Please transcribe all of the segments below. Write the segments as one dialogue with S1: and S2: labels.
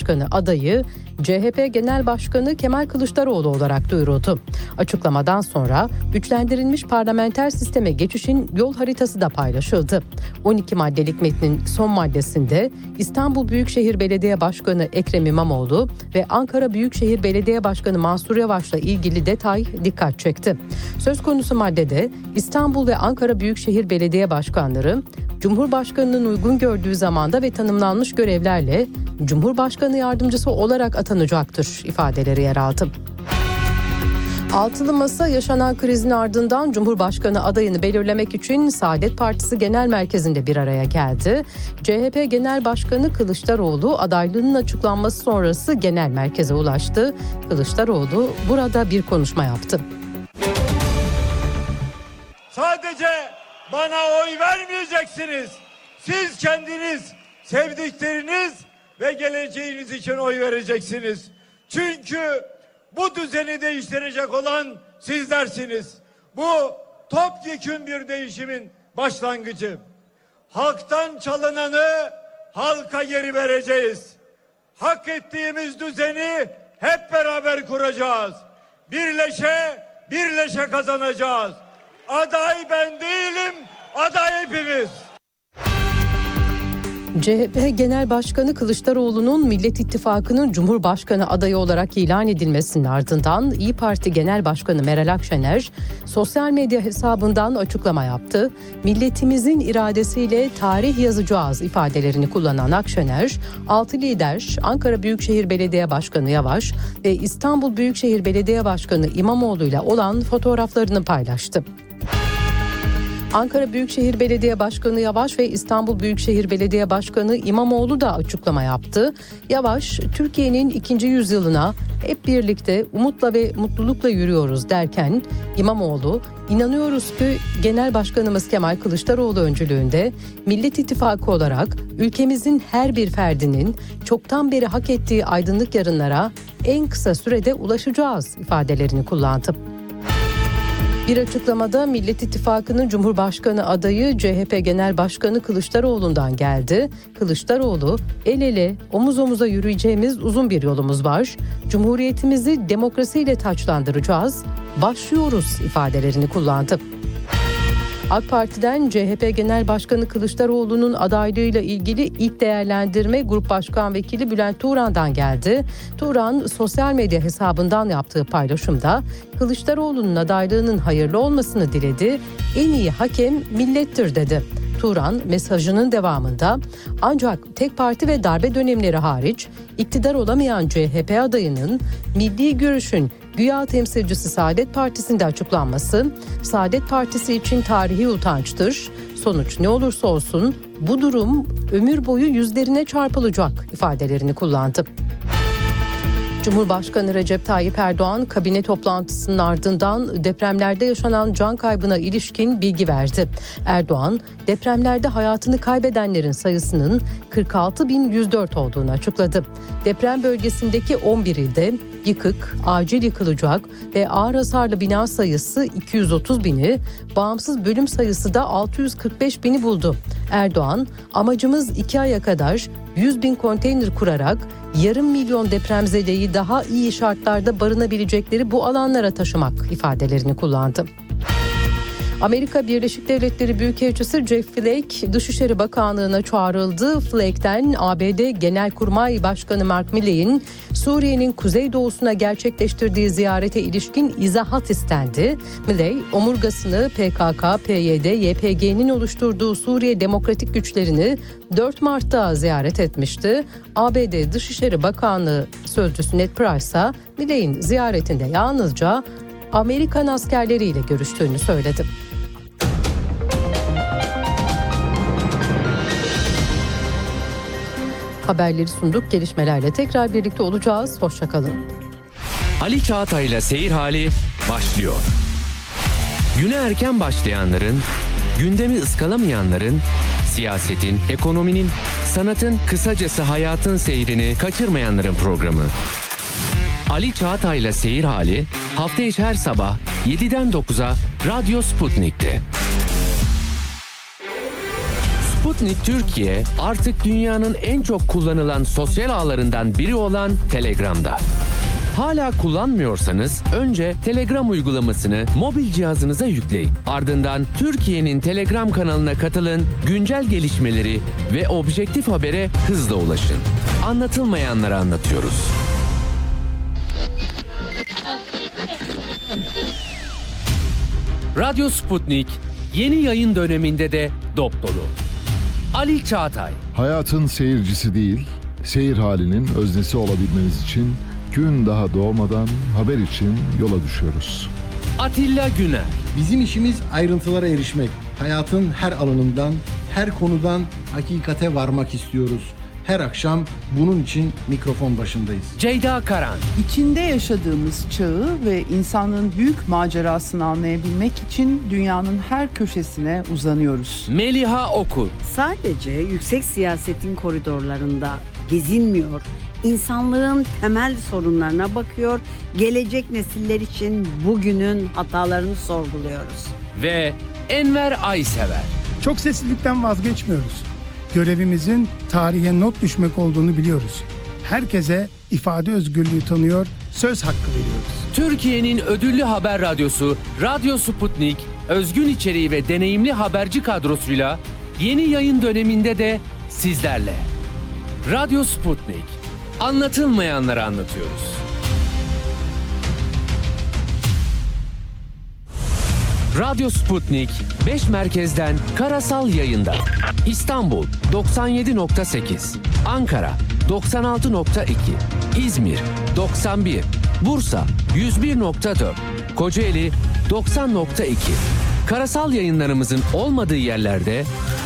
S1: Başkanı adayı CHP Genel Başkanı Kemal Kılıçdaroğlu olarak duyuruldu. Açıklamadan sonra güçlendirilmiş parlamenter sisteme geçişin yol haritası da paylaşıldı. 12 maddelik metnin son maddesinde İstanbul Büyükşehir Belediye Başkanı Ekrem İmamoğlu ve Ankara Büyükşehir Belediye Başkanı Mansur Yavaş'la ilgili detay dikkat çekti. Söz konusu maddede İstanbul ve Ankara Büyükşehir Belediye Başkanları Cumhurbaşkanı'nın uygun gördüğü zamanda ve tanımlanmış görevlerle Cumhurbaşkanı yardımcısı olarak atanacaktır ifadeleri yer aldı. Altılı Masa yaşanan krizin ardından Cumhurbaşkanı adayını belirlemek için Saadet Partisi Genel Merkezi'nde bir araya geldi. CHP Genel Başkanı Kılıçdaroğlu adaylığının açıklanması sonrası genel merkeze ulaştı. Kılıçdaroğlu burada bir konuşma yaptı.
S2: Sadece bana oy vermeyeceksiniz. Siz kendiniz, sevdikleriniz ve geleceğiniz için oy vereceksiniz. Çünkü bu düzeni değiştirecek olan sizlersiniz. Bu topyekün bir değişimin başlangıcı. Halktan çalınanı halka geri vereceğiz. Hak ettiğimiz düzeni hep beraber kuracağız. Birleşe kazanacağız. Aday ben değilim, aday hepimiz.
S1: CHP Genel Başkanı Kılıçdaroğlu'nun Millet İttifakı'nın Cumhurbaşkanı adayı olarak ilan edilmesinin ardından İYİ Parti Genel Başkanı Meral Akşener sosyal medya hesabından açıklama yaptı. Milletimizin iradesiyle tarih yazacağız ifadelerini kullanan Akşener, 6 lider Ankara Büyükşehir Belediye Başkanı Yavaş ve İstanbul Büyükşehir Belediye Başkanı İmamoğlu ile olan fotoğraflarını paylaştı. Ankara Büyükşehir Belediye Başkanı Yavaş ve İstanbul Büyükşehir Belediye Başkanı İmamoğlu da açıklama yaptı. Yavaş, Türkiye'nin 2. yüzyılına hep birlikte umutla ve mutlulukla yürüyoruz derken İmamoğlu, inanıyoruz ki Genel Başkanımız Kemal Kılıçdaroğlu öncülüğünde Millet İttifakı olarak ülkemizin her bir ferdinin çoktan beri hak ettiği aydınlık yarınlara en kısa sürede ulaşacağız ifadelerini kullandı. Bir açıklamada Millet İttifakı'nın Cumhurbaşkanı adayı CHP Genel Başkanı Kılıçdaroğlu'ndan geldi. Kılıçdaroğlu, el ele, omuz omuza yürüyeceğimiz uzun bir yolumuz var. Cumhuriyetimizi demokrasiyle taçlandıracağız. Başlıyoruz ifadelerini kullandı. AK Parti'den CHP Genel Başkanı Kılıçdaroğlu'nun adaylığıyla ilgili ilk değerlendirme Grup Başkan Vekili Bülent Turan'dan geldi. Turan sosyal medya hesabından yaptığı paylaşımda Kılıçdaroğlu'nun adaylığının hayırlı olmasını diledi. En iyi hakem millettir dedi. Turan mesajının devamında ancak tek parti ve darbe dönemleri hariç iktidar olamayan CHP adayının milli görüşün güya temsilcisi Saadet Partisi'nde açıklanması Saadet Partisi için tarihi utançtır. Sonuç ne olursa olsun bu durum ömür boyu yüzlerine çarpılacak ifadelerini kullandı. Cumhurbaşkanı Recep Tayyip Erdoğan kabine toplantısının ardından depremlerde yaşanan can kaybına ilişkin bilgi verdi. Erdoğan, depremlerde hayatını kaybedenlerin sayısının 46.104 olduğunu açıkladı. Deprem bölgesindeki 11 ilde yıkık, acil yıkılacak ve ağır hasarlı bina sayısı 230.000'i, bağımsız bölüm sayısı da 645.000'i buldu. Erdoğan, amacımız 2 aya kadar 100.000 konteyner kurarak yarım milyon depremzedeyi daha iyi şartlarda barınabilecekleri bu alanlara taşımak ifadelerini kullandı. Amerika Birleşik Devletleri Büyükelçisi Jeff Flake Dışişleri Bakanlığı'na çağrıldı. Flake'den ABD Genelkurmay Başkanı Mark Milley'in Suriye'nin kuzeydoğusuna gerçekleştirdiği ziyarete ilişkin izahat istendi. Milley, omurgasını PKK, PYD, YPG'nin oluşturduğu Suriye Demokratik Güçlerini 4 Mart'ta ziyaret etmişti. ABD Dışişleri Bakanlığı Sözcüsü Ned Price'a Milley'in ziyaretinde yalnızca Amerikan askerleriyle görüştüğünü söyledi. Haberleri sunduk. Gelişmelerle tekrar birlikte olacağız. Hoşça kalın.
S3: Ali Çağatay'la Seyir Hali başlıyor. Güne erken başlayanların, gündemi ıskalamayanların, siyasetin, ekonominin, sanatın, kısacası hayatın seyrini kaçırmayanların programı. Ali Çağatay'la Seyir Hali hafta içi her sabah 7'den 9'a Radyo Sputnik'te. Sputnik Türkiye artık dünyanın en çok kullanılan sosyal ağlarından biri olan Telegram'da. Hala kullanmıyorsanız önce Telegram uygulamasını mobil cihazınıza yükleyin. Ardından Türkiye'nin Telegram kanalına katılın, güncel gelişmeleri ve objektif habere hızla ulaşın. Anlatılmayanları anlatıyoruz. Radyo Sputnik yeni yayın döneminde de dop dolu. Ali Çağatay.
S4: Hayatın seyircisi değil, seyir halinin öznesi olabilmeniz için gün daha doğmadan haber için yola düşüyoruz.
S3: Atilla Güner.
S5: Bizim işimiz ayrıntılara erişmek. Hayatın her alanından, her konudan hakikate varmak istiyoruz. Her akşam bunun için mikrofon başındayız.
S3: Ceyda Karan.
S6: İçinde yaşadığımız çağı ve insanlığın büyük macerasını anlayabilmek için dünyanın her köşesine uzanıyoruz.
S3: Meliha Okur.
S7: Sadece yüksek siyasetin koridorlarında gezinmiyor, insanlığın temel sorunlarına bakıyor, gelecek nesiller için bugünün hatalarını sorguluyoruz.
S3: Ve Enver Aysever.
S8: Çok seslilikten vazgeçmiyoruz. Görevimizin tarihe not düşmek olduğunu biliyoruz. Herkese ifade özgürlüğü tanıyor, söz hakkı veriyoruz.
S3: Türkiye'nin ödüllü haber radyosu Radyo Sputnik, özgün içeriği ve deneyimli haberci kadrosuyla yeni yayın döneminde de sizlerle. Radyo Sputnik, anlatılmayanları anlatıyoruz. Radyo Sputnik 5 merkezden karasal yayında. İstanbul 97.8, Ankara 96.2, İzmir 91, Bursa 101.4, Kocaeli 90.2. Karasal yayınlarımızın olmadığı yerlerde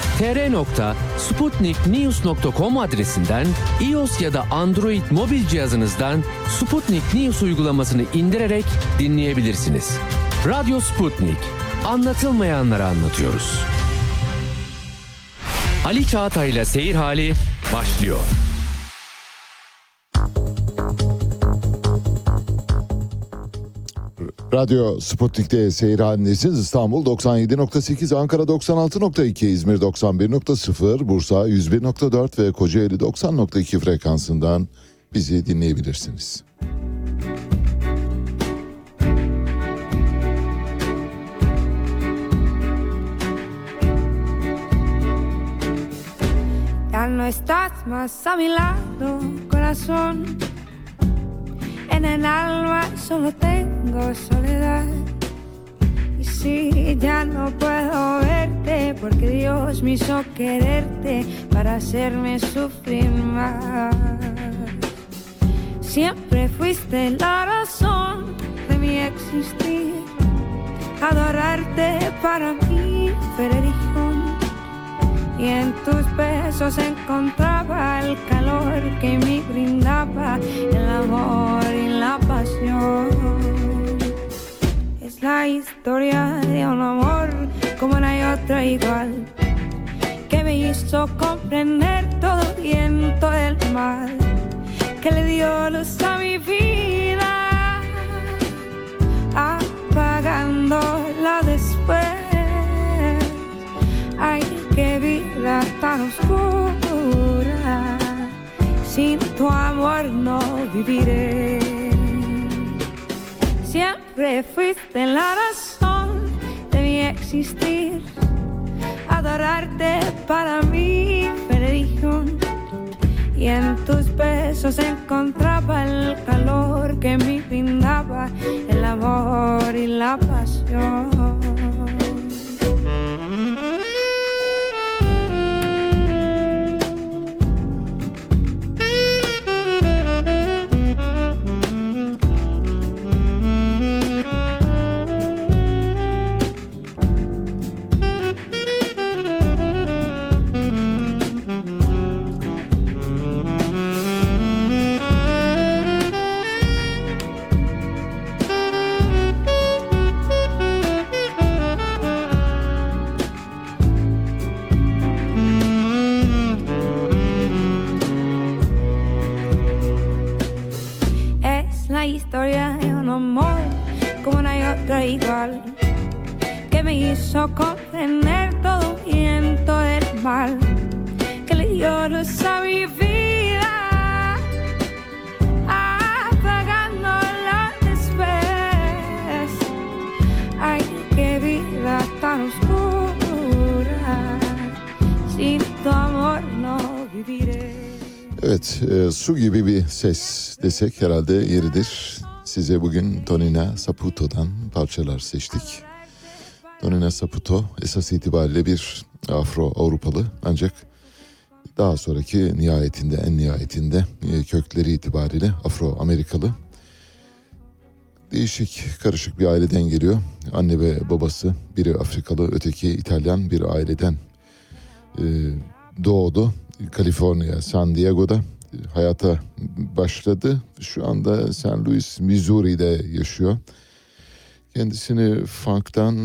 S3: tr.sputniknews.com adresinden iOS ya da Android mobil cihazınızdan Sputnik News uygulamasını indirerek dinleyebilirsiniz. Radyo Sputnik, anlatılmayanları anlatıyoruz. Ali Çağatay'la Seyir Hali başlıyor.
S4: Radyo Sputnik'te seyir halindesiniz. İstanbul 97.8, Ankara 96.2, İzmir 91.0, Bursa 101.4 ve Kocaeli 90.2 frekansından bizi dinleyebilirsiniz.
S9: Ya no estás más a mi lado, corazón. En el alma solo tengo soledad. Y si ya no puedo verte, porque Dios me hizo quererte para hacerme sufrir más. Siempre fuiste la razón de mi existir. Adorarte para mí fue religión. Y en tus besos encontraba el calor que me brindaba el amor y la pasión. Es la historia de un amor como no hay otro igual, que me hizo comprender todo el bien, todo el mal, que le dio luz a mi vida, apagándola después. Ay, qué vida tan oscura, sin tu amor no viviré. Siempre fuiste la razón de mi existir. Adorarte para mí fue religión. Y en tus besos encontraba el calor que me brindaba el amor y la pasión. historia de un amor como no hay otra igual, que me hizo contener todo viento del mal que le dio luz a mi vida, apagando la después. Ay, qué vida tan oscura, sin tu amor no viviré.
S4: Evet, su gibi bir ses desek herhalde yeridir. Size bugün Tonina Saputo'dan parçalar seçtik. Tonina Saputo esas itibariyle bir Afro-Avrupalı, ancak daha sonraki en nihayetinde kökleri itibariyle Afro-Amerikalı. Değişik, karışık bir aileden geliyor. Anne ve babası, biri Afrikalı, öteki İtalyan bir aileden doğdu. Kaliforniya, San Diego'da hayata başladı. Şu anda St. Louis, Missouri'de yaşıyor. Kendisini funk'tan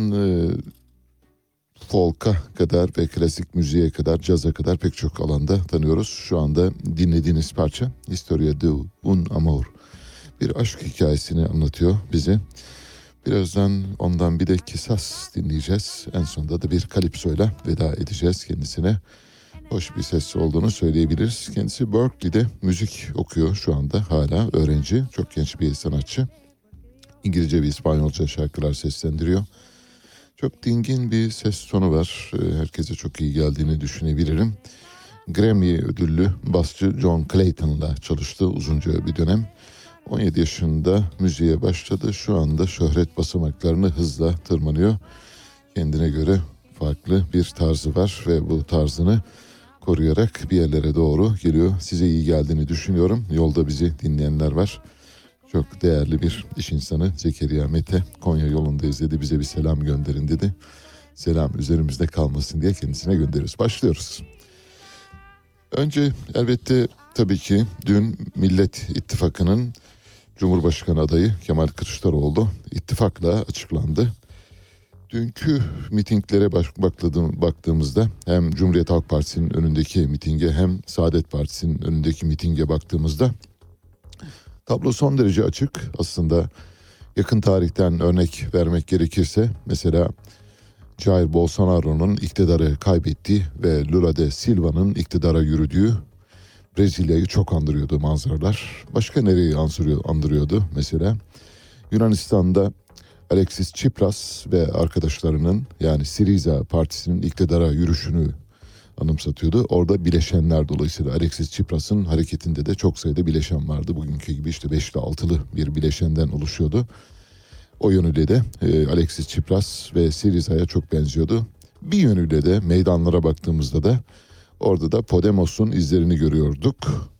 S4: folk'a kadar ve klasik müziğe kadar, caza kadar pek çok alanda tanıyoruz. Şu anda dinlediğiniz parça Historia de un Amor. Bir aşk hikayesini anlatıyor bize. Birazdan ondan bir de Kisas dinleyeceğiz. En sonunda da bir kalipsoyla veda edeceğiz kendisine. Hoş bir ses olduğunu söyleyebiliriz. Kendisi Berkeley'de müzik okuyor şu anda, hala öğrenci. Çok genç bir sanatçı. İngilizce ve İspanyolca şarkılar seslendiriyor. Çok dingin bir ses tonu var. Herkese çok iyi geldiğini düşünebilirim. Grammy ödüllü basçı John Clayton'la çalıştı uzunca bir dönem. 17 yaşında müziğe başladı. Şu anda şöhret basamaklarını hızla tırmanıyor. Kendine göre farklı bir tarzı var ve bu tarzını koruyarak bir yerlere doğru geliyor. Size iyi geldiğini düşünüyorum. Yolda bizi dinleyenler var. Çok değerli bir iş insanı Zekeriya Mete, Konya yolundayız dedi, bize bir selam gönderin dedi. Selam üzerimizde kalmasın diye kendisine gönderiyoruz. Başlıyoruz. Önce elbette tabii ki dün Millet İttifakı'nın Cumhurbaşkanı adayı Kemal Kılıçdaroğlu ittifakla açıklandı. Dünkü mitinglere baktığımızda hem Cumhuriyet Halk Partisi'nin önündeki mitinge hem Saadet Partisi'nin önündeki mitinge baktığımızda tablo son derece açık. Aslında yakın tarihten örnek vermek gerekirse mesela Jair Bolsonaro'nun iktidarı kaybettiği ve Lula da Silva'nın iktidara yürüdüğü Brezilya'yı çok andırıyordu manzaralar. Başka nereyi andırıyordu mesela? Yunanistan'da Alexis Tsipras ve arkadaşlarının, yani Syriza Partisi'nin iktidara yürüyüşünü anımsatıyordu. Orada bileşenler, dolayısıyla Alexis Tsipras'ın hareketinde de çok sayıda bileşen vardı. Bugünkü gibi işte 5'li 6'lı bir bileşenden oluşuyordu. O yönüyle de Alexis Tsipras ve Syriza'ya çok benziyordu. Bir yönüyle de meydanlara baktığımızda da orada da Podemos'un izlerini görüyorduk.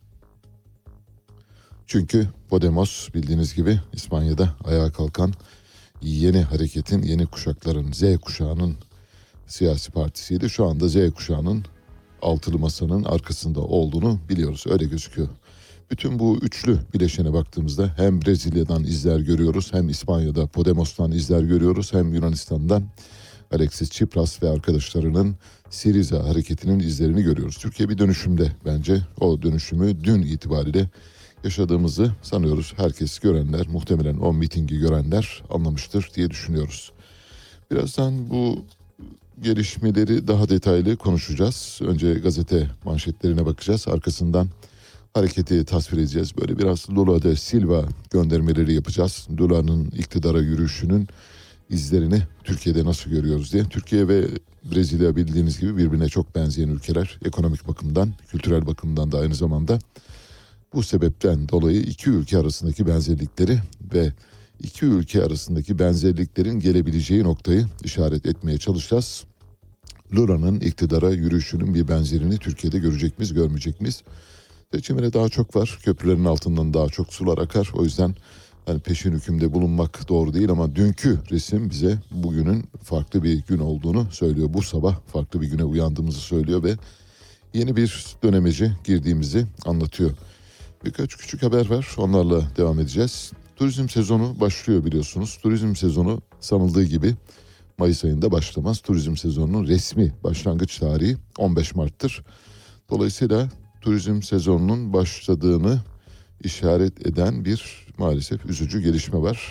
S4: Çünkü Podemos bildiğiniz gibi İspanya'da ayağa kalkan yeni hareketin, yeni kuşakların, Z kuşağının siyasi partisiydi. Şu anda Z kuşağının altılı masanın arkasında olduğunu biliyoruz. Öyle gözüküyor. Bütün bu üçlü bileşene baktığımızda hem Brezilya'dan izler görüyoruz, hem İspanya'da Podemos'tan izler görüyoruz, hem Yunanistan'dan Alexis Tsipras ve arkadaşlarının Syriza hareketinin izlerini görüyoruz. Türkiye bir dönüşümde bence. O dönüşümü dün itibariyle yaşadığımızı sanıyoruz. Herkes görenler, muhtemelen o mitingi görenler anlamıştır diye düşünüyoruz. Birazdan bu gelişmeleri daha detaylı konuşacağız. Önce gazete manşetlerine bakacağız. Arkasından hareketi tasvir edeceğiz. Böyle biraz Lula da Silva göndermeleri yapacağız. Lula'nın iktidara yürüyüşünün izlerini Türkiye'de nasıl görüyoruz diye. Türkiye ve Brezilya bildiğiniz gibi birbirine çok benzeyen ülkeler. Ekonomik bakımdan, kültürel bakımdan da aynı zamanda. Bu sebepten dolayı iki ülke arasındaki benzerlikleri ve iki ülke arasındaki benzerliklerin gelebileceği noktayı işaret etmeye çalışacağız. Lula'nın iktidara yürüyüşünün bir benzerini Türkiye'de görecek miyiz, görmeyecek miyiz? Seçimine daha çok var. Köprülerin altından daha çok sular akar. O yüzden hani peşin hükümde bulunmak doğru değil, ama dünkü resim bize bugünün farklı bir gün olduğunu söylüyor. Bu sabah farklı bir güne uyandığımızı söylüyor ve yeni bir dönemece girdiğimizi anlatıyor. Birkaç küçük haber var. Onlarla devam edeceğiz. Turizm sezonu başlıyor biliyorsunuz. Turizm sezonu sanıldığı gibi Mayıs ayında başlamaz. Turizm sezonunun resmi başlangıç tarihi 15 Mart'tır. Dolayısıyla turizm sezonunun başladığını işaret eden bir maalesef üzücü gelişme var.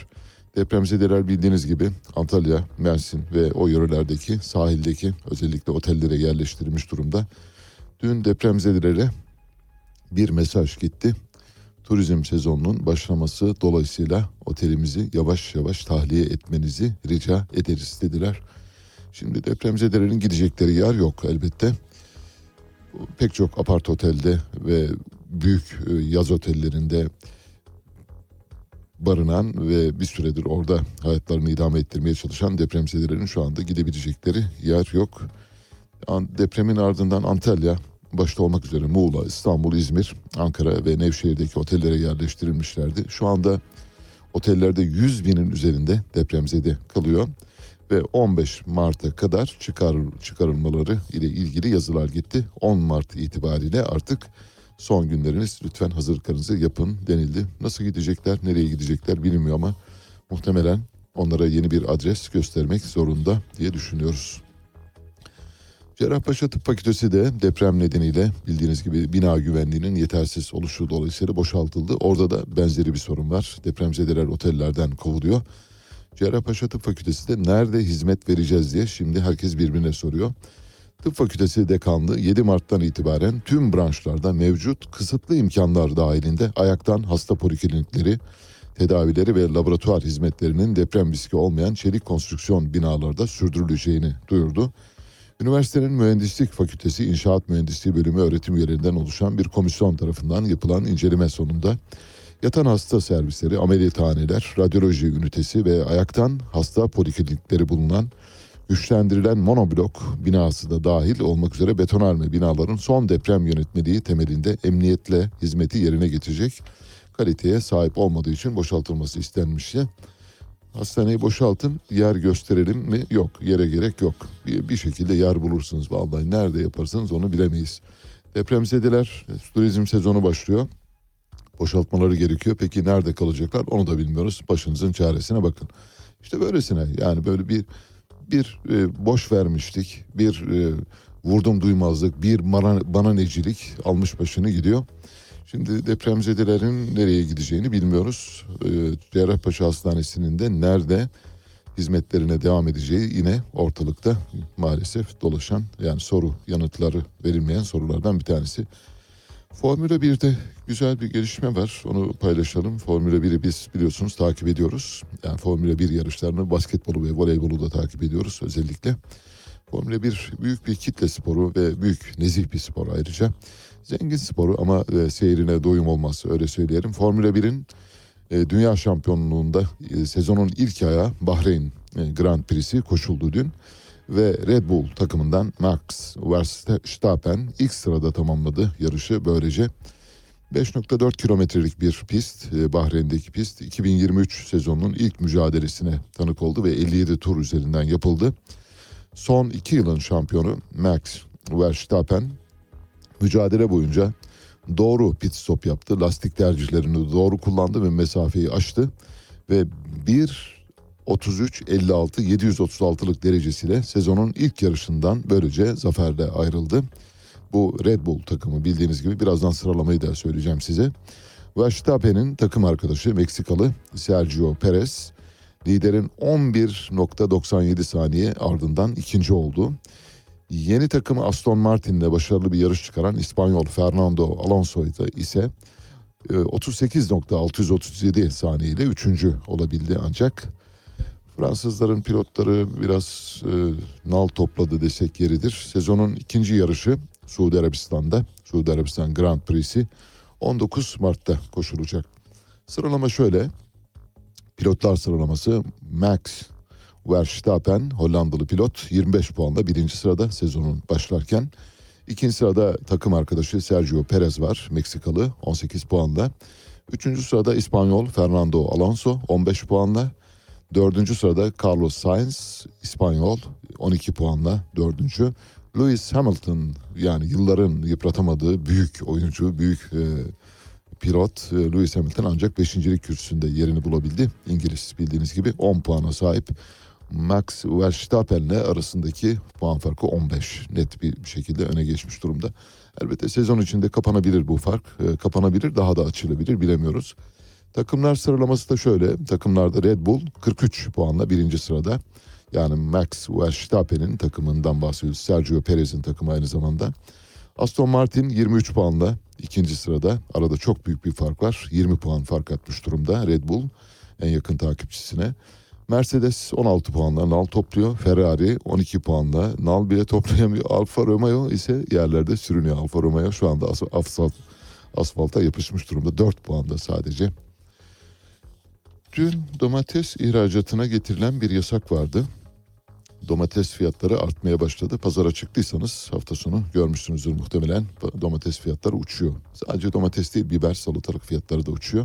S4: Depremzedeler bildiğiniz gibi Antalya, Mersin ve o yörelerdeki sahildeki özellikle otellere yerleştirilmiş durumda. Dün depremzedelere bir mesaj gitti. Turizm sezonunun başlaması dolayısıyla otelimizi yavaş yavaş tahliye etmenizi rica ederiz dediler. Şimdi depremzedelerin gidecekleri yer yok elbette. Pek çok apart otelde ve büyük yaz otellerinde barınan ve bir süredir orada hayatlarını idame ettirmeye çalışan depremzedelerin şu anda gidebilecekleri yer yok. Depremin ardından Antalya başta olmak üzere Muğla, İstanbul, İzmir, Ankara ve Nevşehir'deki otellere yerleştirilmişlerdi. Şu anda otellerde 100 binin üzerinde depremzede kalıyor ve 15 Mart'a kadar çıkarılmaları ile ilgili yazılar gitti. 10 Mart itibariyle artık son günleriniz, lütfen hazırlıklarınızı yapın denildi. Nasıl gidecekler, nereye gidecekler bilinmiyor ama muhtemelen onlara yeni bir adres göstermek zorunda diye düşünüyoruz. Cerrahpaşa Tıp Fakültesi de deprem nedeniyle bildiğiniz gibi bina güvenliğinin yetersiz oluşu dolayısıyla boşaltıldı. Orada da benzeri bir sorun var. Depremzedeler otellerden kovuluyor. Cerrahpaşa Tıp Fakültesi de nerede hizmet vereceğiz diye şimdi herkes birbirine soruyor. Tıp Fakültesi Dekanlığı 7 Mart'tan itibaren tüm branşlarda mevcut kısıtlı imkanlar dahilinde ayaktan hasta poliklinikleri, tedavileri ve laboratuvar hizmetlerinin deprem riski olmayan çelik konstrüksiyon binalarda sürdürüleceğini duyurdu. Üniversitenin Mühendislik Fakültesi İnşaat Mühendisliği Bölümü öğretim üyelerinden oluşan bir komisyon tarafından yapılan inceleme sonunda yatan hasta servisleri, ameliyathaneler, radyoloji ünitesi ve ayaktan hasta poliklinikleri bulunan güçlendirilen monoblok binası da dahil olmak üzere betonarme binaların son deprem yönetmeliği temelinde emniyetle hizmeti yerine getirecek kaliteye sahip olmadığı için boşaltılması istenmişti. Hastaneyi boşaltın, yer gösterelim mi? Yok, yere gerek yok. Bir şekilde yer bulursunuz. Vallahi nerede yaparsanız onu bilemeyiz. Depremzedeler, turizm sezonu başlıyor. Boşaltmaları gerekiyor. Peki nerede kalacaklar? Onu da bilmiyoruz. Başınızın çaresine bakın. İşte böylesine, yani böyle bir boş vermişlik, bir vurdum duymazlık, bir bananecilik almış başını gidiyor. Şimdi depremzedelerin nereye gideceğini bilmiyoruz. Cerrahpaşa Hastanesi'nin de nerede hizmetlerine devam edeceği yine ortalıkta maalesef dolaşan, yani soru yanıtları verilmeyen sorulardan bir tanesi. Formula 1'de güzel bir gelişme var. Onu paylaşalım. Formula 1'i biz biliyorsunuz takip ediyoruz. Yani Formula 1 yarışlarını, basketbolu ve voleybolu da takip ediyoruz özellikle. Formula 1 büyük bir kitle sporu ve büyük nezih bir spor ayrıca. Zengin sporu ama seyrine doyum olmaz, öyle söyleyelim. Formula 1'in dünya şampiyonluğunda sezonun ilk ayağı Bahreyn Grand Prix'si koşuldu dün. Ve Red Bull takımından Max Verstappen ilk sırada tamamladı yarışı. Böylece 5.4 kilometrelik bir pist, Bahreyn'deki pist 2023 sezonunun ilk mücadelesine tanık oldu ve 57 tur üzerinden yapıldı. Son 2 yılın şampiyonu Max Verstappen mücadele boyunca doğru pit stop yaptı. Lastik tercihlerini doğru kullandı ve mesafeyi aştı ve 1.33.56 736'lık derecesiyle sezonun ilk yarışından böylece zaferle ayrıldı. Bu Red Bull takımı bildiğiniz gibi, birazdan sıralamayı da söyleyeceğim size. Verstappen'in takım arkadaşı Meksikalı Sergio Perez liderin 11.97 saniye ardından ikinci oldu. Yeni takımı Aston Martin'le başarılı bir yarış çıkaran İspanyol Fernando Alonso ise 38.637 saniyeyle üçüncü olabildi ancak Fransızların pilotları biraz nal topladı desek yeridir. Sezonun ikinci yarışı Suudi Arabistan Grand Prix'si 19 Mart'ta koşulacak. Sıralama şöyle. Pilotlar sıralaması: Max Verstappen Hollandalı pilot 25 puanla birinci sırada sezonun başlarken. İkinci sırada takım arkadaşı Sergio Perez var, Meksikalı, 18 puanla. Üçüncü sırada İspanyol Fernando Alonso 15 puanla. Dördüncü sırada Carlos Sainz, İspanyol, 12 puanla dördüncü. Lewis Hamilton, yani yılların yıpratamadığı büyük oyuncu, büyük pilot Lewis Hamilton ancak 5. kürsüsünde yerini bulabildi. İngiliz bildiğiniz gibi 10 puana sahip. Max Verstappen'le arasındaki puan farkı 15. Net bir şekilde öne geçmiş durumda. Elbette sezon içinde kapanabilir bu fark. Kapanabilir, daha da açılabilir, bilemiyoruz. Takımlar sıralaması da şöyle. Takımlarda Red Bull 43 puanla birinci sırada. Yani Max Verstappen'in takımından bahsediyoruz. Sergio Perez'in takımı aynı zamanda. Aston Martin 23 puanla ikinci sırada. Arada çok büyük bir fark var. 20 puan fark atmış durumda Red Bull en yakın takipçisine. Mercedes 16 puanla nal topluyor. Ferrari 12 puanla nal bile toplayamıyor. Alfa Romeo ise yerlerde sürünüyor. Alfa Romeo şu anda asfalta yapışmış durumda. 4 puanda sadece. Dün domates ihracatına getirilen bir yasak vardı. Domates fiyatları artmaya başladı. Pazara çıktıysanız hafta sonu görmüşsünüzdür muhtemelen. Domates fiyatları uçuyor. Sadece domates değil, biber, salatalık fiyatları da uçuyor.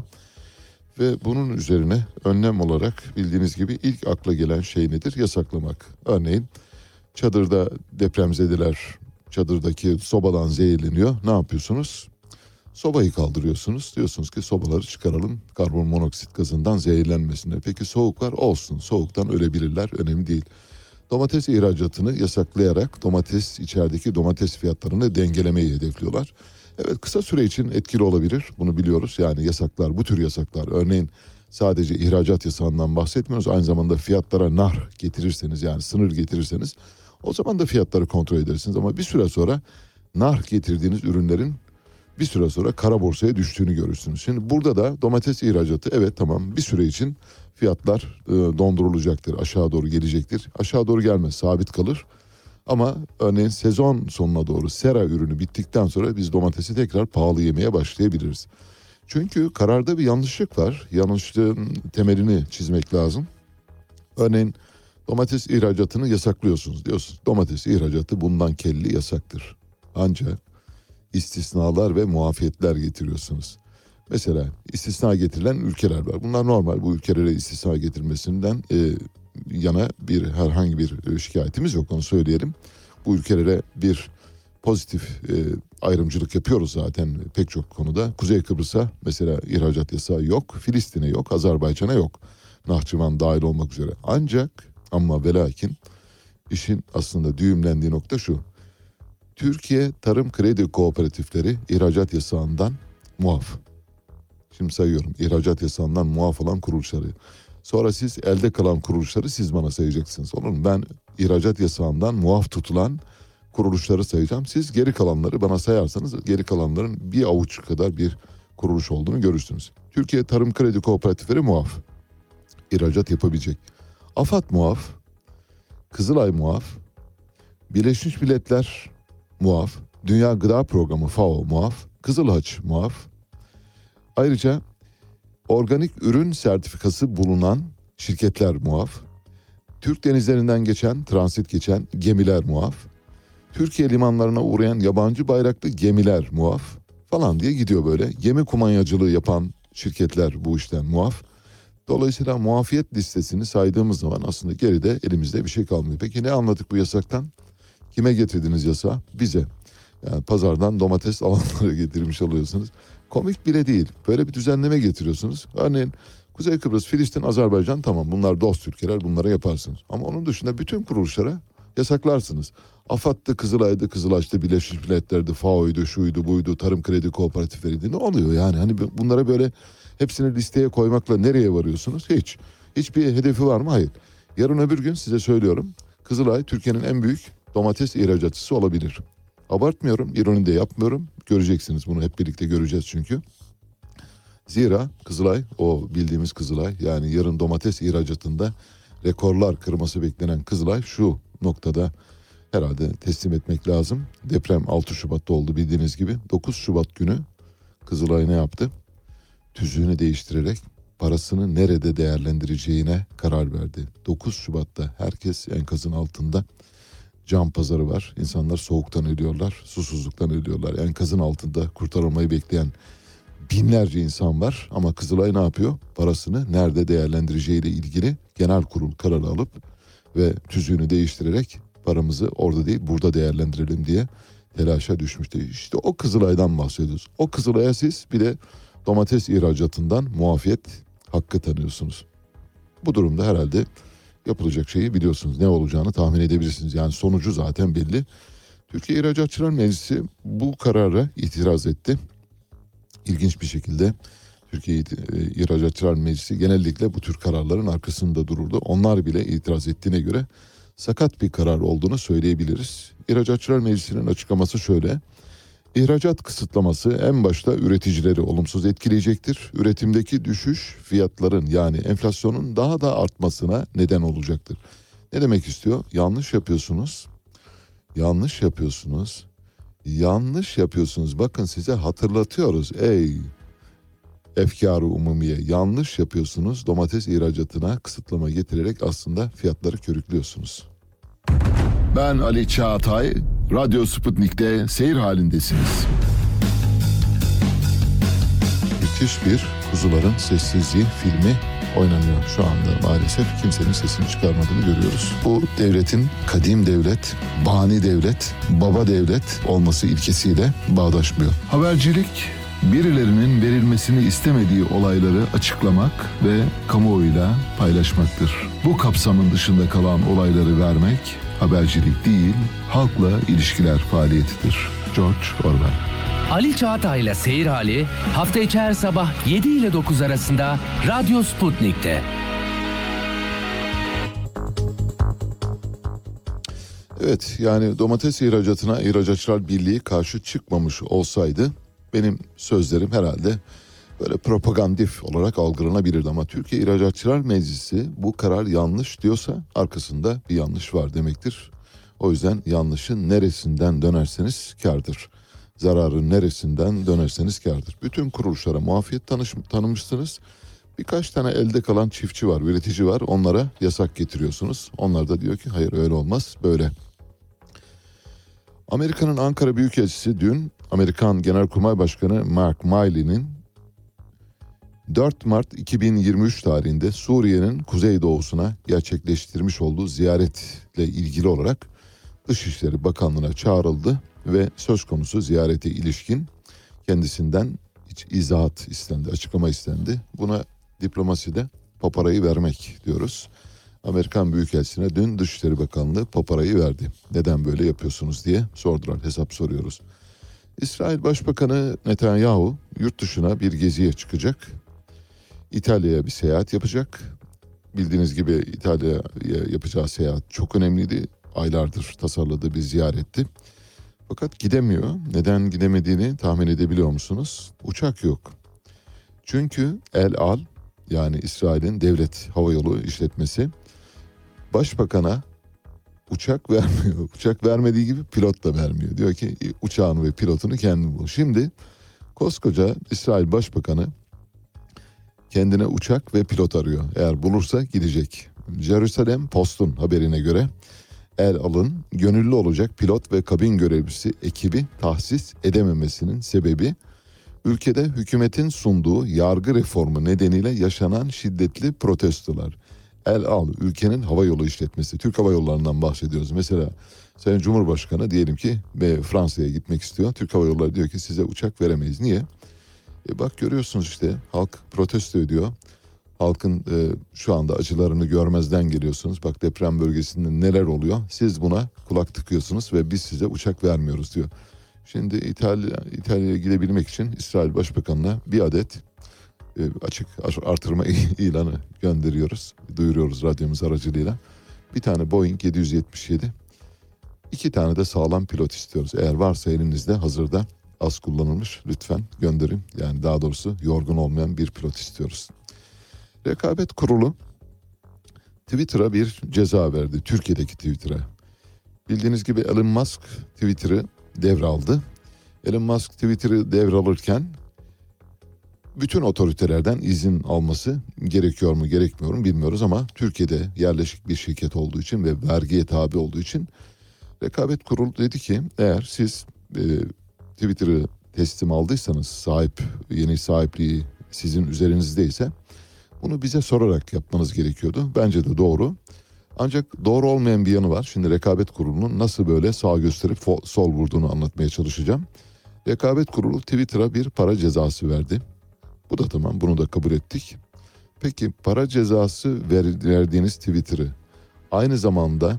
S4: Ve bunun üzerine önlem olarak bildiğiniz gibi ilk akla gelen şey nedir? Yasaklamak. Örneğin çadırda depremzedeler çadırdaki sobadan zehirleniyor. Ne yapıyorsunuz? Sobayı kaldırıyorsunuz. Diyorsunuz ki sobaları çıkaralım. Karbon monoksit gazından zehirlenmesinler. Peki soğuk var, olsun. Soğuktan ölebilirler. Önemli değil. Domates ihracatını yasaklayarak içerideki domates fiyatlarını dengelemeyi hedefliyorlar. Evet, kısa süre için etkili olabilir. Bunu biliyoruz. Yani yasaklar, bu tür yasaklar. Örneğin sadece ihracat yasağından bahsetmiyoruz. Aynı zamanda fiyatlara nar getirirseniz, yani sınır getirirseniz, o zaman da fiyatları kontrol edersiniz. Ama bir süre sonra nar getirdiğiniz ürünlerin bir süre sonra kara borsaya düştüğünü görürsünüz. Şimdi burada da domates ihracatı, evet tamam, bir süre için fiyatlar dondurulacaktır. Aşağı doğru gelecektir. Aşağı doğru gelmez, sabit kalır. Ama örneğin sezon sonuna doğru sera ürünü bittikten sonra biz domatesi tekrar pahalı yemeye başlayabiliriz. Çünkü kararda bir yanlışlık var. Yanlışlığın temelini çizmek lazım. Örneğin domates ihracatını yasaklıyorsunuz. Diyorsunuz domates ihracatı bundan kelli yasaktır. Ancak istisnalar ve muafiyetler getiriyorsunuz. Mesela istisna getirilen ülkeler var. Bunlar normal. Bu ülkelere istisna getirmesinden yana herhangi bir şikayetimiz yok, onu söyleyelim. Bu ülkelere bir pozitif ayrımcılık yapıyoruz zaten pek çok konuda. Kuzey Kıbrıs'a mesela ihracat yasağı yok. Filistin'e yok. Azerbaycan'a yok. Nahçıvan dahil olmak üzere. Ancak ama ve lakin işin aslında düğümlendiği nokta şu. Türkiye Tarım Kredi Kooperatifleri ihracat yasağından muaf. Şimdi sayıyorum. İhracat yasağından muaf olan kuruluşları. Sonra siz elde kalan kuruluşları siz bana sayacaksınız. Olur mu? Ben ihracat yasağından muaf tutulan kuruluşları sayacağım. Siz geri kalanları bana sayarsanız geri kalanların bir avuç kadar bir kuruluş olduğunu görürsünüz. Türkiye Tarım Kredi Kooperatifleri muaf. İhracat yapabilecek. AFAD muaf. Kızılay muaf. Birleşmiş Milletler muaf. Dünya Gıda Programı FAO muaf. Kızılhaç muaf. Ayrıca organik ürün sertifikası bulunan şirketler muaf. Türk denizlerinden transit geçen gemiler muaf. Türkiye limanlarına uğrayan yabancı bayraklı gemiler muaf falan diye gidiyor böyle. Gemi kumanyacılığı yapan şirketler bu işten muaf. Dolayısıyla muafiyet listesini saydığımız zaman aslında geride elimizde bir şey kalmıyor. Peki ne anladık bu yasaktan? Kime getirdiniz yasağı? Bize. Yani pazardan domates alanlara getirmiş oluyorsunuz. Komik bile değil. Böyle bir düzenleme getiriyorsunuz. Örneğin Kuzey Kıbrıs, Filistin, Azerbaycan, tamam bunlar dost ülkeler, bunlara yaparsınız. Ama onun dışında bütün kuruluşlara yasaklarsınız. AFAD'dı, Kızılay'dı, Kızılaç'tı, Birleşmiş Milletler'di, FAO'ydu, şuydu, buydu, Tarım Kredi Kooperatifleriydi. Ne oluyor yani? Hani bunlara böyle hepsini listeye koymakla nereye varıyorsunuz? Hiç. Hiçbir hedefi var mı? Hayır. Yarın öbür gün size söylüyorum. Kızılay Türkiye'nin en büyük domates ihracatçısı olabilir. Abartmıyorum, ironi de yapmıyorum. Göreceksiniz, bunu hep birlikte göreceğiz çünkü. Zira Kızılay, o bildiğimiz Kızılay, yani yarın domates ihracatında rekorlar kırması beklenen Kızılay şu noktada herhalde teslim etmek lazım. Deprem 6 Şubat'ta oldu bildiğiniz gibi. 9 Şubat günü Kızılay ne yaptı? Tüzüğünü değiştirerek parasını nerede değerlendireceğine karar verdi. 9 Şubat'ta herkes enkazın altında. Cam pazarı var. İnsanlar soğuktan ölüyorlar, susuzluktan ölüyorlar. Enkazın altında kurtarılmayı bekleyen binlerce insan var. Ama Kızılay ne yapıyor? Parasını nerede değerlendireceğiyle ilgili genel kurul kararı alıp ve tüzüğünü değiştirerek paramızı orada değil burada değerlendirelim diye telaşa düşmüştü. İşte o Kızılay'dan bahsediyoruz. O Kızılay'a siz bir de domates ihracatından muafiyet hakkı tanıyorsunuz. Bu durumda herhalde yapılacak şeyi biliyorsunuz. Ne olacağını tahmin edebilirsiniz. Yani sonucu zaten belli. Türkiye İhracatçılar Meclisi bu karara itiraz etti. İlginç bir şekilde Türkiye İhracatçılar Meclisi genellikle bu tür kararların arkasında dururdu. Onlar bile itiraz ettiğine göre sakat bir karar olduğunu söyleyebiliriz. İhracatçılar Meclisi'nin açıklaması şöyle: İhracat kısıtlaması en başta üreticileri olumsuz etkileyecektir. Üretimdeki düşüş fiyatların yani enflasyonun daha da artmasına neden olacaktır. Ne demek istiyor? Yanlış yapıyorsunuz. Yanlış yapıyorsunuz. Yanlış yapıyorsunuz. Bakın size hatırlatıyoruz. Ey efkar-ı umumiye, yanlış yapıyorsunuz. Domates ihracatına kısıtlama getirerek aslında fiyatları körüklüyorsunuz.
S10: Ben Ali Çağatay, Radyo Sputnik'te seyir halindesiniz.
S4: Müthiş bir Kuzuların Sessizliği filmi oynanıyor şu anda. Maalesef kimsenin sesini çıkarmadığını görüyoruz. Bu devletin kadim devlet, bani devlet, baba devlet olması ilkesiyle bağdaşmıyor.
S10: Habercilik, birilerinin verilmesini istemediği olayları açıklamak ve kamuoyuyla paylaşmaktır. Bu kapsamın dışında kalan olayları vermek habercilik değil, halkla ilişkiler faaliyetidir. George Orwell.
S3: Ali Çağatay'la Seyir Hali hafta içi her sabah 7 ile 9 arasında Radyo Sputnik'te.
S4: Evet, yani domates ihracatına İhracatçılar Birliği karşı çıkmamış olsaydı benim sözlerim herhalde böyle propagandif olarak algılanabilirdi. Ama Türkiye İhracatçılar Meclisi bu karar yanlış diyorsa arkasında bir yanlış var demektir. O yüzden yanlışın neresinden dönerseniz kârdır. Zararın neresinden dönerseniz kârdır. Bütün kuruluşlara muafiyet tanımışsınız. Birkaç tane elde kalan çiftçi var, üretici var. Onlara yasak getiriyorsunuz. Onlar da diyor ki hayır öyle olmaz, böyle. Amerika'nın Ankara Büyükelçisi dün Amerikan Genelkurmay Başkanı Mark Milley'nin 4 Mart 2023 tarihinde Suriye'nin kuzeydoğusuna gerçekleştirmiş olduğu ziyaretle ilgili olarak Dışişleri Bakanlığı'na çağrıldı ve söz konusu ziyarete ilişkin kendisinden hiç izahat istendi, açıklama istendi. Buna diplomaside paparayı vermek diyoruz. Amerikan Büyükelçisi'ne dün Dışişleri Bakanlığı paparayı verdi. Neden böyle yapıyorsunuz diye sordular, hesap soruyoruz. İsrail Başbakanı Netanyahu yurt dışına bir geziye çıkacak. İtalya'ya bir seyahat yapacak. Bildiğiniz gibi İtalya'ya yapacağı seyahat çok önemliydi. Aylardır tasarladığı bir ziyaretti. Fakat gidemiyor. Neden gidemediğini tahmin edebiliyor musunuz? Uçak yok. Çünkü El Al, yani İsrail'in devlet havayolu işletmesi, başbakana uçak vermiyor. Uçak vermediği gibi pilot da vermiyor. Diyor ki uçağını ve pilotunu kendin bul. Şimdi koskoca İsrail Başbakanı kendine uçak ve pilot arıyor. Eğer bulursa gidecek. Jerusalem Post'un haberine göre El Al'ın gönüllü olacak pilot ve kabin görevlisi ekibi tahsis edememesinin sebebi ülkede hükümetin sunduğu yargı reformu nedeniyle yaşanan şiddetli protestolar. El Al ülkenin havayolu işletmesi, Türk Hava Yolları'ndan bahsediyoruz. Mesela Sayın Cumhurbaşkanı diyelim ki Fransa'ya gitmek istiyor. Türk Hava Yolları diyor ki size uçak veremeyiz. Niye? Bak görüyorsunuz işte halk protesto ediyor. Halkın şu anda acılarını görmezden geliyorsunuz. Bak deprem bölgesinde neler oluyor. Siz buna kulak tıkıyorsunuz ve biz size uçak vermiyoruz diyor. Şimdi İtalya'ya gidebilmek için İsrail Başbakanı'na bir adet açık artırma ilanı gönderiyoruz. Duyuruyoruz radyomuz aracılığıyla. Bir tane Boeing 777, 2 tane de sağlam pilot istiyoruz. Eğer varsa elinizde hazırda az kullanılmış lütfen gönderin. Yani daha doğrusu yorgun olmayan bir pilot istiyoruz. Rekabet Kurulu Twitter'a bir ceza verdi. Türkiye'deki Twitter'a. Bildiğiniz gibi Elon Musk Twitter'ı devraldı. Elon Musk Twitter'ı devralırken bütün otoritelerden izin alması gerekiyor mu gerekmiyor mu bilmiyoruz ama Türkiye'de yerleşik bir şirket olduğu için ve vergiye tabi olduğu için Rekabet Kurulu dedi ki eğer siz Twitter'ı teslim aldıysanız yeni sahipliği sizin üzerinizdeyse bunu bize sorarak yapmanız gerekiyordu. Bence de doğru. Ancak doğru olmayan bir yanı var. Şimdi Rekabet Kurulu'nun nasıl böyle sağ gösterip sol vurduğunu anlatmaya çalışacağım. Rekabet Kurulu Twitter'a bir para cezası verdi. Bu da tamam, bunu da kabul ettik. Peki para cezası verdiğiniz Twitter'ı aynı zamanda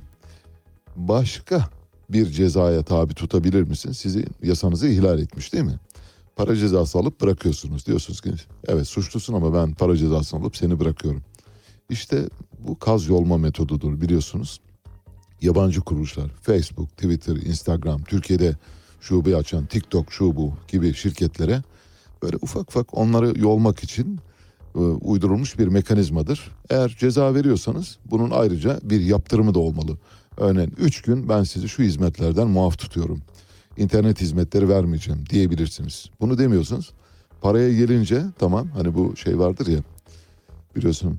S4: başka bir cezaya tabi tutabilir misin? Yasanızı ihlal etmiş değil mi? para cezası alıp bırakıyorsunuz. Diyorsunuz ki evet suçlusun ama ben para cezasını alıp seni bırakıyorum. İşte bu kaz yolma metodudur biliyorsunuz. Yabancı kuruluşlar, Facebook, Twitter, Instagram, Türkiye'de şube açan TikTok, şu bu gibi şirketlere böyle ufak ufak onları yolmak için uydurulmuş bir mekanizmadır. Eğer ceza veriyorsanız bunun ayrıca bir yaptırımı da olmalı. Örneğin 3 gün ben sizi şu hizmetlerden muaf tutuyorum. İnternet hizmetleri vermeyeceğim diyebilirsiniz. Bunu demiyorsunuz. Paraya gelince tamam, hani bu şey vardır ya, biliyorsun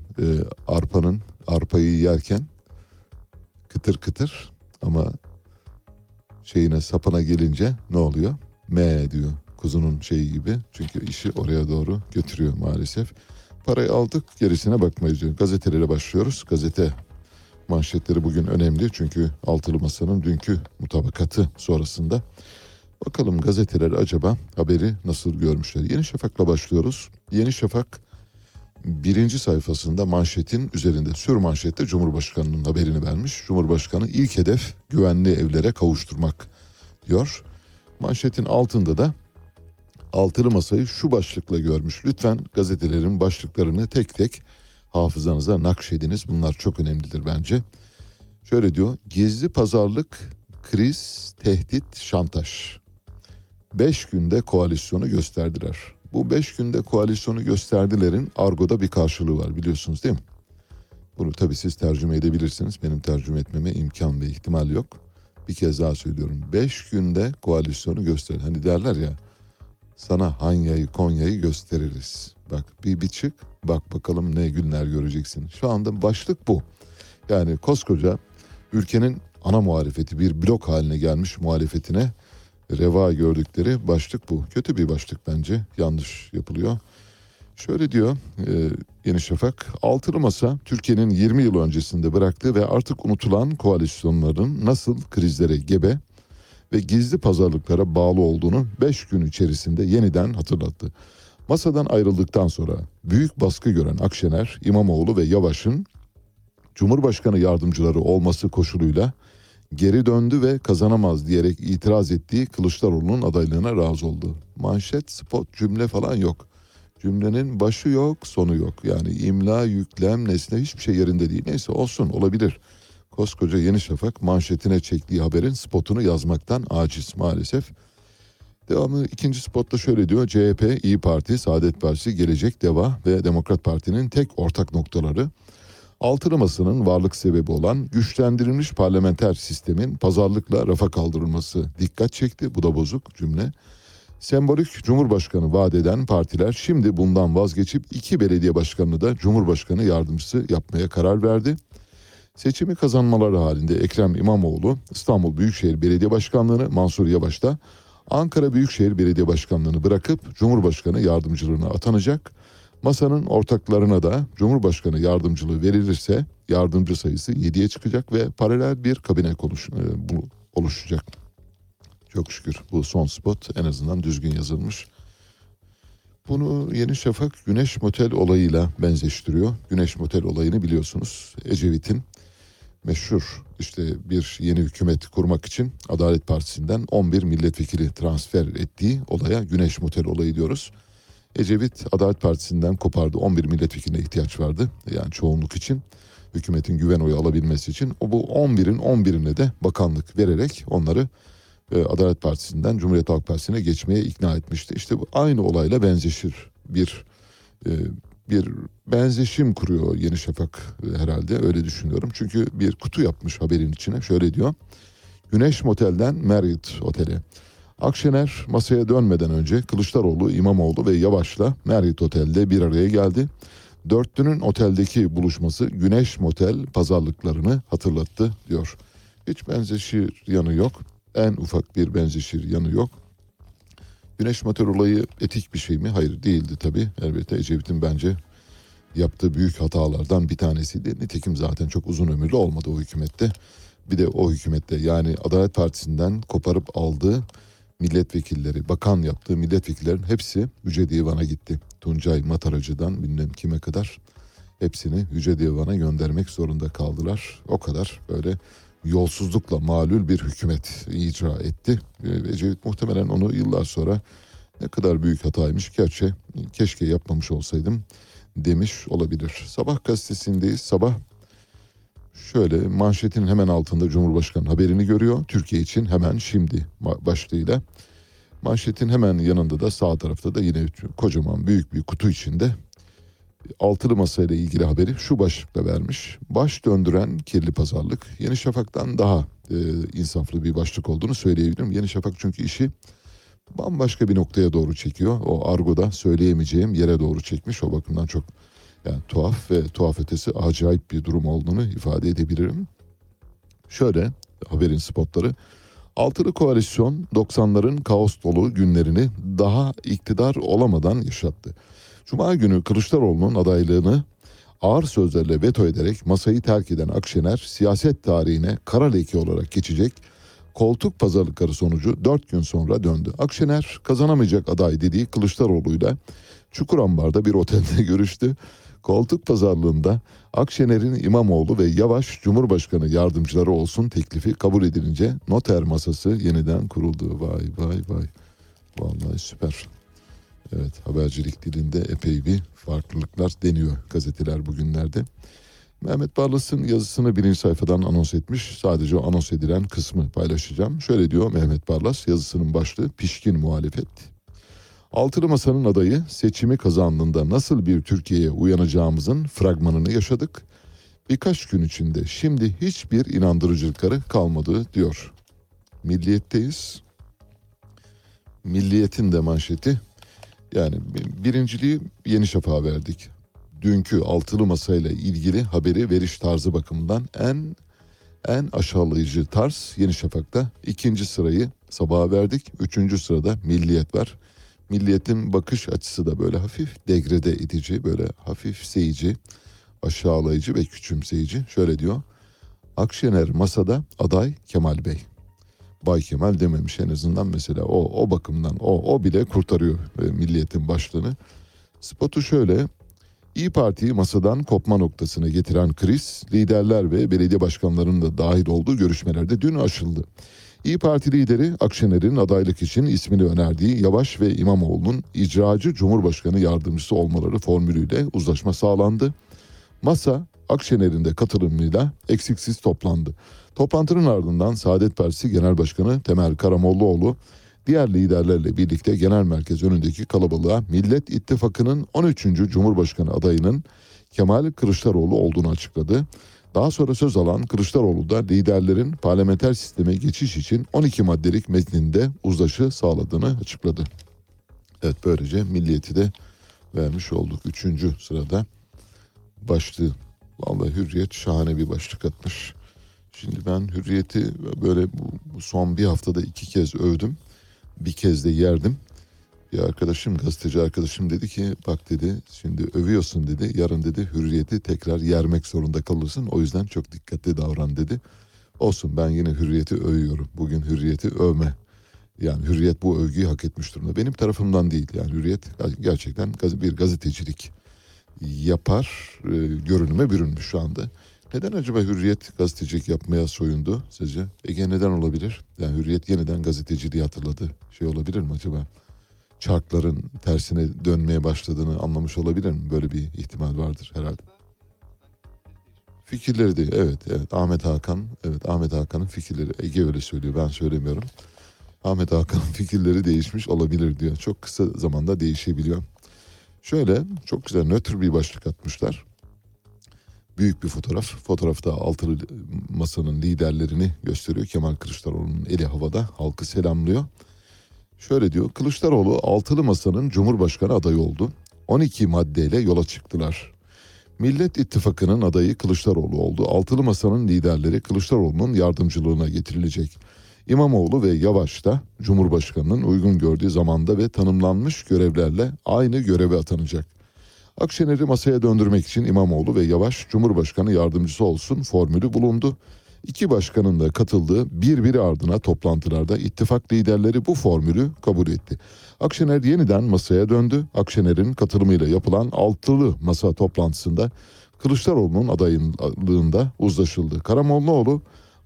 S4: arpayı yerken kıtır kıtır ama şeyine, sapına gelince ne oluyor? Me diyor, kuzunun şeyi gibi. Çünkü işi oraya doğru götürüyor maalesef. Parayı aldık, gerisine bakmayız diyor. Gazetelere başlıyoruz. Gazete manşetleri bugün önemli çünkü Altılı Masa'nın dünkü mutabakatı sonrasında. Bakalım gazeteler acaba haberi nasıl görmüşler? Yeni Şafak'la başlıyoruz. Yeni Şafak birinci sayfasında manşetin üzerinde, sür manşette Cumhurbaşkanı'nın haberini vermiş. Cumhurbaşkanı ilk hedef güvenli evlere kavuşturmak diyor. Manşetin altında da Altılı Masa'yı şu başlıkla görmüş. Lütfen gazetelerin başlıklarını tek tek hafızanıza nakşediniz. Bunlar çok önemlidir bence. Şöyle diyor: gizli pazarlık, kriz, tehdit, şantaj. 5 günde koalisyonu gösterdiler. Bu 5 günde koalisyonu gösterdilerin argoda bir karşılığı var, biliyorsunuz değil mi? Bunu tabii siz tercüme edebilirsiniz. Benim tercüme etmeme imkan ve ihtimal yok. Bir kez daha söylüyorum. 5 günde koalisyonu göster. Hani derler ya, sana Hanya'yı Konya'yı gösteririz. Bak bir çık, bak bakalım ne günler göreceksin. Şu anda başlık bu. Yani koskoca ülkenin ana muhalefeti, bir blok haline gelmiş muhalefetine reva gördükleri başlık bu. Kötü bir başlık bence, yanlış yapılıyor. Şöyle diyor Yeni Şafak: Altılı Masa Türkiye'nin 20 yıl öncesinde bıraktığı ve artık unutulan koalisyonların nasıl krizlere gebe ve gizli pazarlıklara bağlı olduğunu 5 gün içerisinde yeniden hatırlattı. Masadan ayrıldıktan sonra büyük baskı gören Akşener, İmamoğlu ve Yavaş'ın Cumhurbaşkanı yardımcıları olması koşuluyla geri döndü ve kazanamaz diyerek itiraz ettiği Kılıçdaroğlu'nun adaylığına razı oldu. Manşet, spot, cümle falan yok. Cümlenin başı yok, sonu yok. Yani imla, yüklem, nesne hiçbir şey yerinde değil. Neyse olsun, olabilir. Koskoca Yeni Şafak manşetine çektiği haberin spotunu yazmaktan aciz maalesef. Devamı ikinci spotta şöyle diyor: CHP, İYİ Parti, Saadet Partisi, Gelecek, DEVA ve Demokrat Parti'nin tek ortak noktaları Altılı Masa'nın varlık sebebi olan güçlendirilmiş parlamenter sistemin pazarlıkla rafa kaldırılması dikkat çekti. Bu da bozuk cümle. Sembolik Cumhurbaşkanı vaat eden partiler şimdi bundan vazgeçip 2 belediye başkanını da Cumhurbaşkanı yardımcısı yapmaya karar verdi. Seçimi kazanmaları halinde Ekrem İmamoğlu İstanbul Büyükşehir Belediye Başkanlığı'nı, Mansur Yavaş da Ankara Büyükşehir Belediye Başkanlığı'nı bırakıp Cumhurbaşkanı yardımcılığına atanacak. Masanın ortaklarına da Cumhurbaşkanı yardımcılığı verilirse yardımcı sayısı 7'ye çıkacak ve paralel bir kabine oluşacak. Çok şükür bu son spot en azından düzgün yazılmış. Bunu Yeni Şafak Güneş Motel olayıyla benzeştiriyor. Güneş Motel olayını biliyorsunuz. Ecevit'in meşhur işte bir yeni hükümet kurmak için Adalet Partisi'nden 11 milletvekili transfer ettiği olaya Güneş Motel olayı diyoruz. Ecevit Adalet Partisi'nden kopardı. 11 milletvekiline ihtiyaç vardı. Yani çoğunluk için, hükümetin güven oyu alabilmesi için. Bu 11'in 11'ine de bakanlık vererek onları Adalet Partisi'nden Cumhuriyet Halk Partisi'ne geçmeye ikna etmişti. İşte bu aynı olayla benzeşir. Bir benzeşim kuruyor Yeni Şafak herhalde, öyle düşünüyorum. Çünkü bir kutu yapmış haberin içine. Şöyle diyor: Güneş Motel'den Marriott Otel'e. Akşener masaya dönmeden önce Kılıçdaroğlu, İmamoğlu ve Yavaş'la Marriott Otel'de bir araya geldi. Dörtlünün oteldeki buluşması Güneş Motel pazarlıklarını hatırlattı diyor. Hiç benzeşir yanı yok. En ufak bir benzeşir yanı yok. Güneş Motel olayı etik bir şey mi? Hayır, değildi tabii. Elbette Ecevit'in bence yaptığı büyük hatalardan bir tanesiydi. Nitekim zaten çok uzun ömürlü olmadı o hükümette. Bir de o hükümette, yani Adalet Partisi'nden koparıp aldığı milletvekilleri, bakan yaptığı milletvekillerin hepsi Yüce Divan'a gitti. Tuncay Mataracı'dan bilmem kime kadar hepsini Yüce Divan'a göndermek zorunda kaldılar. O kadar böyle yolsuzlukla malul bir hükümet icra etti. Ecevit muhtemelen onu yıllar sonra Ne kadar büyük hataymış, gerçi keşke yapmamış olsaydım demiş olabilir. Sabah gazetesindeyiz. Sabah şöyle, manşetin hemen altında Cumhurbaşkanı haberini görüyor. Türkiye için hemen şimdi başlığıyla. Manşetin hemen yanında da sağ tarafta da yine kocaman büyük bir kutu içinde altılı masa ile ilgili haberi şu başlıkla vermiş. Baş döndüren kirli pazarlık. Yeni Şafak'tan daha insaflı bir başlık olduğunu söyleyebilirim. Yeni Şafak çünkü işi bambaşka bir noktaya doğru çekiyor. O argoda söyleyemeyeceğim yere doğru çekmiş. O bakımdan çok yani tuhaf ve tuhaf ötesi acayip bir durum olduğunu ifade edebilirim. Şöyle haberin spotları. Altılı koalisyon 90'ların kaos dolu günlerini daha iktidar olamadan yaşattı. Cuma günü Kılıçdaroğlu'nun adaylığını ağır sözlerle veto ederek masayı terk eden Akşener siyaset tarihine kara leke olarak geçecek koltuk pazarlıkları sonucu 4 gün sonra döndü. Akşener kazanamayacak aday dediği Kılıçdaroğlu'yla Çukurambar'da bir otelde görüştü. Koltuk pazarlığında Akşener'in İmamoğlu ve Yavaş Cumhurbaşkanı yardımcıları olsun teklifi kabul edilince noter masası yeniden kuruldu. Vay vay vay. Vallahi süper. Evet, habercilik dilinde epey bir farklılıklar deniyor gazeteler bugünlerde. Mehmet Barlas'ın yazısını birinci sayfadan anons etmiş. Sadece o anons edilen kısmı paylaşacağım. Şöyle diyor Mehmet Barlas, yazısının başlığı pişkin muhalefet. Altılı Masa'nın adayı seçimi kazandığında nasıl bir Türkiye'ye uyanacağımızın fragmanını yaşadık. Birkaç gün içinde şimdi hiçbir inandırıcılıkları kalmadı diyor. Milliyetteyiz. Milliyetin de manşeti. Yani birinciliği Yeni Şafak'a verdik. Dünkü altılı masayla ilgili haberi veriş tarzı bakımından en aşağılayıcı tarz Yeni Şafak'ta. İkinci sırayı Sabah'a verdik. Üçüncü sırada Milliyet var. Milliyet'in bakış açısı da böyle hafif degrede edici, böyle hafif seyici, aşağılayıcı ve küçümseyici. Şöyle diyor. Akşener masada, aday Kemal Bey. Bay Kemal dememiş en azından, mesela o bakımdan o bile kurtarıyor Milliyet'in başlığını. Spotu şöyle. İYİ Parti'yi masadan kopma noktasına getiren kriz, liderler ve belediye başkanlarının da dahil olduğu görüşmelerde dün aşıldı. İYİ Parti lideri Akşener'in adaylık için ismini önerdiği Yavaş ve İmamoğlu'nun icracı Cumhurbaşkanı yardımcısı olmaları formülüyle uzlaşma sağlandı. Masa Akşener'in de katılımıyla eksiksiz toplandı. Toplantının ardından Saadet Partisi Genel Başkanı Temel Karamollaoğlu diğer liderlerle birlikte genel merkez önündeki kalabalığa Millet İttifakı'nın 13. Cumhurbaşkanı adayının Kemal Kılıçdaroğlu olduğunu açıkladı. Daha sonra söz alan Kılıçdaroğlu da liderlerin parlamenter sisteme geçiş için 12 maddelik metninde uzlaşı sağladığını açıkladı. Evet, böylece Milliyet'i de vermiş olduk. 3. sırada başlığı. Vallahi Hürriyet şahane bir başlık atmış. Şimdi ben Hürriyet'i böyle bu son bir haftada 2 kez övdüm. Bir kez de yerdim. Bir arkadaşım, gazeteci arkadaşım dedi ki bak dedi, şimdi övüyorsun dedi, yarın dedi Hürriyet'i tekrar yermek zorunda kalırsın. O yüzden çok dikkatli davran dedi. Olsun, ben yine Hürriyet'i övüyorum. Bugün Hürriyet'i övme. Yani Hürriyet bu övgüyü hak etmiş durumda. Benim tarafımdan değil. Yani Hürriyet gerçekten bir gazetecilik yapar, görünüme bürünmüş şu anda. Neden acaba Hürriyet gazetecilik yapmaya soyundu sizce? Neden olabilir? Yani Hürriyet yeniden gazeteciliği hatırladı. Olabilir mi acaba? Çarkların tersine dönmeye başladığını anlamış olabilir mi? Böyle bir ihtimal vardır herhalde. Fikirleri de evet Ahmet Hakan'ın fikirleri, Ege öyle söylüyor, ben söylemiyorum. Ahmet Hakan'ın fikirleri değişmiş olabilir diyor. Çok kısa zamanda değişebiliyor. Şöyle çok güzel nötr bir başlık atmışlar. Büyük bir fotoğraf. Fotoğrafta altılı masanın liderlerini gösteriyor. Kemal Kılıçdaroğlu'nun eli havada, halkı selamlıyor. Şöyle diyor. Kılıçdaroğlu altılı masanın Cumhurbaşkanı adayı oldu. 12 maddeyle yola çıktılar. Millet İttifakı'nın adayı Kılıçdaroğlu oldu. Altılı masanın liderleri Kılıçdaroğlu'nun yardımcılığına getirilecek. İmamoğlu ve Yavaş da Cumhurbaşkanı'nın uygun gördüğü zamanda ve tanımlanmış görevlerle aynı göreve atanacak. Akşener'i masaya döndürmek için İmamoğlu ve Yavaş Cumhurbaşkanı yardımcısı olsun formülü bulundu. İki başkanın da katıldığı birbiri ardına toplantılarda ittifak liderleri bu formülü kabul etti. Akşener yeniden masaya döndü. Akşener'in katılımıyla yapılan altılı masa toplantısında Kılıçdaroğlu'nun adaylığında uzlaşıldı. Karamollaoğlu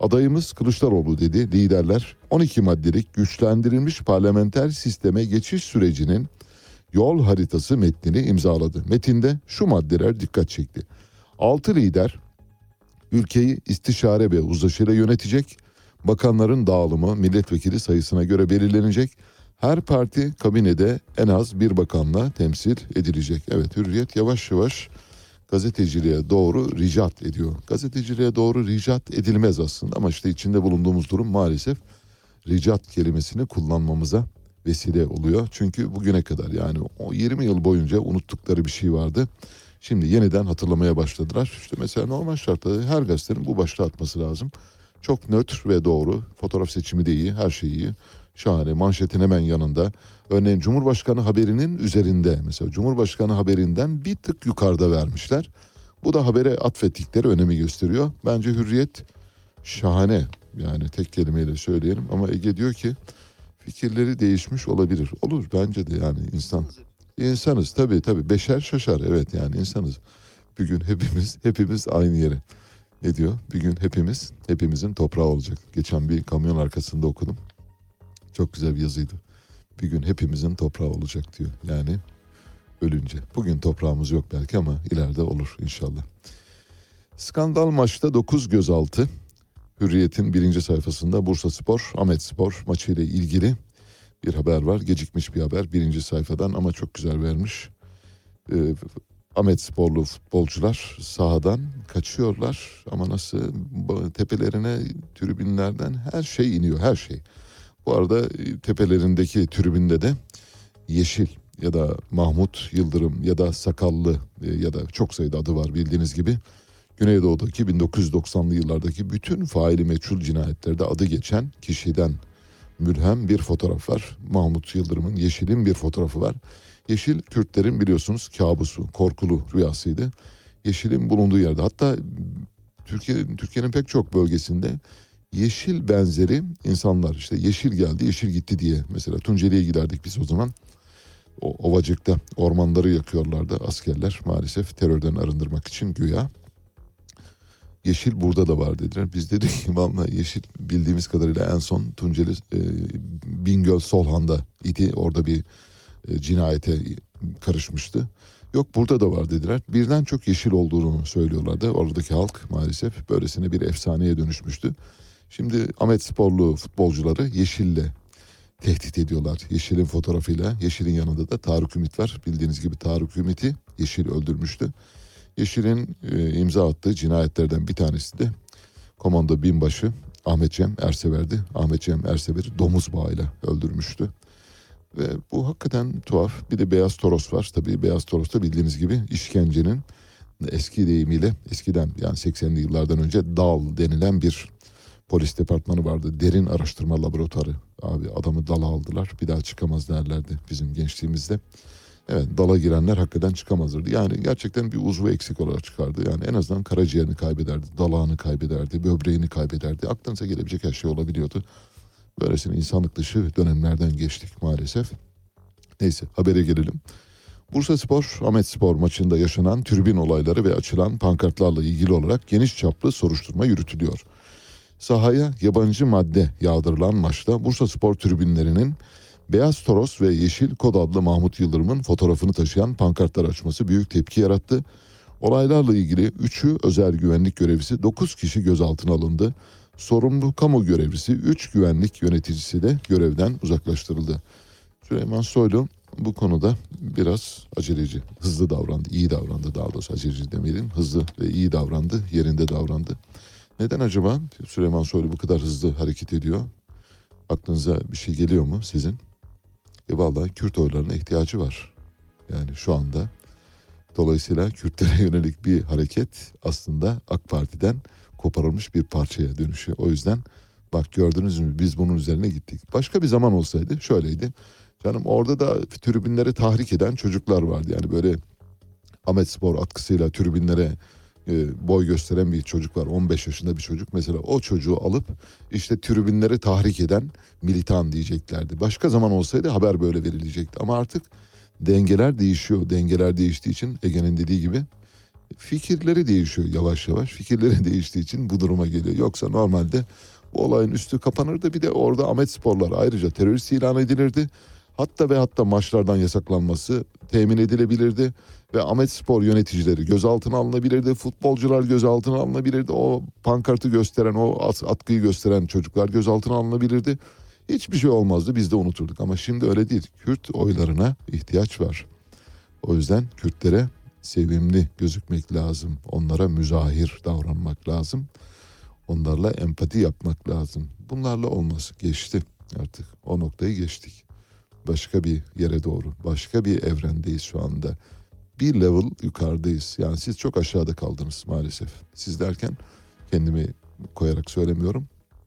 S4: Adayımız Kılıçdaroğlu dedi liderler. 12 maddelik güçlendirilmiş parlamenter sisteme geçiş sürecinin yol haritası metnini imzaladı. Metinde şu maddeler dikkat çekti. 6 lider ülkeyi istişare ve uzlaşıyla yönetecek. Bakanların dağılımı milletvekili sayısına göre belirlenecek. Her parti kabinede en az bir bakanla temsil edilecek. Evet, Hürriyet yavaş yavaş gazeteciliğe doğru ricat ediyor. Gazeteciliğe doğru ricat edilmez aslında ama işte içinde bulunduğumuz durum maalesef ricat kelimesini kullanmamıza vesile oluyor. Çünkü bugüne kadar yani o 20 yıl boyunca unuttukları bir şey vardı. Şimdi yeniden hatırlamaya başladılar. İşte mesela normal şartlarda her gazetenin bu başlığı atması lazım. Çok nötr ve doğru. Fotoğraf seçimi de iyi, her şey iyi. Şahane, manşetin hemen yanında. Örneğin Cumhurbaşkanı haberinin üzerinde, mesela Cumhurbaşkanı haberinden bir tık yukarıda vermişler. Bu da habere atfettikleri önemi gösteriyor. Bence Hürriyet şahane, yani tek kelimeyle söyleyelim. Ama Ege diyor ki fikirleri değişmiş olabilir. Olur bence de, yani insanız tabii beşer şaşar, evet yani insanız. Bir gün hepimiz aynı yere. Ne diyor? Bir gün hepimizin toprağı olacak. Geçen bir kamyon arkasında okudum. Çok güzel bir yazıydı. Bir gün hepimizin toprağı olacak diyor. Yani ölünce. Bugün toprağımız yok belki ama ileride olur inşallah. Skandal maçta 9 gözaltı. Hürriyet'in 1. sayfasında Bursaspor, Ahmetspor maçıyla ilgili bir haber var. Gecikmiş bir haber 1. sayfadan ama çok güzel vermiş. Ahmetsporlu futbolcular sahadan kaçıyorlar ama nasıl, tepelerine tribünlerden her şey iniyor, her şey. Bu arada tepelerindeki tribünde de Yeşil ya da Mahmut Yıldırım ya da Sakallı ya da çok sayıda adı var bildiğiniz gibi. Güneydoğu'daki 1990'lı yıllardaki bütün faili meçhul cinayetlerde adı geçen kişiden mülhem bir fotoğraf var. Mahmut Yıldırım'ın, Yeşil'in bir fotoğrafı var. Yeşil Kürtlerin biliyorsunuz kabusu, korkulu rüyasıydı. Yeşil'in bulunduğu yerde, hatta Türkiye'nin pek çok bölgesinde yeşil benzeri insanlar, işte yeşil geldi yeşil gitti diye, mesela Tunceli'ye giderdik biz o zaman. O Ovacık'ta ormanları yakıyorlardı askerler maalesef terörden arındırmak için güya. Yeşil burada da var dediler. Biz dedik ki vallahi yeşil bildiğimiz kadarıyla en son Tunceli Bingöl Solhan'da idi. Orada bir cinayete karışmıştı. Yok burada da var dediler. Birden çok yeşil olduğunu söylüyorlardı. Oradaki halk maalesef böylesine bir efsaneye dönüşmüştü. Şimdi Ahmetsporlu futbolcuları yeşille tehdit ediyorlar. Yeşil'in fotoğrafıyla. Yeşil'in yanında da Tarık Ümit var. Bildiğiniz gibi Tarık Ümit'i Yeşil öldürmüştü. Yeşil'in imza attığı cinayetlerden bir tanesi de komando binbaşı Ahmet Cem Ersever'di. Ahmet Cem Ersever'i domuz bağıyla öldürmüştü. Ve bu hakikaten tuhaf. Bir de Beyaz Toros var. Tabii Beyaz Toros'ta bildiğiniz gibi işkencenin eski deyimiyle, eskiden yani 80'li yıllardan önce DAL denilen bir polis departmanı vardı. Derin Araştırma Laboratuvarı. Abi adamı dala aldılar. Bir daha çıkamaz derlerdi bizim gençliğimizde. Evet, dala girenler hakikaten çıkamazlardı. Yani gerçekten bir uzvu eksik olarak çıkardı. Yani en azından karaciğerini kaybederdi, dalağını kaybederdi, böbreğini kaybederdi. Aklınıza gelebilecek her şey olabiliyordu. Böylesine insanlık dışı dönemlerden geçtik maalesef. Neyse, habere gelelim. Bursaspor, Ahmetspor maçında yaşanan tribün olayları ve açılan pankartlarla ilgili olarak geniş çaplı soruşturma yürütülüyor. Sahaya yabancı madde yağdırılan maçta Bursaspor tribünlerinin Beyaz Toros ve Yeşil kod adlı Mahmut Yıldırım'ın fotoğrafını taşıyan pankartlar açması büyük tepki yarattı. Olaylarla ilgili 3'ü özel güvenlik görevlisi, 9 kişi gözaltına alındı. Sorumlu kamu görevlisi, 3 güvenlik yöneticisi de görevden uzaklaştırıldı. Süleyman Soylu bu konuda biraz aceleci, hızlı davrandı, iyi davrandı, daha doğrusu aceleci demeyelim, hızlı ve iyi davrandı, yerinde davrandı. Neden acaba Süleyman Soylu bu kadar hızlı hareket ediyor? Aklınıza bir şey geliyor mu sizin? Vallahi Kürt oylarına ihtiyacı var. Yani şu anda. Dolayısıyla Kürtlere yönelik bir hareket aslında AK Parti'den koparılmış bir parçaya dönüşüyor. O yüzden bak gördünüz mü, biz bunun üzerine gittik. Başka bir zaman olsaydı şöyleydi. Canım orada da tribünleri tahrik eden çocuklar vardı. Yani böyle Ahmetspor atkısıyla tribünlere boy gösteren bir çocuk var. 15 yaşında bir çocuk. Mesela o çocuğu alıp işte tribünleri tahrik eden militan diyeceklerdi. Başka zaman olsaydı haber böyle verilecekti. Ama artık dengeler değişiyor. Dengeler değiştiği için Ege'nin dediği gibi fikirleri değişiyor yavaş yavaş. Fikirleri değiştiği için bu duruma geliyor. Yoksa normalde bu olayın üstü kapanırdı. Bir de orada Ahmetsporlar ayrıca terörist ilan edilirdi. Hatta maçlardan yasaklanması temin edilebilirdi. Ve Ahmetspor yöneticileri gözaltına alınabilirdi. Futbolcular gözaltına alınabilirdi. O pankartı gösteren, o atkıyı gösteren çocuklar gözaltına alınabilirdi. Hiçbir şey olmazdı, biz de unuturduk. Ama şimdi öyle değil. Kürt oylarına ihtiyaç var. O yüzden Kürtlere sevimli gözükmek lazım. Onlara müzahir davranmak lazım. Onlarla empati yapmak lazım. Bunlarla olmaz. Geçti artık. O noktayı geçtik. Başka bir yere doğru, başka bir evrendeyiz şu anda. Bir level yukarıdayız. Yani siz çok aşağıda kaldınız maalesef. Siz derken kendimi koyarak söylemiyorum.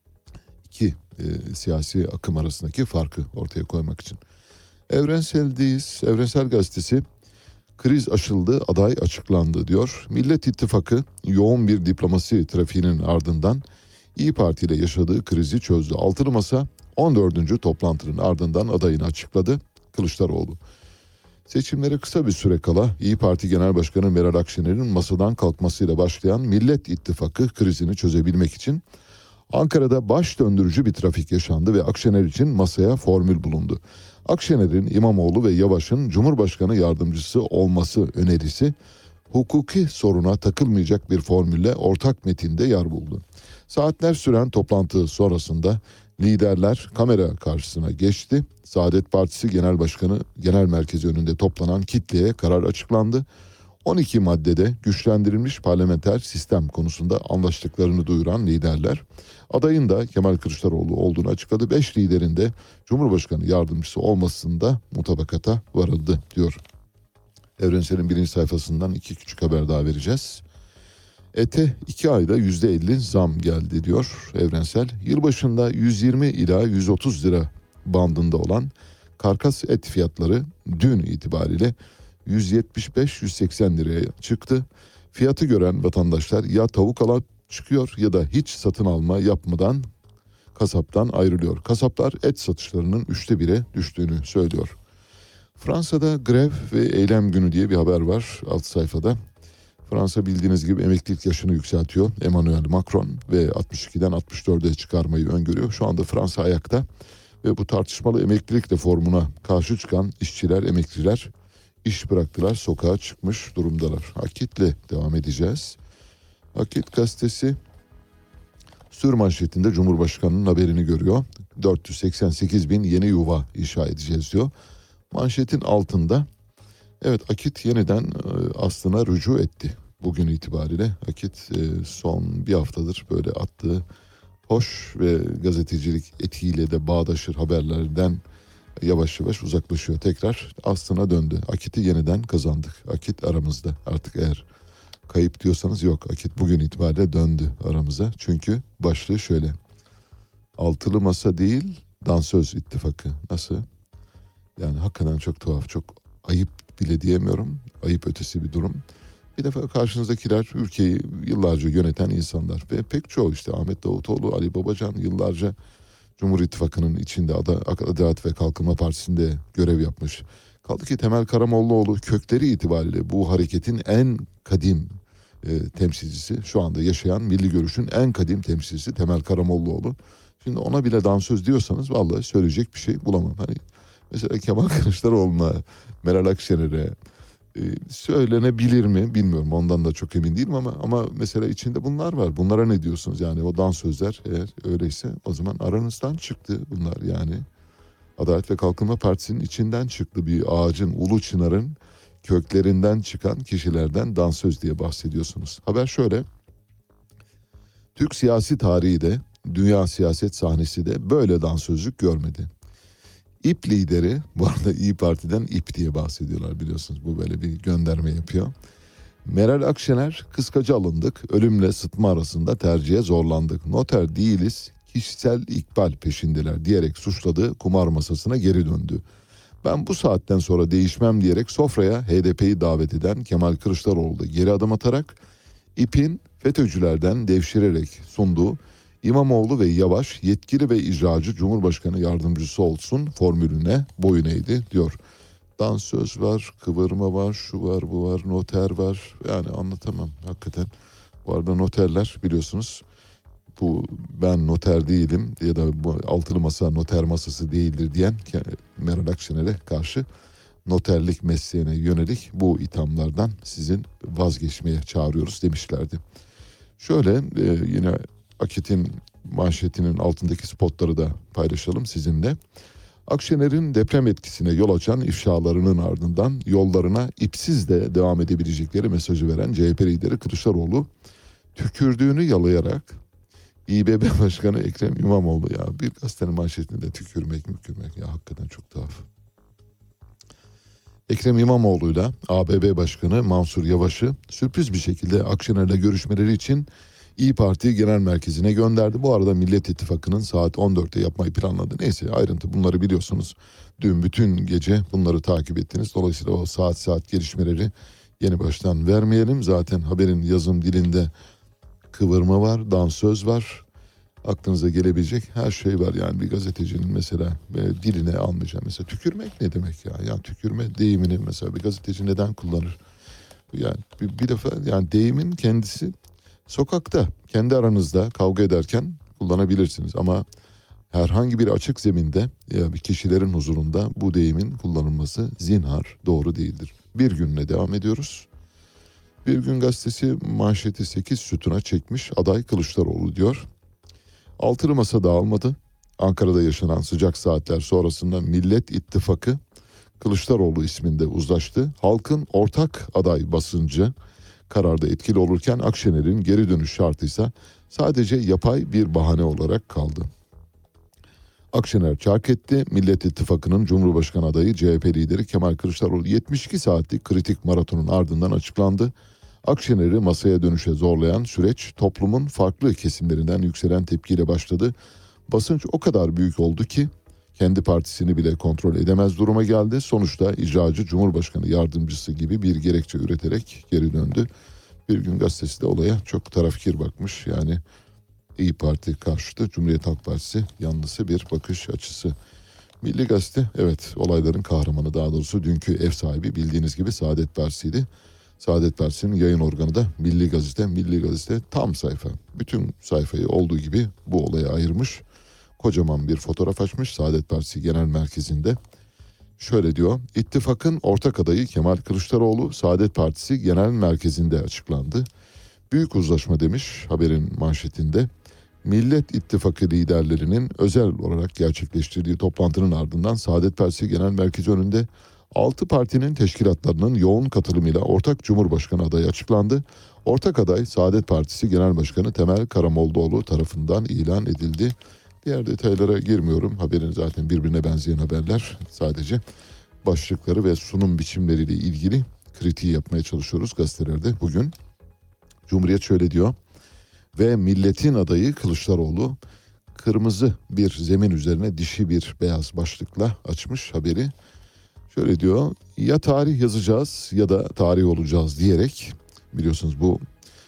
S4: İki siyasi akım arasındaki farkı ortaya koymak için. Evrensel'deyiz. Evrensel Gazetesi kriz aşıldı, aday açıklandı diyor. Millet İttifakı yoğun bir diplomasi trafiğinin ardından İYİ Parti ile yaşadığı krizi çözdü. Altılı Masa 14. toplantının ardından adayını açıkladı. Kılıçdaroğlu. Seçimlere kısa bir süre kala İYİ Parti Genel Başkanı Meral Akşener'in masadan kalkmasıyla başlayan Millet İttifakı krizini çözebilmek için Ankara'da baş döndürücü bir trafik yaşandı ve Akşener için masaya formül bulundu. Akşener'in İmamoğlu ve Yavaş'ın Cumhurbaşkanı yardımcısı olması önerisi hukuki soruna takılmayacak bir formülle ortak metinde yer buldu. Saatler süren toplantı sonrasında liderler kamera karşısına geçti. Saadet Partisi Genel Başkanı Genel Merkezi önünde toplanan kitleye karar açıklandı. 12 maddede güçlendirilmiş parlamenter sistem konusunda anlaştıklarını duyuran liderler adayın da Kemal Kılıçdaroğlu olduğunu açıkladı. 5 liderin de Cumhurbaşkanı yardımcısı olmasında mutabakata varıldı diyor. Evrensel'in 1. sayfasından 2 küçük haber daha vereceğiz. Ete 2 ayda %50 zam geldi diyor Evrensel. Yılbaşında 120 ila 130 lira bandında olan karkas et fiyatları dün itibariyle 175-180 liraya çıktı. Fiyatı gören vatandaşlar ya tavuk alıp çıkıyor ya da hiç satın alma yapmadan kasaptan ayrılıyor. Kasaplar et satışlarının 1/3'e düştüğünü söylüyor. Fransa'da grev ve eylem günü diye bir haber var alt sayfada. Fransa bildiğiniz gibi emeklilik yaşını yükseltiyor. Emmanuel Macron ve 62'den 64'e çıkarmayı öngörüyor. Şu anda Fransa ayakta ve bu tartışmalı emeklilik reformuna karşı çıkan işçiler, emekliler iş bıraktılar, sokağa çıkmış durumdalar. Akit'le devam edeceğiz. Akit gazetesi sür manşetinde Cumhurbaşkanı'nın haberini görüyor. 488 bin yeni yuva inşa edeceğiz diyor. Manşetin altında evet Akit yeniden aslına rücu etti. Bugün itibariyle Akit son bir haftadır böyle attığı hoş ve gazetecilik etiğiyle de bağdaşır haberlerden yavaş yavaş uzaklaşıyor. Tekrar aslına döndü. Akit'i yeniden kazandık. Akit aramızda. Artık eğer kayıp diyorsanız yok. Akit bugün itibariyle döndü aramıza. Çünkü başlığı şöyle. Altılı masa değil, dansöz ittifakı. Nasıl? Yani hakikaten çok tuhaf, çok ayıp bile diyemiyorum. Ayıp ötesi bir durum. Bir defa karşınızdakiler ülkeyi yıllarca yöneten insanlar ve pek çoğu işte Ahmet Davutoğlu, Ali Babacan yıllarca Cumhur İttifakı'nın içinde Adalet ve Kalkınma Partisi'nde görev yapmış. Kaldı ki Temel Karamollaoğlu kökleri itibariyle bu hareketin en kadim temsilcisi. Şu anda yaşayan Milli Görüş'ün en kadim temsilcisi Temel Karamollaoğlu. Şimdi ona bile dansöz diyorsanız vallahi söyleyecek bir şey bulamam. Hani mesela Kemal Kılıçdaroğlu'na, Meral Akşener'e söylenebilir mi bilmiyorum. Ondan da çok emin değilim ama mesela içinde bunlar var. Bunlara ne diyorsunuz? Yani o dansözler eğer öyleyse o zaman aranızdan çıktı bunlar yani. Adalet ve Kalkınma Partisi'nin içinden çıktı bir ağacın, ulu çınarın köklerinden çıkan kişilerden dansöz diye bahsediyorsunuz. Haber şöyle. Türk siyasi tarihi de, dünya siyaset sahnesi de böyle dansözlük görmedi. İP lideri, bu arada İYİ Parti'den İP diye bahsediyorlar biliyorsunuz. Bu böyle bir gönderme yapıyor. Meral Akşener, kıskaca alındık, ölümle sıtma arasında tercihe zorlandık. Noter değiliz, kişisel ikbal peşindeler diyerek suçladığı kumar masasına geri döndü. Ben bu saatten sonra değişmem diyerek sofraya HDP'yi davet eden Kemal Kılıçdaroğlu da geri adım atarak İP'in FETÖ'cülerden devşirerek sunduğu İmamoğlu ve Yavaş yetkili ve icracı Cumhurbaşkanı yardımcısı olsun formülüne boyun eğdi diyor. Dansöz var, kıvırma var, şu var, bu var, noter var. Yani anlatamam hakikaten. Bu arada noterler biliyorsunuz, bu ben noter değilim ya da bu altılı masa noter masası değildir diyen Meral Akşener'e karşı noterlik mesleğine yönelik bu ithamlardan sizin vazgeçmeye çağırıyoruz demişlerdi. Şöyle yine Akit'in manşetinin altındaki spotları da paylaşalım sizinle. Akşener'in deprem etkisine yol açan ifşalarının ardından yollarına ipsiz de devam edebilecekleri mesajı veren CHP lideri Kılıçdaroğlu tükürdüğünü yalayarak İBB Başkanı Ekrem İmamoğlu, ya bir gazetenin manşetinde tükürmek ya hakikaten çok tuhaf. Ekrem İmamoğlu'yla ABB Başkanı Mansur Yavaş'ı sürpriz bir şekilde Akşener'le görüşmeleri için İYİ Parti Genel Merkezi'ne gönderdi. Bu arada Millet İttifakı'nın saat 14'te yapmayı planladı. Neyse, ayrıntı bunları biliyorsunuz. Dün bütün gece bunları takip ettiniz. Dolayısıyla o saat gelişmeleri yeni baştan vermeyelim. Zaten haberin yazım dilinde kıvırma var, dansöz var. Aklınıza gelebilecek her şey var. Yani bir gazetecinin mesela diline almayacağım. Mesela tükürmek ne demek ya? Yani tükürme deyimini mesela bir gazeteci neden kullanır? Yani bir defa yani deyimin kendisi sokakta, kendi aranızda kavga ederken kullanabilirsiniz. Ama herhangi bir açık zeminde ya bir kişilerin huzurunda bu deyimin kullanılması zinhar doğru değildir. Bir günle devam ediyoruz. Bir Gün Gazetesi manşeti 8 sütuna çekmiş, aday Kılıçdaroğlu diyor. Altılı masa dağılmadı. Ankara'da yaşanan sıcak saatler sonrasında Millet İttifakı Kılıçdaroğlu isminde uzlaştı. Halkın ortak aday basıncı kararda etkili olurken Akşener'in geri dönüş şartıysa sadece yapay bir bahane olarak kaldı. Akşener çark etti. Millet İttifakı'nın Cumhurbaşkanı adayı CHP lideri Kemal Kılıçdaroğlu 72 saatlik kritik maratonun ardından açıklandı. Akşener'i masaya dönüşe zorlayan süreç toplumun farklı kesimlerinden yükselen tepkiyle başladı. Basınç o kadar büyük oldu ki kendi partisini bile kontrol edemez duruma geldi. Sonuçta icracı Cumhurbaşkanı yardımcısı gibi bir gerekçe üreterek geri döndü. Bir Gün Gazetesi de olaya çok tarafkir bakmış. Yani İYİ Parti karşıtı, Cumhuriyet Halk Partisi yanlısı bir bakış açısı. Milli Gazete, evet, olayların kahramanı, daha doğrusu dünkü ev sahibi bildiğiniz gibi Saadet Partisi'ydi. Saadet Partisi'nin yayın organı da Milli Gazete. Milli Gazete tam sayfa, bütün sayfayı olduğu gibi bu olaya ayırmış. Kocaman bir fotoğraf açmış Saadet Partisi Genel Merkezi'nde. Şöyle diyor: İttifakın ortak adayı Kemal Kılıçdaroğlu Saadet Partisi Genel Merkezi'nde açıklandı. Büyük uzlaşma demiş haberin manşetinde. Millet İttifakı liderlerinin özel olarak gerçekleştirdiği toplantının ardından Saadet Partisi Genel Merkezi önünde 6 partinin teşkilatlarının yoğun katılımıyla ortak Cumhurbaşkanı adayı açıklandı. Ortak aday Saadet Partisi Genel Başkanı Temel Karamollaoğlu tarafından ilan edildi. Diğer detaylara girmiyorum. Haberin zaten birbirine benzeyen haberler. Sadece başlıkları ve sunum biçimleriyle ilgili kritiği yapmaya çalışıyoruz gazetelerde bugün. Cumhuriyet şöyle diyor: ve milletin adayı Kılıçdaroğlu kırmızı bir zemin üzerine dişi bir beyaz başlıkla açmış haberi. Şöyle diyor: ya tarih yazacağız ya da tarih olacağız diyerek, biliyorsunuz bu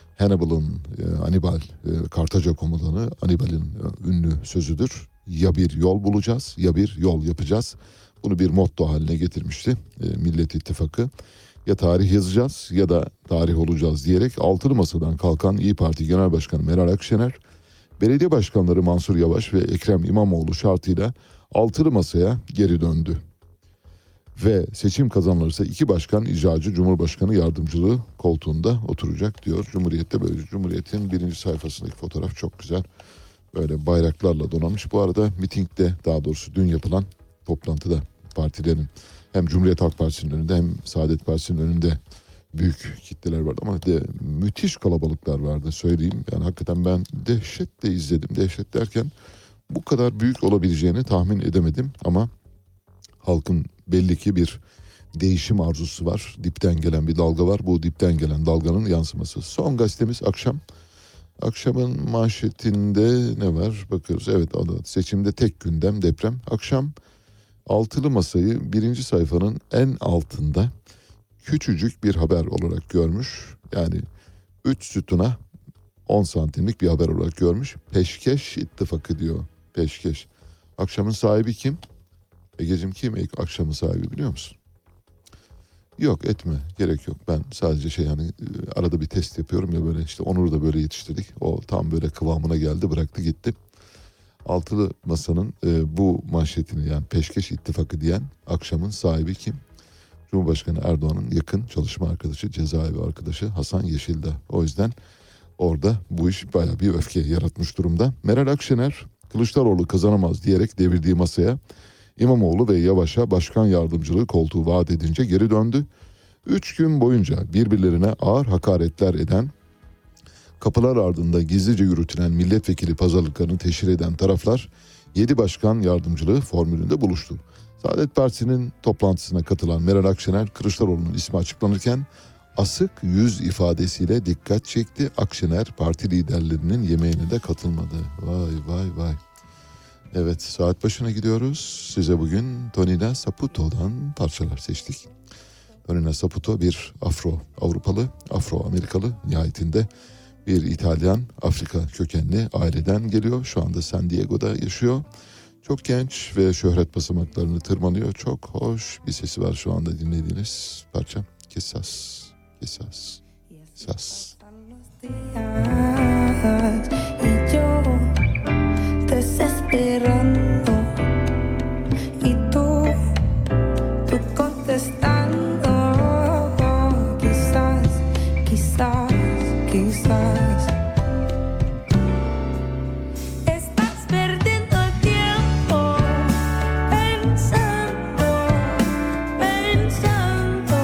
S4: Hannibal, Kartaca komutanı Hannibal'in ünlü sözüdür. Ya bir yol bulacağız ya bir yol yapacağız. Bunu bir motto haline getirmişti Millet İttifakı. Ya tarih yazacağız ya da tarih olacağız diyerek altılı masadan kalkan İYİ Parti Genel Başkanı Meral Akşener, belediye başkanları Mansur Yavaş ve Ekrem İmamoğlu şartıyla altılı masaya geri döndü. Ve seçim kazanılırsa 2 başkan icracı Cumhurbaşkanı yardımcılığı koltuğunda oturacak diyor. Cumhuriyet'te böyle. Cumhuriyet'in 1. sayfasındaki fotoğraf çok güzel. Böyle bayraklarla donanmış. Bu arada mitingde, daha doğrusu dün yapılan toplantıda partilerin hem Cumhuriyet Halk Partisi'nin önünde hem Saadet Partisi'nin önünde büyük kitleler vardı. Ama müthiş kalabalıklar vardı, söyleyeyim. Yani hakikaten ben dehşetle izledim. Dehşet derken bu kadar büyük olabileceğini tahmin edemedim. Ama halkın belli ki bir değişim arzusu var. Dipten gelen bir dalga var. Bu dipten gelen dalganın yansıması. Son gazetemiz akşam. Akşamın manşetinde ne var? Bakıyoruz. Evet, seçimde tek gündem deprem. Akşam altılı masayı 1. sayfanın en altında küçücük bir haber olarak görmüş. Yani 3 sütuna 10 santimlik bir haber olarak görmüş. Peşkeş İttifakı diyor. Peşkeş. Akşamın sahibi kim? Egeciğim, kim akşamın sahibi biliyor musun? Yok, etme, gerek yok. Ben sadece arada bir test yapıyorum ya, böyle işte Onur'u da böyle yetiştirdik. O tam böyle kıvamına geldi, bıraktı gitti. Altılı Masa'nın bu manşetini, yani Peşkeş İttifakı diyen akşamın sahibi kim? Cumhurbaşkanı Erdoğan'ın yakın çalışma arkadaşı, cezaevi arkadaşı Hasan Yeşildağ. O yüzden orada bu iş bayağı bir öfke yaratmış durumda. Meral Akşener Kılıçdaroğlu kazanamaz diyerek devirdiği masaya İmamoğlu ve Yavaş'a başkan yardımcılığı koltuğu vaat edince geri döndü. 3 gün boyunca birbirlerine ağır hakaretler eden, kapılar ardında gizlice yürütülen milletvekili pazarlıklarını teşhir eden taraflar 7 başkan yardımcılığı formülünde buluştu. Saadet Partisi'nin toplantısına katılan Meral Akşener, Kılıçdaroğlu'nun ismi açıklanırken asık yüz ifadesiyle dikkat çekti. Akşener parti liderlerinin yemeğine de katılmadı. Vay vay vay. Evet, saat başına gidiyoruz. Size bugün Tonina Saputo'dan parçalar seçtik. Tonina Saputo bir Afro-Avrupalı, Afro-Amerikalı, nihayetinde bir İtalyan, Afrika kökenli aileden geliyor. Şu anda San Diego'da yaşıyor. Çok genç ve şöhret basamaklarını tırmanıyor. Çok hoş bir sesi var şu anda dinlediğiniz parça. Quizás, quizás, quizás.
S9: Desesperando y tú contestando, quizás, quizás, quizás estás perdiendo el tiempo pensando, pensando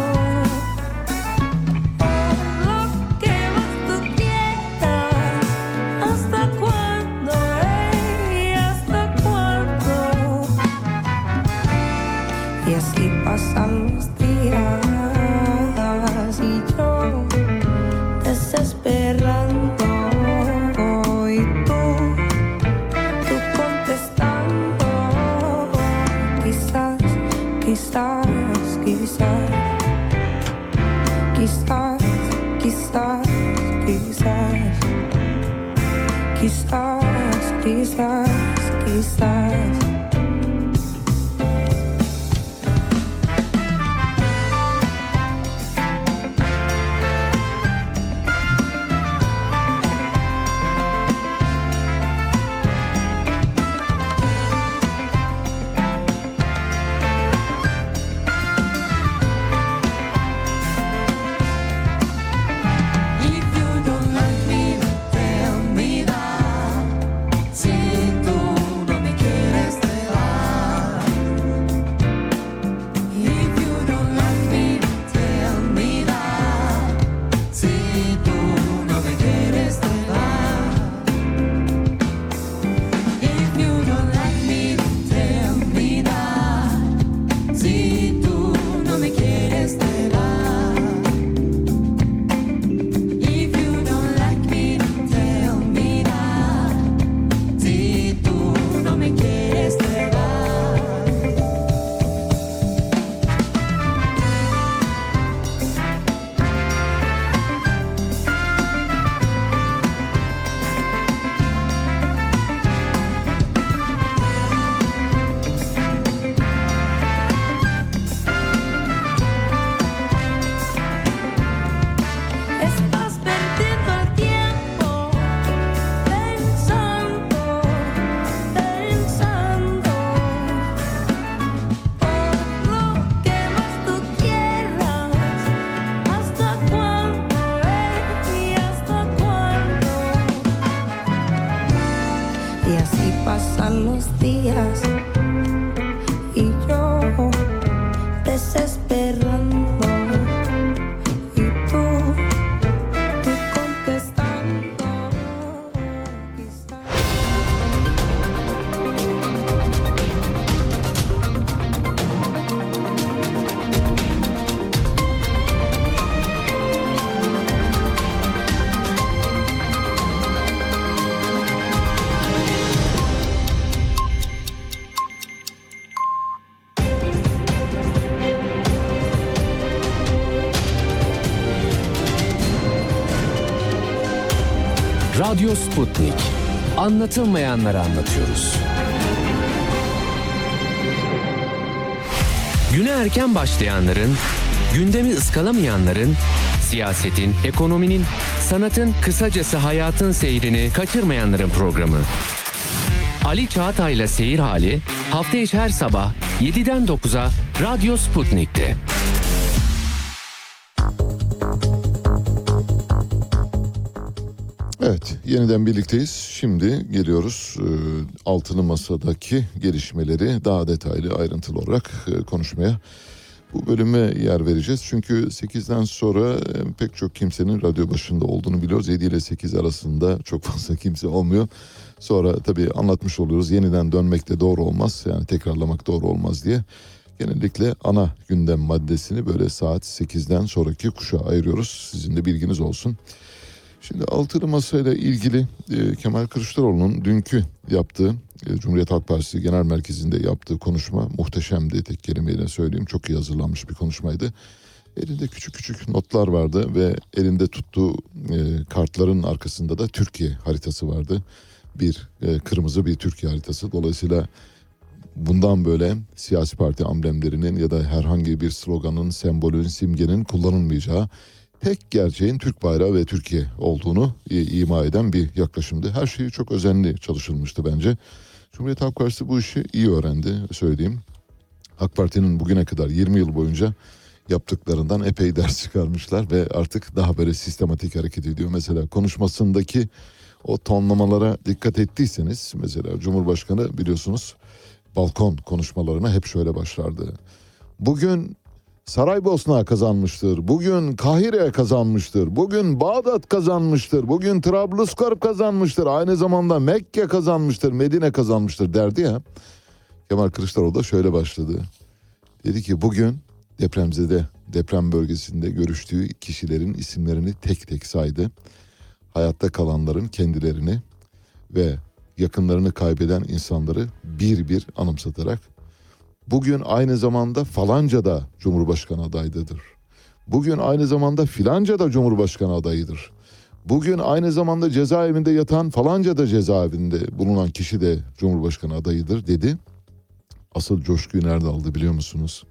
S9: lo que más tú quieras, hasta cuándo. Y así pasan los días y yo desesperando y tú contestando, quizás, quizás, quizás, quizás, quizás, quizás, quizás, quizás, quizás. Pasan los días y yo desesperando y tú contestando, quizás.
S3: Radyo Sputnik. Anlatılmayanları anlatıyoruz. Güne erken başlayanların, Gündemi ıskalamayanların, siyasetin, ekonominin, sanatın, kısacası hayatın seyrini kaçırmayanların programı. Ali Çağatay'la Seyir Hali hafta içi her sabah 7'den 9'a Radyo Sputnik'te.
S4: Evet, yeniden birlikteyiz. Şimdi geliyoruz altılı masadaki gelişmeleri daha detaylı, ayrıntılı olarak konuşmaya. Bu bölüme yer vereceğiz. Çünkü 8'den sonra pek çok kimsenin radyo başında olduğunu biliyoruz. 7 ile 8 arasında çok fazla kimse olmuyor. Sonra tabii anlatmış oluyoruz. Yeniden dönmek de doğru olmaz. Yani tekrarlamak doğru olmaz diye. Genellikle ana gündem maddesini böyle saat 8'den sonraki kuşağa ayırıyoruz. Sizin de bilginiz olsun. Şimdi altılı masayla ilgili Kemal Kılıçdaroğlu'nun dünkü yaptığı Cumhuriyet Halk Partisi Genel Merkezi'nde yaptığı konuşma muhteşemdi, tek kelimeyle söyleyeyim. Çok iyi hazırlanmış bir konuşmaydı. Elinde küçük küçük notlar vardı ve elinde tuttuğu kartların arkasında da Türkiye haritası vardı. Bir kırmızı bir Türkiye haritası. Dolayısıyla bundan böyle siyasi parti amblemlerinin ya da herhangi bir sloganın, sembolün, simgenin kullanılmayacağı, tek gerçeğin Türk bayrağı ve Türkiye olduğunu ima eden bir yaklaşımdı. Her şeyi çok özenli çalışılmıştı bence. Cumhuriyet Halk Partisi bu işi iyi öğrendi, söyleyeyim. AK Parti'nin bugüne kadar 20 yıl boyunca yaptıklarından epey ders çıkarmışlar ve artık daha böyle sistematik hareket ediyor. Mesela konuşmasındaki o tonlamalara dikkat ettiyseniz, mesela Cumhurbaşkanı biliyorsunuz balkon konuşmalarına hep şöyle başlardı. Bugün Saraybosna kazanmıştır, bugün Kahire kazanmıştır, bugün Bağdat kazanmıştır, bugün Trablusgarp kazanmıştır, aynı zamanda Mekke kazanmıştır, Medine kazanmıştır derdi ya. Kemal Kılıçdaroğlu da şöyle başladı. Dedi ki bugün deprem bölgesinde görüştüğü kişilerin isimlerini tek tek saydı. Hayatta kalanların kendilerini ve yakınlarını kaybeden insanları bir bir anımsatarak bugün aynı zamanda falanca da Cumhurbaşkanı adayıdır. Bugün aynı zamanda filanca da Cumhurbaşkanı adayıdır. Bugün aynı zamanda cezaevinde yatan falanca da cezaevinde bulunan kişi de Cumhurbaşkanı adayıdır dedi. Asıl coşkuyu nerede aldı biliyor musunuz?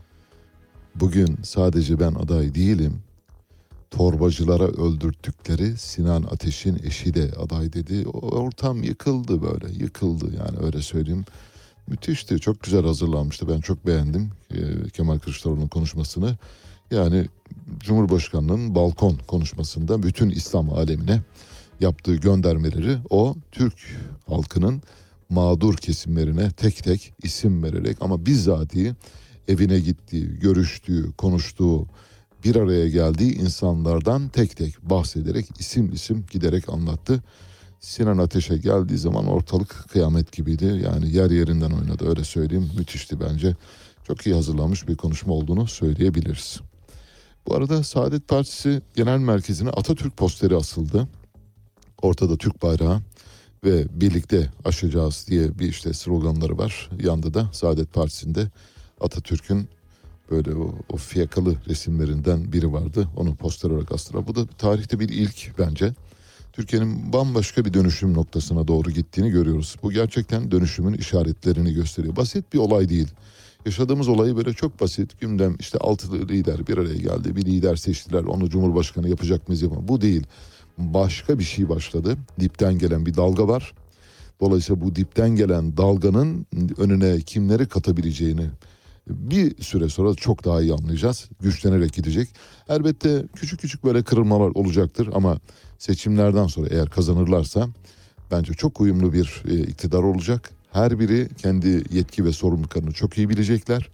S4: Bugün sadece ben aday değilim. Torbacılara öldürttükleri Sinan Ateş'in eşi de aday dedi. O ortam yıkıldı böyle, yıkıldı yani öyle söyleyeyim. Müthişti, çok güzel hazırlanmıştı. Ben çok beğendim Kemal Kılıçdaroğlu'nun konuşmasını. Yani Cumhurbaşkanı'nın balkon konuşmasında bütün İslam alemine yaptığı göndermeleri o Türk halkının mağdur kesimlerine tek tek isim vererek ama bizzatihi evine gittiği, görüştüğü, konuştuğu, bir araya geldiği insanlardan tek tek bahsederek isim isim giderek anlattı. Sinan Ateş'e geldiği zaman ortalık kıyamet gibiydi. Yani yer yerinden oynadı, öyle söyleyeyim. Müthişti bence. Çok iyi hazırlanmış bir konuşma olduğunu söyleyebiliriz. Bu arada Saadet Partisi Genel Merkezi'ne Atatürk posteri asıldı. Ortada Türk bayrağı ve birlikte aşacağız diye bir işte sloganları var. Yanında da Saadet Partisi'nde Atatürk'ün böyle o fiyakalı resimlerinden biri vardı. Onu poster olarak astılar. Bu da tarihte bir ilk bence. Türkiye'nin bambaşka bir dönüşüm noktasına doğru gittiğini görüyoruz. Bu gerçekten dönüşümün işaretlerini gösteriyor. Basit bir olay değil. Yaşadığımız olayı böyle çok basit. Gündem işte 6 lider bir araya geldi. Bir lider seçtiler. Onu Cumhurbaşkanı yapacak mıyız yapalım. Bu değil. Başka bir şey başladı. Dipten gelen bir dalga var. Dolayısıyla bu dipten gelen dalganın önüne kimleri katabileceğini bir süre sonra çok daha iyi anlayacağız. Güçlenerek gidecek. Elbette küçük küçük böyle kırılmalar olacaktır ama seçimlerden sonra eğer kazanırlarsa bence çok uyumlu bir iktidar olacak. Her biri kendi yetki ve sorumluluklarını çok iyi bilecekler.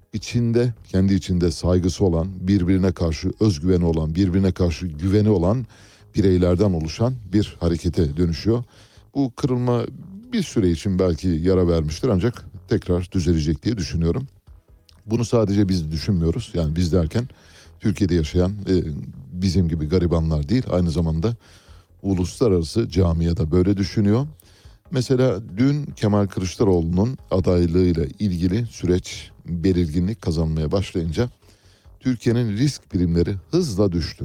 S4: Kendi içinde saygısı olan, birbirine karşı özgüveni olan, birbirine karşı güveni olan bireylerden oluşan bir harekete dönüşüyor. Bu kırılma bir süre için belki yara vermiştir ancak tekrar düzelecek diye düşünüyorum. Bunu sadece biz düşünmüyoruz. Yani biz derken Türkiye'de yaşayan bizim gibi garibanlar değil, aynı zamanda uluslararası camiada böyle düşünüyor. Mesela dün Kemal Kılıçdaroğlu'nun adaylığıyla ilgili süreç belirginlik kazanmaya başlayınca Türkiye'nin risk primleri hızla düştü.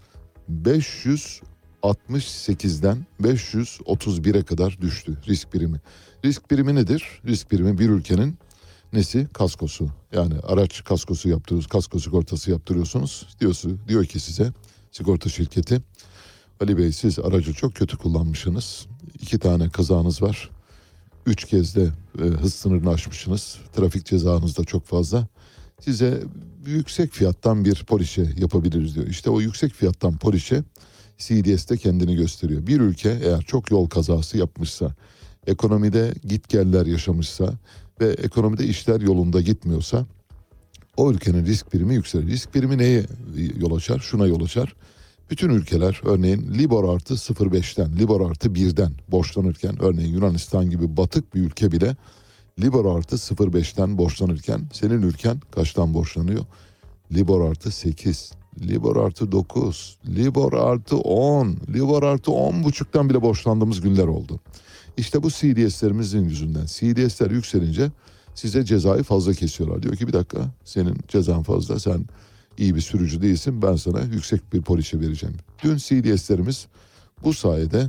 S4: 568'den 531'e kadar düştü risk primi. Risk primi nedir? Risk primi bir ülkenin Nesi? Kaskosu. Yani araç kaskosu yaptırıyoruz, kasko sigortası yaptırıyorsunuz. Diyor ki size sigorta şirketi, Ali Bey siz aracı çok kötü kullanmışsınız. 2 tane kazanız var. 3 kez de hız sınırını aşmışsınız. Trafik cezanız da çok fazla. Size yüksek fiyattan bir polise yapabiliriz diyor. İşte o yüksek fiyattan polise CDS'te kendini gösteriyor. Bir ülke eğer çok yol kazası yapmışsa, ekonomide gitgeller yaşamışsa ve ekonomide işler yolunda gitmiyorsa o ülkenin risk primi yükselir. Risk primi neye yol açar? Şuna yol açar. Bütün ülkeler örneğin Libor artı 0,5'ten, Libor artı 1'den borçlanırken, örneğin Yunanistan gibi batık bir ülke bile Libor artı 0,5'ten borçlanırken senin ülken kaçtan borçlanıyor? Libor artı 8, Libor artı 9, Libor artı 10, Libor artı 10,5'tan bile borçlandığımız günler oldu. İşte bu CDS'lerimizin yüzünden. CDS'ler yükselince size cezayı fazla kesiyorlar. Diyor ki bir dakika senin cezan fazla, sen iyi bir sürücü değilsin, ben sana yüksek bir polise vereceğim. Dün CDS'lerimiz bu sayede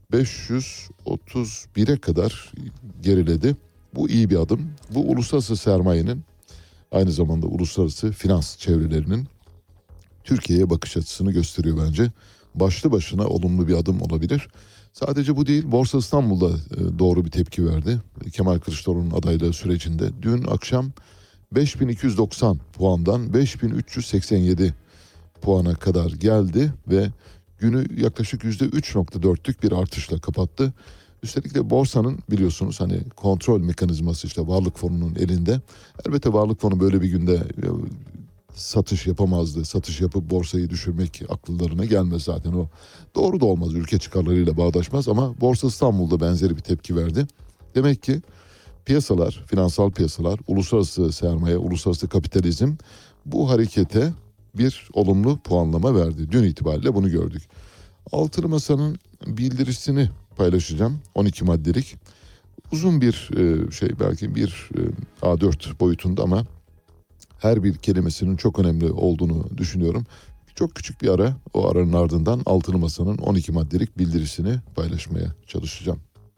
S4: 531'e kadar geriledi. Bu iyi bir adım. Bu uluslararası sermayenin, aynı zamanda uluslararası finans çevrelerinin Türkiye'ye bakış açısını gösteriyor bence. Başlı başına olumlu bir adım olabilir. Sadece bu değil, Borsa İstanbul'da doğru bir tepki verdi. Kemal Kılıçdaroğlu'nun adaylığı sürecinde. Dün akşam 5290 puandan 5387 puana kadar geldi ve günü yaklaşık %3.4'lük bir artışla kapattı. Üstelik de borsanın biliyorsunuz hani kontrol mekanizması işte Varlık Fonu'nun elinde. Elbette Varlık Fonu böyle bir günde satış yapamazdı. Satış yapıp borsayı düşürmek akıllarına gelmez zaten, o doğru da olmaz, ülke çıkarlarıyla bağdaşmaz, ama Borsa İstanbul'da benzeri bir tepki verdi. Demek ki piyasalar, finansal piyasalar, uluslararası sermaye, uluslararası kapitalizm bu harekete bir olumlu puanlama verdi. Dün itibariyle bunu gördük. Altılı Masa'nın bildirisini paylaşacağım. 12 maddelik. Uzun bir belki bir A4 boyutunda ama her bir kelimesinin çok önemli olduğunu düşünüyorum. Çok küçük bir ara, o aranın ardından Altılı Masa'nın 12 maddelik bildirisini paylaşmaya çalışacağım.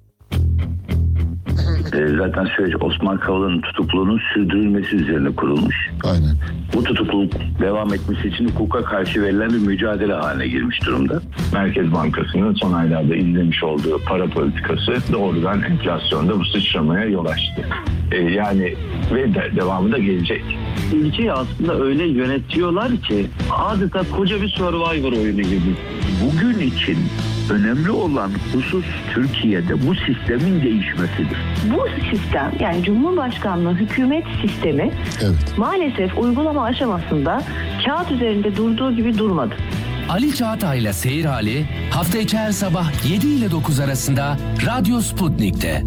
S11: Zaten süreç Osman Kavala'nın tutukluluğunun sürdürülmesi üzerine kurulmuş.
S4: Aynen.
S11: Bu tutukluluk devam etmesi için hukuka karşı verilen bir mücadele haline girmiş durumda. Merkez Bankası'nın son aylarda izlemiş olduğu para politikası doğrudan enflasyonda bu sıçramaya yol açtı. Ve devamı da gelecek. Ülkeyi aslında öyle yönetiyorlar ki adeta koca bir Survivor oyunu gibi. Bugün için önemli olan husus Türkiye'de bu sistemin değişmesidir.
S12: Bu sistem, yani Cumhurbaşkanlığı hükümet sistemi maalesef uygulama aşamasında kağıt üzerinde durduğu gibi durmadı.
S13: Ali Çağatay'la Seyir Hali hafta içi her sabah 7 ile 9 arasında Radyo Sputnik'te.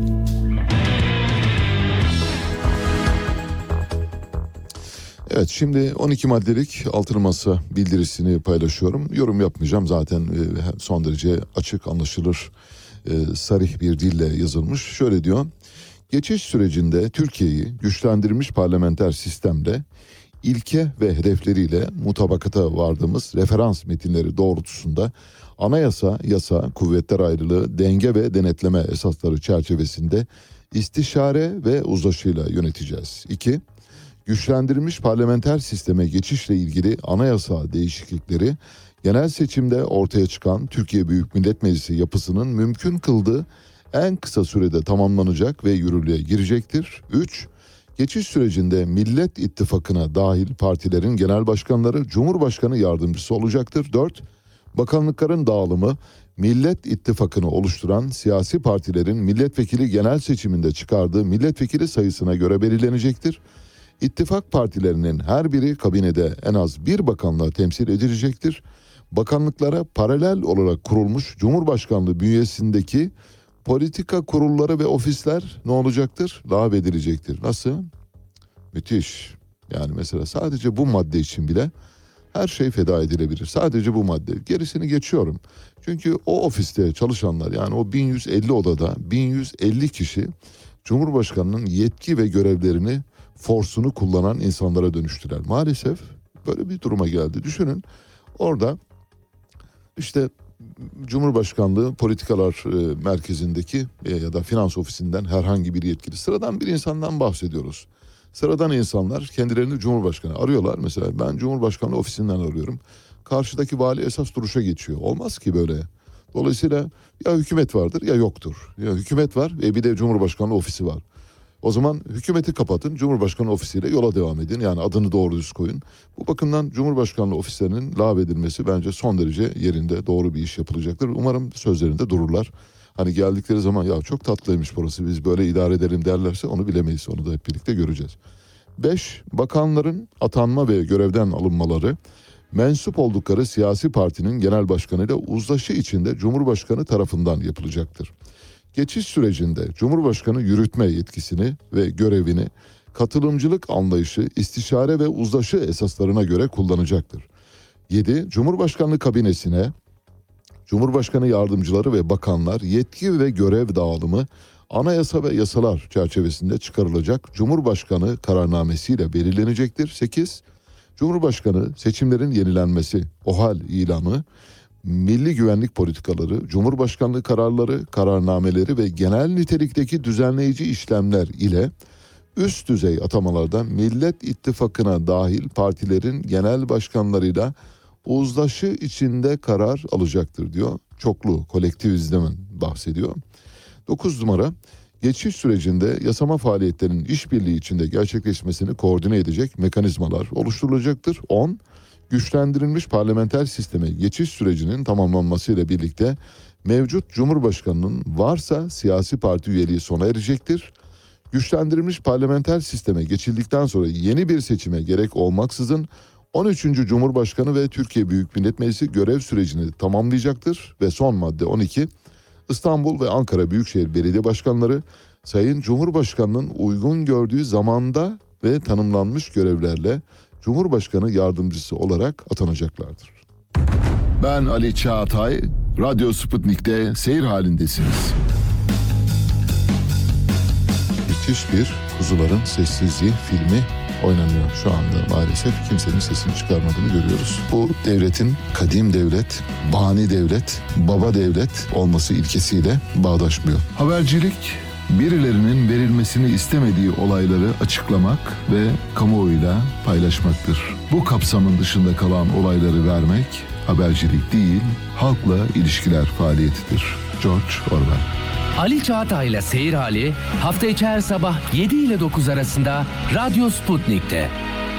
S4: Evet, şimdi 12 maddelik Altılı Masa bildirisini paylaşıyorum. Yorum yapmayacağım zaten, son derece açık, anlaşılır, sarih bir dille yazılmış. Şöyle diyor: geçiş sürecinde Türkiye'yi güçlendirilmiş parlamenter sistemle ilke ve hedefleriyle mutabakata vardığımız referans metinleri doğrultusunda anayasa, yasa, kuvvetler ayrılığı, denge ve denetleme esasları çerçevesinde istişare ve uzlaşıyla yöneteceğiz. 2. Güçlendirilmiş parlamenter sisteme geçişle ilgili anayasa değişiklikleri genel seçimde ortaya çıkan Türkiye Büyük Millet Meclisi yapısının mümkün kıldığı en kısa sürede tamamlanacak ve yürürlüğe girecektir. 3. Geçiş sürecinde Millet İttifakı'na dahil partilerin genel başkanları Cumhurbaşkanı yardımcısı olacaktır. 4. Bakanlıkların dağılımı Millet İttifakı'nı oluşturan siyasi partilerin milletvekili genel seçiminde çıkardığı milletvekili sayısına göre belirlenecektir. İttifak partilerinin her biri kabinede en az bir bakanlığa temsil edilecektir. Bakanlıklara paralel olarak kurulmuş Cumhurbaşkanlığı bünyesindeki politika kurulları ve ofisler ne olacaktır? Lağvedilecektir. Nasıl? Müthiş. Yani mesela sadece bu madde için bile her şey feda edilebilir. Sadece bu madde. Gerisini geçiyorum. Çünkü o ofiste çalışanlar, yani o 1150 odada 1150 kişi Cumhurbaşkanı'nın yetki ve görevlerini, forsunu kullanan insanlara dönüştüler. Maalesef böyle bir duruma geldi. Düşünün, orada işte Cumhurbaşkanlığı Politikalar Merkezi'ndeki ya da finans ofisinden herhangi bir yetkili, sıradan bir insandan bahsediyoruz. Sıradan insanlar kendilerini Cumhurbaşkanı arıyorlar. Mesela ben Cumhurbaşkanlığı ofisinden arıyorum. Karşıdaki vali esas duruşa geçiyor. Olmaz ki böyle. Dolayısıyla ya hükümet vardır ya yoktur. Ya hükümet var ve bir de Cumhurbaşkanlığı ofisi var. O zaman hükümeti kapatın, Cumhurbaşkanı ofisiyle yola devam edin. Yani adını doğru düz koyun. Bu bakımdan Cumhurbaşkanlığı ofislerinin lağvedilmesi bence son derece yerinde, doğru bir iş yapılacaktır. Umarım sözlerinde dururlar. Hani geldikleri zaman ya çok tatlıymış burası, biz böyle idare edelim derlerse onu bilemeyiz. Onu da hep birlikte göreceğiz. 5. Bakanların atanma ve görevden alınmaları mensup oldukları siyasi partinin genel başkanıyla uzlaşı içinde Cumhurbaşkanı tarafından yapılacaktır. Geçiş sürecinde Cumhurbaşkanı yürütme yetkisini ve görevini katılımcılık anlayışı, istişare ve uzlaşı esaslarına göre kullanacaktır. 7. Cumhurbaşkanlığı kabinesine Cumhurbaşkanı yardımcıları ve bakanlar yetki ve görev dağılımı anayasa ve yasalar çerçevesinde çıkarılacak Cumhurbaşkanı kararnamesiyle belirlenecektir. 8. Cumhurbaşkanı seçimlerin yenilenmesi, OHAL ilanı, milli güvenlik politikaları, Cumhurbaşkanlığı kararları, kararnameleri ve genel nitelikteki düzenleyici işlemler ile üst düzey atamalarda Millet İttifakı'na dahil partilerin genel başkanlarıyla uzlaşı içinde karar alacaktır diyor. Çoklu kolektivizmden bahsediyor. 9 numara, geçiş sürecinde yasama faaliyetlerinin işbirliği içinde gerçekleşmesini koordine edecek mekanizmalar oluşturulacaktır. 10. Güçlendirilmiş parlamenter sisteme geçiş sürecinin tamamlanmasıyla birlikte mevcut Cumhurbaşkanı'nın varsa siyasi parti üyeliği sona erecektir. Güçlendirilmiş parlamenter sisteme geçildikten sonra yeni bir seçime gerek olmaksızın 13. Cumhurbaşkanı ve Türkiye Büyük Millet Meclisi görev sürecini tamamlayacaktır. Ve son madde 12. İstanbul ve Ankara Büyükşehir Belediye Başkanları Sayın Cumhurbaşkanı'nın uygun gördüğü zamanda ve tanımlanmış görevlerle Cumhurbaşkanı yardımcısı olarak atanacaklardır.
S10: Ben Ali Çağatay, Radyo Sputnik'te seyir halindesiniz.
S4: Müthiş bir Kuzuların Sessizliği filmi oynanıyor şu anda. Maalesef kimsenin sesini çıkarmadığını görüyoruz. Bu devletin kadim devlet, bani devlet, baba devlet olması ilkesiyle bağdaşmıyor.
S10: Habercilik, birilerinin verilmesini istemediği olayları açıklamak ve kamuoyuyla paylaşmaktır. Bu kapsamın dışında kalan olayları vermek habercilik değil, halkla ilişkiler faaliyetidir. George Orwell.
S13: Ali Çağatay'la Seyir Hali hafta içi her sabah 7 ile 9 arasında Radyo Sputnik'te.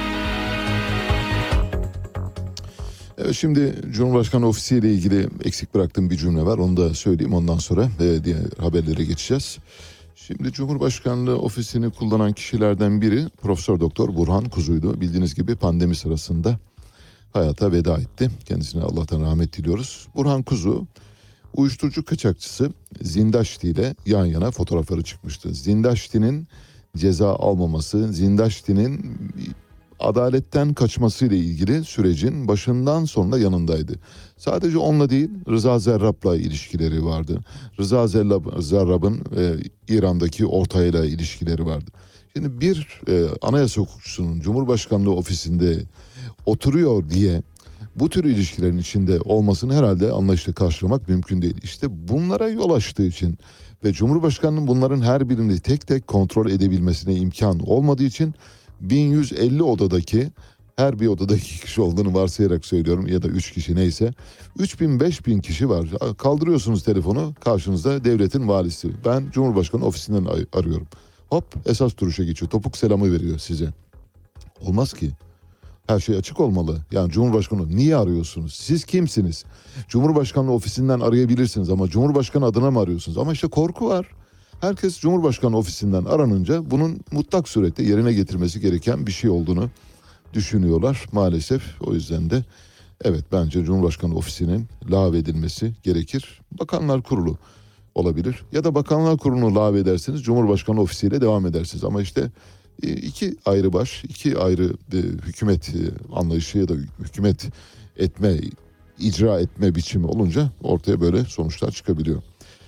S4: Evet, şimdi Cumhurbaşkanı Ofisi ile ilgili eksik bıraktığım bir cümle var. Onu da söyleyeyim, ondan sonra diğer haberlere geçeceğiz. Şimdi Cumhurbaşkanlığı Ofisi'ni kullanan kişilerden biri Profesör Doktor Burhan Kuzu'ydu. Bildiğiniz gibi pandemi sırasında hayata veda etti. Kendisine Allah'tan rahmet diliyoruz. Burhan Kuzu uyuşturucu kaçakçısı Zindaşti ile yan yana fotoğrafları çıkmıştı. Zindaşti'nin ceza almaması, Zindaşti'nin adaletten kaçmasıyla ilgili sürecin başından sonuna yanındaydı. Sadece onunla değil, Rıza Zerrab'la ilişkileri vardı. Rıza Zerrab'ın İran'daki ortağıyla ilişkileri vardı. Şimdi bir anayasa hukukçusunun Cumhurbaşkanlığı ofisinde oturuyor diye bu tür ilişkilerin içinde olmasını herhalde anlayışla karşılamak mümkün değil. İşte bunlara yol açtığı için ve Cumhurbaşkanı'nın bunların her birini tek tek kontrol edebilmesine imkan olmadığı için 1150 odadaki, her bir odada 2 kişi olduğunu varsayarak söylüyorum ya da 3 kişi neyse, 3000-5000 kişi var. Kaldırıyorsunuz telefonu, karşınızda devletin valisi. Ben Cumhurbaşkanı ofisinden arıyorum. Hop, esas duruşa geçiyor. Topuk selamı veriyor size. Olmaz ki. Her şey açık olmalı. Yani Cumhurbaşkanı niye arıyorsunuz? Siz kimsiniz? Cumhurbaşkanlığı ofisinden arayabilirsiniz ama Cumhurbaşkanı adına mı arıyorsunuz? Ama işte korku var. Herkes Cumhurbaşkanı ofisinden aranınca bunun mutlak surette yerine getirmesi gereken bir şey olduğunu düşünüyorlar maalesef. O yüzden de evet, bence Cumhurbaşkanı ofisinin lağvedilmesi gerekir. Bakanlar Kurulu olabilir ya da Bakanlar Kurulu'nu lağvedersiniz, Cumhurbaşkanı ofisiyle devam edersiniz. Ama işte iki ayrı baş, iki ayrı hükümet anlayışı ya da hükümet etme, icra etme biçimi olunca ortaya böyle sonuçlar çıkabiliyor.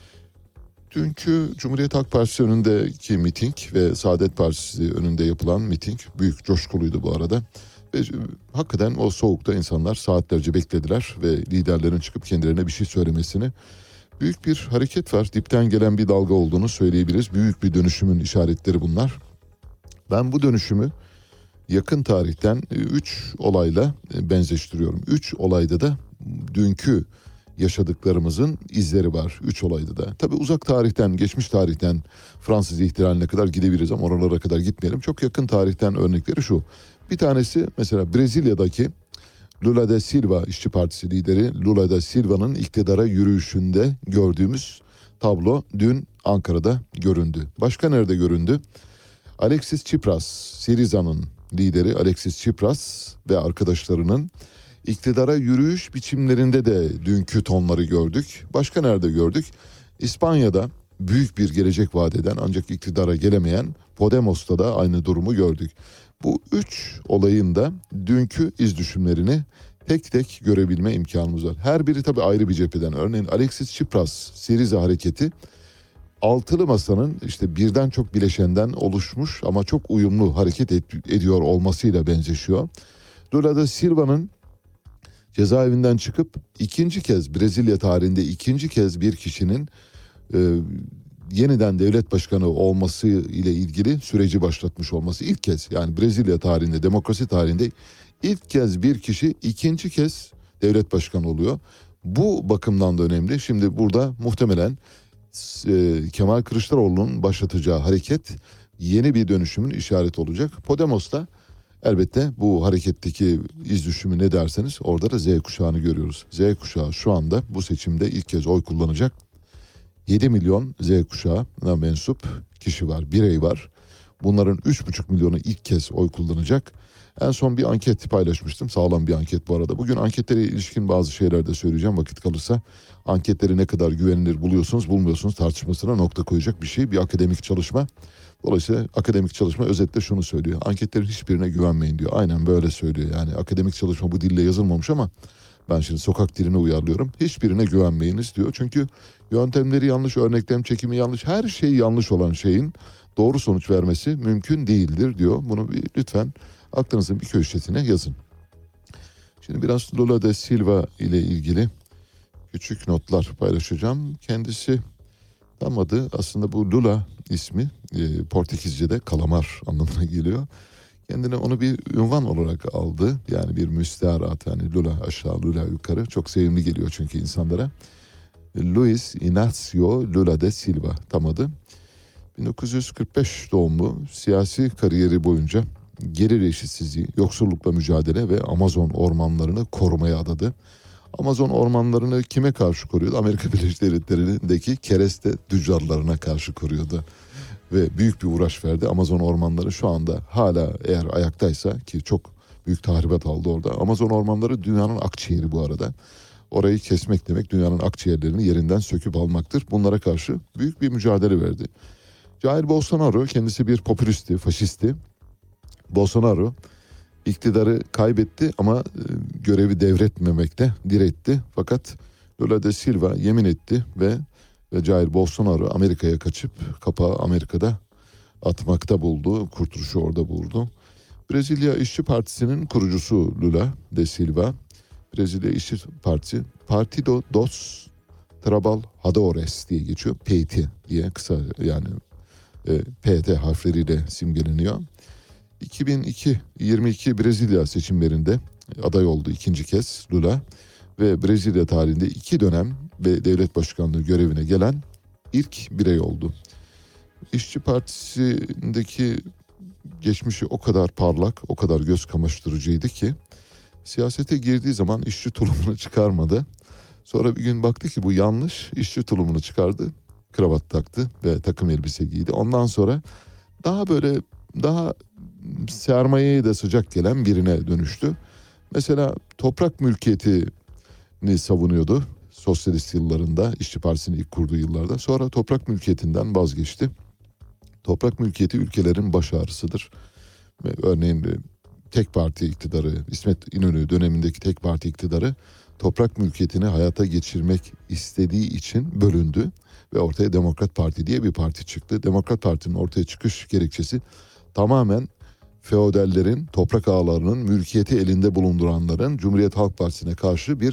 S4: Dünkü Cumhuriyet Halk Partisi önündeki miting ve Saadet Partisi önünde yapılan miting büyük coşkuluydu bu arada. Ve hakikaten o soğukta insanlar saatlerce beklediler ve liderlerin çıkıp kendilerine bir şey söylemesini. Büyük bir hareket var, dipten gelen bir dalga olduğunu söyleyebiliriz. Büyük bir dönüşümün işaretleri bunlar. Ben bu dönüşümü yakın tarihten 3 olayla benzeştiriyorum. 3 olayda da dünkü yaşadıklarımızın izleri var. 3 olayda da. Tabii uzak tarihten, geçmiş tarihten Fransız ihtilaline kadar gidebiliriz ama oralara kadar gitmeyelim. Çok yakın tarihten örnekleri şu. Bir tanesi mesela Brezilya'daki Lula da Silva, İşçi Partisi lideri Lula da Silva'nın iktidara yürüyüşünde gördüğümüz tablo dün Ankara'da göründü. Başka nerede göründü? Alexis Tsipras, Syriza'nın lideri Alexis Tsipras ve arkadaşlarının iktidara yürüyüş biçimlerinde de dünkü tonları gördük. Başka nerede gördük? İspanya'da büyük bir gelecek vaat eden ancak iktidara gelemeyen Podemos'ta da aynı durumu gördük. Bu 3 olayın da dünkü iz düşümlerini tek tek görebilme imkanımız var. Her biri tabii ayrı bir cepheden. Örneğin Alexis Tsipras, Syriza hareketi altılı masanın işte birden çok bileşenden oluşmuş ama çok uyumlu hareket ediyor olmasıyla benzeşiyor. Lula da Silva'nın cezaevinden çıkıp ikinci kez Brezilya tarihinde ikinci kez bir kişinin yeniden devlet başkanı olması ile ilgili süreci başlatmış olması ilk kez. Yani Brezilya tarihinde, demokrasi tarihinde ilk kez bir kişi ikinci kez devlet başkanı oluyor. Bu bakımdan da önemli. Şimdi burada muhtemelen Kemal Kılıçdaroğlu'nun başlatacağı hareket yeni bir dönüşümün işareti olacak. Podemos'ta elbette bu hareketteki iz düşümü ne derseniz orada da Z kuşağını görüyoruz. Z kuşağı şu anda bu seçimde ilk kez oy kullanacak. 7 milyon Z kuşağına mensup kişi var, birey var. Bunların 3,5 milyonu ilk kez oy kullanacak. En son bir anket paylaşmıştım. Sağlam bir anket bu arada. Bugün anketlere ilişkin bazı şeyler de söyleyeceğim vakit kalırsa. Anketleri ne kadar güvenilir buluyorsunuz, bulmuyorsunuz tartışmasına nokta koyacak bir şey. Bir akademik çalışma. Dolayısıyla akademik çalışma özetle şunu söylüyor. Anketlerin hiçbirine güvenmeyin diyor. Aynen böyle söylüyor. Yani akademik çalışma bu dille yazılmamış ama ben şimdi sokak diline uyarlıyorum. Hiçbirine güvenmeyiniz diyor. Çünkü yöntemleri yanlış, örneklem çekimi yanlış, her şey yanlış olan şeyin doğru sonuç vermesi mümkün değildir diyor. Bunu lütfen aklınızın bir köşesine yazın. Şimdi biraz Lula da Silva ile ilgili küçük notlar paylaşacağım. Kendisi tam adı aslında bu Lula ismi Portekizce'de kalamar anlamına geliyor. Kendine onu bir ünvan olarak aldı. Yani bir müsteharat, yani Lula aşağı Lula yukarı, çok sevimli geliyor çünkü insanlara. Luis Inácio Lula da Silva tam adı. 1945 doğumlu, siyasi kariyeri boyunca gelir eşitsizliği, yoksullukla mücadele ve Amazon ormanlarını korumaya adadı. Amazon ormanlarını kime karşı koruyordu? Amerika Birleşik Devletleri'ndeki kereste tüccarlarına karşı koruyordu. Ve büyük bir uğraş verdi. Amazon ormanları şu anda hala eğer ayaktaysa, ki çok büyük tahribat aldı orada. Amazon ormanları dünyanın akciğeri bu arada. Orayı kesmek demek dünyanın akciğerlerini yerinden söküp almaktır. Bunlara karşı büyük bir mücadele verdi. Jair Bolsonaro kendisi bir popülisti, faşisti. Bolsonaro iktidarı kaybetti ama görevi devretmemekte diretti. Fakat Lula da Silva yemin etti ve Jair Bolsonaro Amerika'ya kaçıp kapağı Amerika'da atmakta buldu. Kurtuluşu orada buldu. Brezilya İşçi Partisi'nin kurucusu Lula da Silva. Brezilya İşçi Partisi Partido dos Trabalhadores diye geçiyor. PT diye kısa, yani PT harfleriyle simgeleniyor. 2022 Brezilya seçimlerinde aday oldu ikinci kez Lula ve Brezilya tarihinde 2 dönem ve devlet başkanlığı görevine gelen ilk birey oldu. İşçi Partisi'ndeki geçmişi o kadar parlak, o kadar göz kamaştırıcıydı ki siyasete girdiği zaman işçi tulumunu çıkarmadı. Sonra bir gün baktı ki bu yanlış, işçi tulumunu çıkardı, kravat taktı ve takım elbise giydi. Ondan sonra daha sermayeye de sıcak gelen birine dönüştü. Mesela toprak mülkiyetini savunuyordu sosyalist yıllarında, İşçi Partisi'nin ilk kurduğu yıllarda. Sonra toprak mülkiyetinden vazgeçti. Toprak mülkiyeti ülkelerin baş ağrısıdır. Ve örneğin tek parti iktidarı, İsmet İnönü dönemindeki tek parti iktidarı toprak mülkiyetini hayata geçirmek istediği için bölündü ve ortaya Demokrat Parti diye bir parti çıktı. Demokrat Parti'nin ortaya çıkış gerekçesi tamamen feodallerin, toprak ağalarının, mülkiyeti elinde bulunduranların Cumhuriyet Halk Partisi'ne karşı bir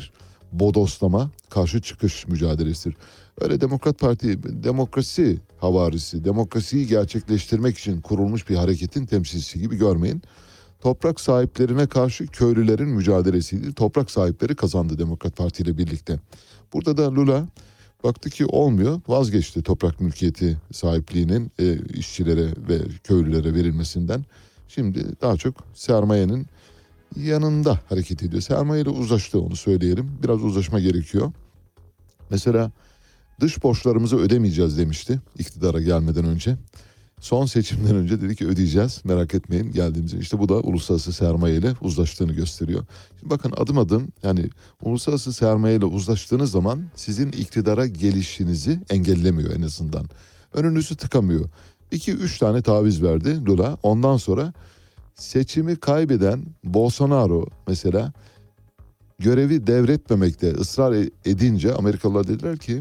S4: bodoslama, karşı çıkış mücadelesidir. Öyle Demokrat Parti demokrasi havarisi, demokrasiyi gerçekleştirmek için kurulmuş bir hareketin temsilcisi gibi görmeyin. Toprak sahiplerine karşı köylülerin mücadelesiydi. Toprak sahipleri kazandı Demokrat Parti ile birlikte. Burada da Lula baktı ki olmuyor, vazgeçti toprak mülkiyeti sahipliğinin işçilere ve köylülere verilmesinden. Şimdi daha çok sermayenin yanında hareket ediyor. Sermayeyle uzlaştı, onu söyleyelim. Biraz uzlaşma gerekiyor. Mesela dış borçlarımızı ödemeyeceğiz demişti iktidara gelmeden önce. Son seçimden önce dedi ki ödeyeceğiz, merak etmeyin geldiğimizde. İşte bu da uluslararası sermayeyle uzlaştığını gösteriyor. Şimdi bakın adım adım, yani uluslararası sermayeyle uzlaştığınız zaman sizin iktidara gelişinizi engellemiyor en azından. Önünüzü tıkamıyor. 2-3 tane taviz verdi Lula. Ondan sonra seçimi kaybeden Bolsonaro mesela görevi devretmemekte ısrar edince Amerikalılar dediler ki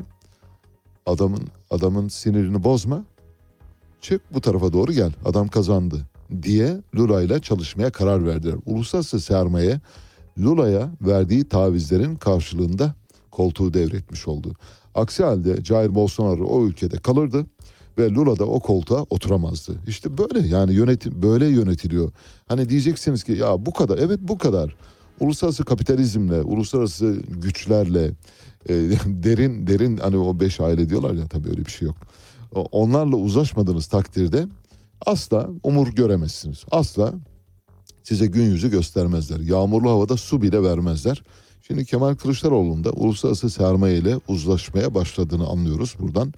S4: adamın sinirini bozma, çık bu tarafa doğru gel, adam kazandı diye Lula ile çalışmaya karar verdiler. Uluslararası sermaye Lula'ya verdiği tavizlerin karşılığında koltuğu devretmiş oldu. Aksi halde Jair Bolsonaro o ülkede kalırdı ve Lula da o koltuğa oturamazdı. İşte böyle, yani yönetim böyle yönetiliyor. Hani diyeceksiniz ki ya bu kadar, evet bu kadar. Uluslararası kapitalizmle, uluslararası güçlerle, derin hani o 5 aile diyorlar ya, tabii öyle bir şey yok. Onlarla uzlaşmadığınız takdirde asla umur göremezsiniz. Asla size gün yüzü göstermezler. Yağmurlu havada su bile vermezler. Şimdi Kemal Kılıçdaroğlu'nun da uluslararası sermaye ile uzlaşmaya başladığını anlıyoruz buradan.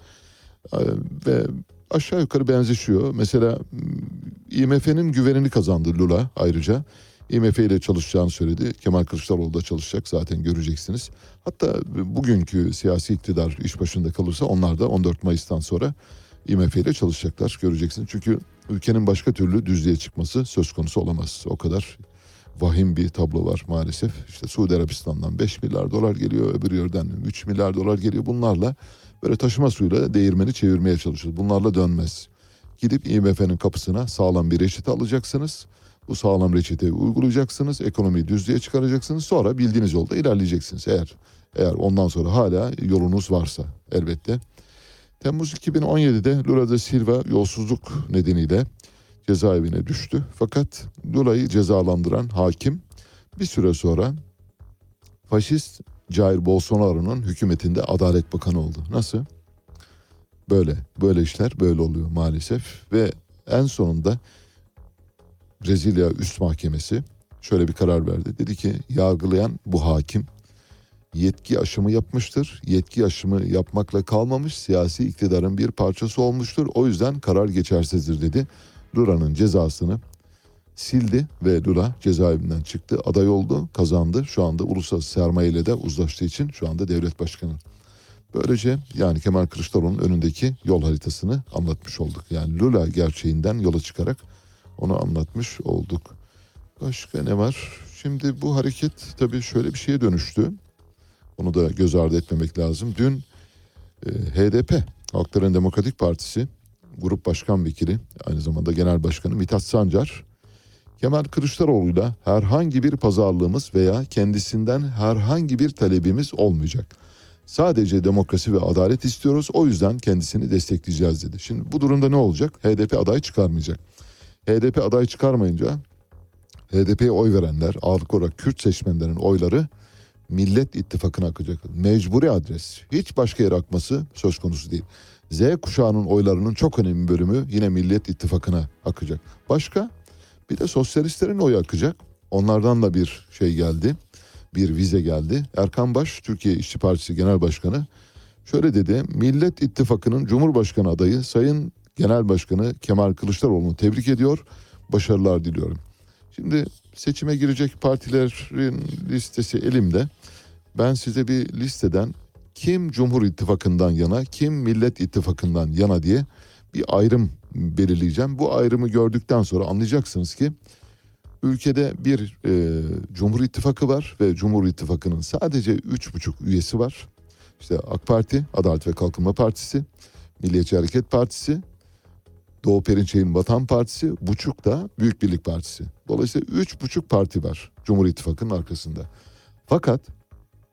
S4: Ve aşağı yukarı benzeşiyor. Mesela IMF'nin güvenini kazandı Lula ayrıca. IMF ile çalışacağını söyledi. Kemal Kılıçdaroğlu da çalışacak, zaten göreceksiniz. Hatta bugünkü siyasi iktidar iş başında kalırsa onlar da 14 Mayıs'tan sonra IMF ile çalışacaklar, göreceksiniz. Çünkü ülkenin başka türlü düzlüğe çıkması söz konusu olamaz. O kadar vahim bir tablo var maalesef. İşte Suudi Arabistan'dan 5 milyar dolar geliyor, öbür yerden 3 milyar dolar geliyor. Bunlarla böyle taşıma suyuyla değirmeni çevirmeye çalışıyoruz. Bunlarla dönmez. Gidip IMF'nin kapısına sağlam bir reçete alacaksınız. Bu sağlam reçeteyi uygulayacaksınız. Ekonomiyi düzlüğe çıkaracaksınız. Sonra bildiğiniz yolda ilerleyeceksiniz. Eğer ondan sonra hala yolunuz varsa elbette. Temmuz 2017'de Lula da Silva yolsuzluk nedeniyle cezaevine düştü. Fakat Lula'yı cezalandıran hakim bir süre sonra faşist Jair Bolsonaro'nun hükümetinde Adalet Bakanı oldu. Nasıl? Böyle işler böyle oluyor maalesef. Ve en sonunda Brezilya Üst Mahkemesi şöyle bir karar verdi. Dedi ki yargılayan bu hakim yetki aşımı yapmıştır. Yetki aşımı yapmakla kalmamış, siyasi iktidarın bir parçası olmuştur. O yüzden karar geçersizdir dedi. Lula'nın cezasını sildi ve Lula cezaevinden çıktı. Aday oldu, kazandı. Şu anda uluslararası sermaye ile de uzlaştığı için şu anda devlet başkanı. Böylece yani Kemal Kılıçdaroğlu'nun önündeki yol haritasını anlatmış olduk. Yani Lula gerçeğinden yola çıkarak onu anlatmış olduk. Başka ne var? Şimdi bu hareket tabii şöyle bir şeye dönüştü. Onu da göz ardı etmemek lazım. Dün HDP, Halkların Demokratik Partisi Grup Başkan Vekili, aynı zamanda Genel Başkanı Mithat Sancar, Kemal Kılıçdaroğlu'yla herhangi bir pazarlığımız veya kendisinden herhangi bir talebimiz olmayacak. Sadece demokrasi ve adalet istiyoruz, o yüzden kendisini destekleyeceğiz dedi. Şimdi bu durumda ne olacak? HDP aday çıkarmayacak. HDP aday çıkarmayınca HDP'ye oy verenler, ağırlıklı olarak Kürt seçmenlerin oyları Millet İttifakı'na akacak. Mecburi adres. Hiç başka yere akması söz konusu değil. Z kuşağının oylarının çok önemli bölümü yine Millet İttifakı'na akacak. Başka? Bir de sosyalistlerin oyu akacak. Onlardan da bir şey geldi. Bir vize geldi. Erkan Baş, Türkiye İşçi Partisi Genel Başkanı şöyle dedi. Millet İttifakı'nın Cumhurbaşkanı adayı Sayın Genel Başkanı Kemal Kılıçdaroğlu'nu tebrik ediyor. Başarılar diliyorum. Şimdi seçime girecek partilerin listesi elimde. Ben size bir listeden kim Cumhur İttifakı'ndan yana, kim Millet İttifakı'ndan yana diye bir ayrım belirleyeceğim. Bu ayrımı gördükten sonra anlayacaksınız ki ülkede bir Cumhur İttifakı var ve Cumhur İttifakı'nın sadece 3,5 üyesi var. İşte AK Parti, Adalet ve Kalkınma Partisi, Milliyetçi Hareket Partisi, Doğu Perinçek'in Vatan Partisi, buçuk da Büyük Birlik Partisi. Dolayısıyla 3,5 parti var Cumhur İttifakı'nın arkasında. Fakat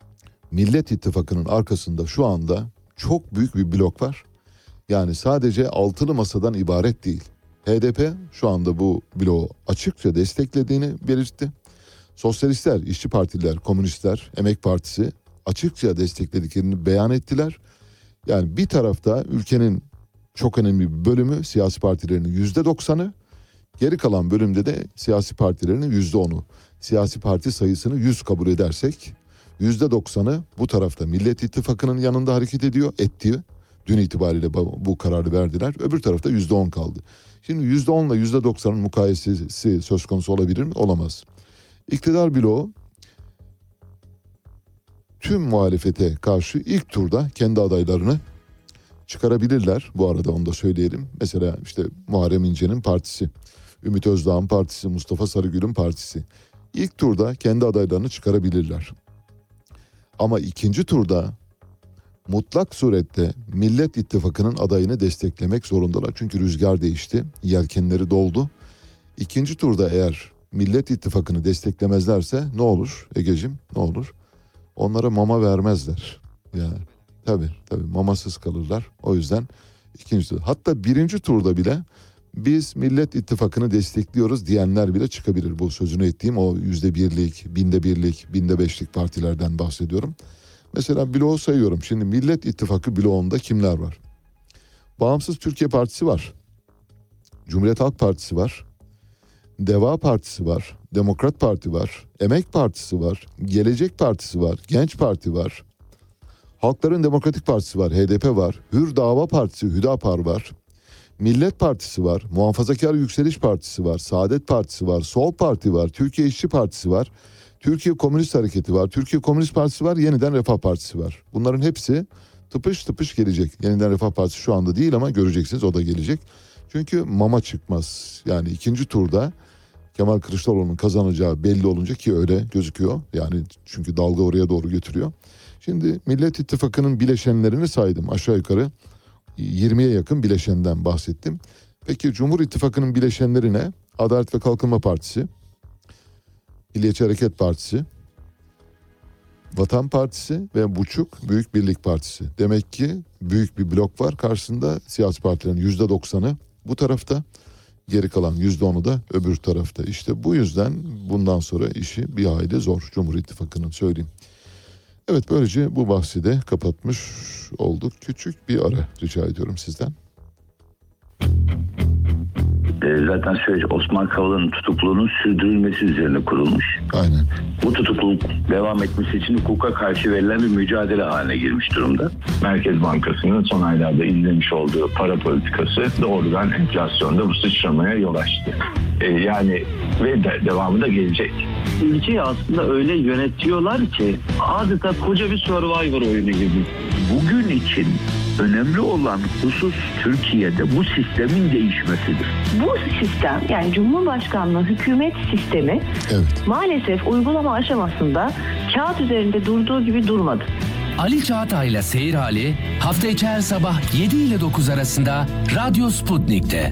S4: Millet İttifakı'nın arkasında şu anda çok büyük bir blok var. Yani sadece altılı masadan ibaret değil. HDP şu anda bu bloğu açıkça desteklediğini belirtti. Sosyalistler, işçi partiler, komünistler, Emek Partisi açıkça desteklediklerini beyan ettiler. Yani bir tarafta ülkenin çok önemli bir bölümü siyasi partilerinin %90'ı, geri kalan bölümde de siyasi partilerinin %10'u. Siyasi parti sayısını 100 kabul edersek %90'ı bu tarafta Millet İttifakı'nın yanında hareket etti. Dün itibariyle bu kararı verdiler. Öbür tarafta %10 kaldı. Şimdi %10 ile %90'ın mukayesesi söz konusu olabilir mi? Olamaz. İktidar bloğu tüm muhalefete karşı ilk turda kendi adaylarını çıkarabilirler. Bu arada onu da söyleyelim. Mesela işte Muharrem İnce'nin partisi, Ümit Özdağ'ın partisi, Mustafa Sarıgül'ün partisi. İlk turda kendi adaylarını çıkarabilirler. Ama ikinci turda mutlak surette Millet İttifakı'nın adayını desteklemek zorundalar. Çünkü rüzgar değişti, yelkenleri doldu. İkinci turda eğer Millet İttifakı'nı desteklemezlerse ne olur Egeciğim, ne olur? Onlara mama vermezler. Yani tabii mamasız kalırlar. O yüzden ikinci turda. Hatta birinci turda bile biz Millet İttifakı'nı destekliyoruz diyenler bile çıkabilir. Bu sözünü ettiğim o %1'lik, %1'lik, %5'lik partilerden bahsediyorum. Mesela bloğu sayıyorum. Şimdi Millet İttifakı bloğunda kimler var? Bağımsız Türkiye Partisi var. Cumhuriyet Halk Partisi var. Deva Partisi var. Demokrat Parti var. Emek Partisi var. Gelecek Partisi var. Genç Parti var. Halkların Demokratik Partisi var. HDP var. Hür Dava Partisi, Hüdapar var. Millet Partisi var. Muhafazakar Yükseliş Partisi var. Saadet Partisi var. Sol Parti var. Türkiye İşçi Partisi var. Türkiye Komünist Hareketi var. Türkiye Komünist Partisi var. Yeniden Refah Partisi var. Bunların hepsi tıpış tıpış gelecek. Yeniden Refah Partisi şu anda değil ama göreceksiniz o da gelecek. Çünkü mama çıkmaz. Yani ikinci turda Kemal Kılıçdaroğlu'nun kazanacağı belli olunca ki öyle gözüküyor. Yani çünkü dalga oraya doğru götürüyor. Şimdi Millet İttifakı'nın bileşenlerini saydım. Aşağı yukarı 20'ye yakın bileşenden bahsettim. Peki Cumhur İttifakı'nın bileşenleri ne? Adalet ve Kalkınma Partisi, Milliyetçi Hareket Partisi, Vatan Partisi ve buçuk Büyük Birlik Partisi. Demek ki büyük bir blok var karşısında, siyasi partilerin %90'ı bu tarafta, geri kalan %10'u da öbür tarafta. İşte bu yüzden bundan sonra işi bir hayli zor Cumhur İttifakı'nın, söyleyeyim. Evet, böylece bu bahsi de kapatmış olduk. Küçük bir ara rica ediyorum sizden.
S11: Zaten süreç Osman Kavala'nın tutukluluğunun sürdürülmesi üzerine kurulmuş.
S4: Aynen.
S11: Bu tutukluluk devam etmesi için hukuka karşı verilen bir mücadele haline girmiş durumda. Merkez Bankası'nın son aylarda izlemiş olduğu para politikası doğrudan enflasyonda bu sıçramaya yol açtı. Yani ve devamı da gelecek.
S14: Ülkeyi aslında öyle yönetiyorlar ki adeta koca bir Survivor oyunu gibi.
S15: Bugün için önemli olan husus Türkiye'de bu sistemin değişmesidir.
S12: Bu sistem, yani Cumhurbaşkanlığı hükümet sistemi, maalesef uygulama aşamasında kağıt üzerinde durduğu gibi durmadı.
S13: Ali Çağatay'la Seyir Hali hafta içi her sabah 7 ile 9 arasında Radyo Sputnik'te.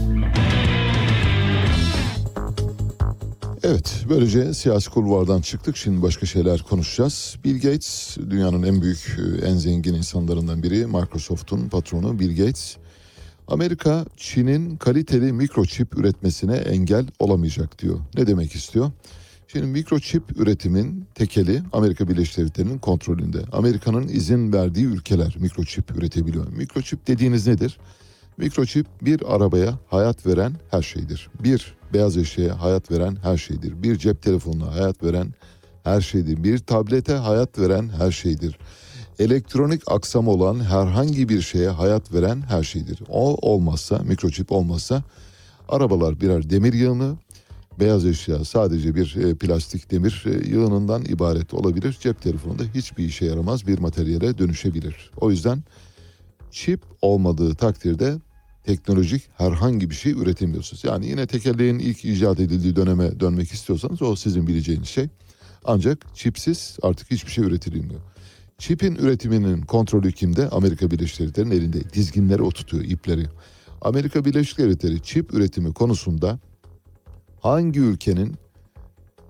S4: Evet, böylece siyasi kulvardan çıktık. Şimdi başka şeyler konuşacağız. Bill Gates, dünyanın en büyük, en zengin insanlarından biri. Microsoft'un patronu Bill Gates. Amerika, Çin'in kaliteli mikroçip üretmesine engel olamayacak diyor. Ne demek istiyor? Şimdi mikroçip üretimin tekeli Amerika Birleşik Devletleri'nin kontrolünde. Amerika'nın izin verdiği ülkeler mikroçip üretebiliyor. Mikroçip dediğiniz nedir? Mikroçip bir arabaya hayat veren her şeydir. Bir beyaz eşyaya hayat veren her şeydir. Bir cep telefonuna hayat veren her şeydir. Bir tablete hayat veren her şeydir. Elektronik aksam olan herhangi bir şeye hayat veren her şeydir. O olmazsa, mikroçip olmazsa arabalar birer demir yığını, beyaz eşya sadece bir plastik demir yığınından ibaret olabilir. Cep telefonunda hiçbir işe yaramaz bir materyale dönüşebilir. O yüzden çip olmadığı takdirde teknolojik herhangi bir şey üretemiyorsunuz. Yani yine tekerleğin ilk icat edildiği döneme dönmek istiyorsanız o sizin bileceğiniz şey. Ancak çipsiz artık hiçbir şey üretilmiyor. Çipin üretiminin kontrolü kimde? Amerika Birleşik Devletleri'nin elinde. Dizginleri o tutuyor, ipleri. Amerika Birleşik Devletleri çip üretimi konusunda hangi ülkenin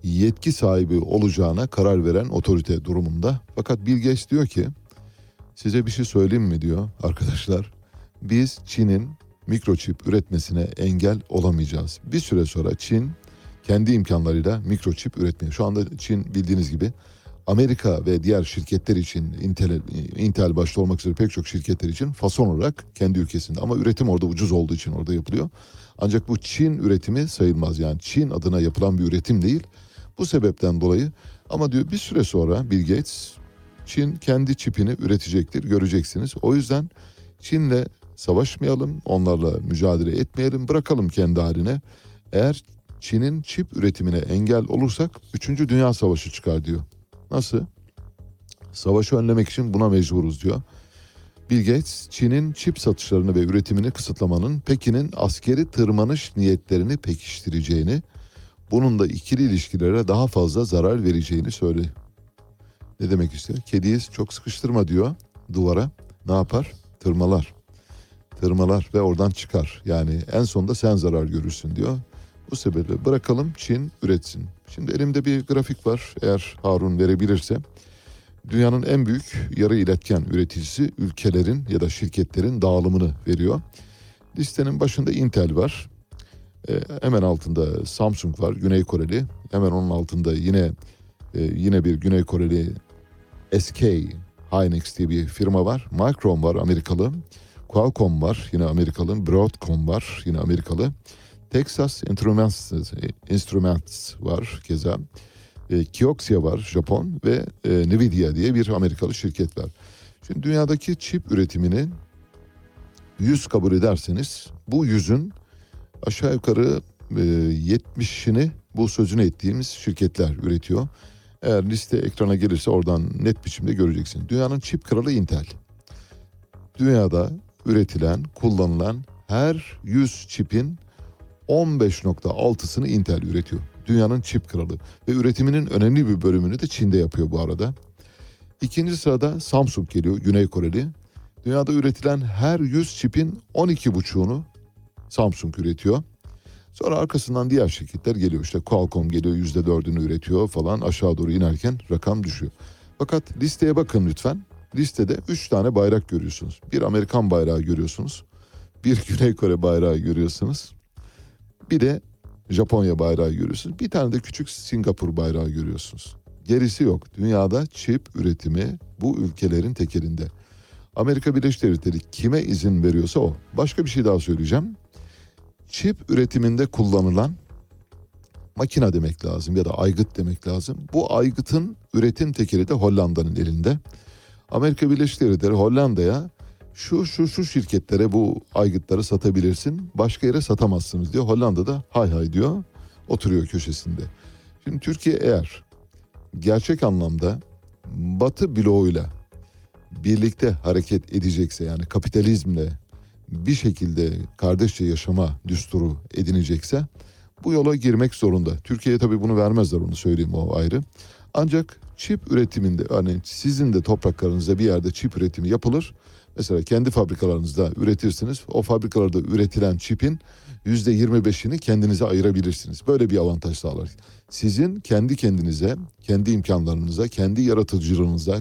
S4: yetki sahibi olacağına karar veren otorite durumunda. Fakat Bill Gates diyor ki, size bir şey söyleyeyim mi diyor arkadaşlar. Biz Çin'in mikroçip üretmesine engel olamayacağız. Bir süre sonra Çin kendi imkanlarıyla mikroçip üretmeye. Şu anda Çin bildiğiniz gibi Amerika ve diğer şirketler için, Intel başta olmak üzere pek çok şirketler için fason olarak kendi ülkesinde. Ama üretim orada ucuz olduğu için orada yapılıyor. Ancak bu Çin üretimi sayılmaz. Yani Çin adına yapılan bir üretim değil. Bu sebepten dolayı ama diyor bir süre sonra Bill Gates, Çin kendi çipini üretecektir, göreceksiniz. O yüzden Çin'le savaşmayalım, onlarla mücadele etmeyelim, bırakalım kendi haline. Eğer Çin'in çip üretimine engel olursak 3. Dünya Savaşı çıkar diyor. Nasıl? Savaşı önlemek için buna mecburuz diyor. Bill Gates, Çin'in çip satışlarını ve üretimini kısıtlamanın Pekin'in askeri tırmanış niyetlerini pekiştireceğini, bunun da ikili ilişkilere daha fazla zarar vereceğini söylüyor. Ne demek istiyor? Kediyi çok sıkıştırma diyor duvara. Ne yapar? Tırmalar. Tırmalar ve oradan çıkar. Yani en sonunda sen zarar görürsün diyor. Bu sebeple bırakalım Çin üretsin. Şimdi elimde bir grafik var. Eğer Harun verebilirse. Dünyanın en büyük yarı iletken üreticisi ülkelerin ya da şirketlerin dağılımını veriyor. Listenin başında Intel var. Hemen altında Samsung var, Güney Koreli. Hemen onun altında yine bir Güney Koreli SK Hynix diye bir firma var. Micron var, Amerikalı. Qualcomm var, yine Amerikalı. Broadcom var, yine Amerikalı. Texas Instruments var keza. Kioxia var, Japon ve Nvidia diye bir Amerikalı şirket var. Şimdi dünyadaki çip üretimini 100 kabul ederseniz bu 100'ün aşağı yukarı 70'ini bu sözünü ettiğimiz şirketler üretiyor. Eğer liste ekrana gelirse oradan net biçimde göreceksin. Dünyanın çip kralı Intel. Dünyada üretilen, kullanılan her 100 çipin 15.6'sını Intel üretiyor. Dünyanın çip kralı ve üretiminin önemli bir bölümünü de Çin'de yapıyor bu arada. İkinci sırada Samsung geliyor, Güney Koreli. Dünyada üretilen her 100 çipin 12,5'unu Samsung üretiyor. Sonra arkasından diğer şirketler geliyor. İşte Qualcomm geliyor, %4'ünü üretiyor falan, aşağı doğru inerken rakam düşüyor. Fakat listeye bakın lütfen. Listede 3 tane bayrak görüyorsunuz. Bir Amerikan bayrağı görüyorsunuz. Bir Güney Kore bayrağı görüyorsunuz. Bir de Japonya bayrağı görüyorsunuz. Bir tane de küçük Singapur bayrağı görüyorsunuz. Gerisi yok. Dünyada çip üretimi bu ülkelerin tekelinde. Amerika Birleşik Devletleri kime izin veriyorsa o. Başka bir şey daha söyleyeceğim. Çip üretiminde kullanılan makine demek lazım ya da aygıt demek lazım. Bu aygıtın üretim tekeli de Hollanda'nın elinde. Amerika Birleşik Devletleri Hollanda'ya şu şirketlere bu aygıtları satabilirsin, başka yere satamazsınız diyor. Hollanda da hay hay diyor, oturuyor köşesinde. Şimdi Türkiye eğer gerçek anlamda Batı bloğuyla birlikte hareket edecekse, yani kapitalizmle bir şekilde kardeşçe yaşama düsturu edinecekse bu yola girmek zorunda. Türkiye'ye tabii bunu vermezler, onu söyleyeyim, o ayrı. Ancak çip üretiminde, hani sizin de topraklarınızda bir yerde çip üretimi yapılır. Mesela kendi fabrikalarınızda üretirsiniz. O fabrikalarda üretilen çipin %25'ini kendinize ayırabilirsiniz. Böyle bir avantaj sağlar. Sizin kendi kendinize, kendi imkanlarınıza, kendi yaratıcılığınıza,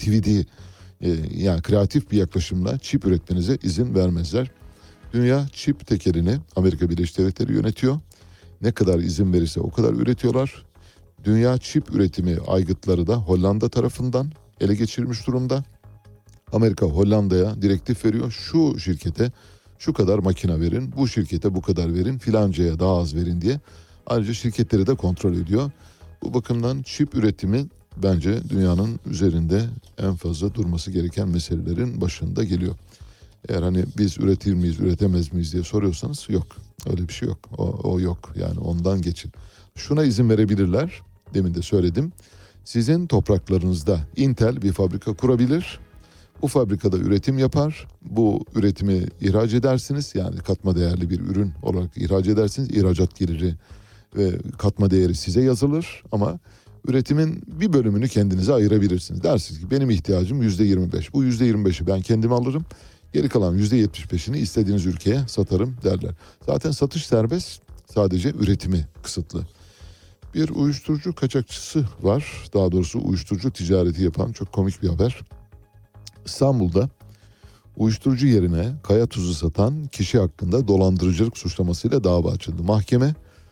S4: yani kreatif bir yaklaşımla çip üretmenize izin vermezler. Dünya çip tekelini Amerika Birleşik Devletleri yönetiyor. Ne kadar izin verirse o kadar üretiyorlar. Dünya çip üretimi aygıtları da Hollanda tarafından ele geçirilmiş durumda. Amerika Hollanda'ya direktif veriyor. Şu şirkete şu kadar makine verin, bu şirkete bu kadar verin, filancaya daha az verin diye. Ayrıca şirketleri de kontrol ediyor. Bu bakımdan çip üretimi bence dünyanın üzerinde en fazla durması gereken meselelerin başında geliyor. Eğer hani biz üretir miyiz, üretemez miyiz diye soruyorsanız yok. Öyle bir şey yok. O yok. Yani ondan geçin. Şuna izin verebilirler. Demin de söyledim. Sizin topraklarınızda Intel bir fabrika kurabilir. Bu fabrikada üretim yapar. Bu üretimi ihraç edersiniz. Yani katma değerli bir ürün olarak ihraç edersiniz. İhracat geliri ve katma değeri size yazılır. Ama üretimin bir bölümünü kendinize ayırabilirsiniz. Dersiniz ki benim ihtiyacım %25. Bu %25'i ben kendime alırım. Geri kalan %75'ini istediğiniz ülkeye satarım derler. Zaten satış serbest. Sadece üretimi kısıtlı. Bir uyuşturucu kaçakçısı var. Daha doğrusu uyuşturucu ticareti yapan çok komik bir haber. İstanbul'da uyuşturucu yerine kaya tuzu satan kişi hakkında dolandırıcılık suçlamasıyla dava açıldı. Mahkeme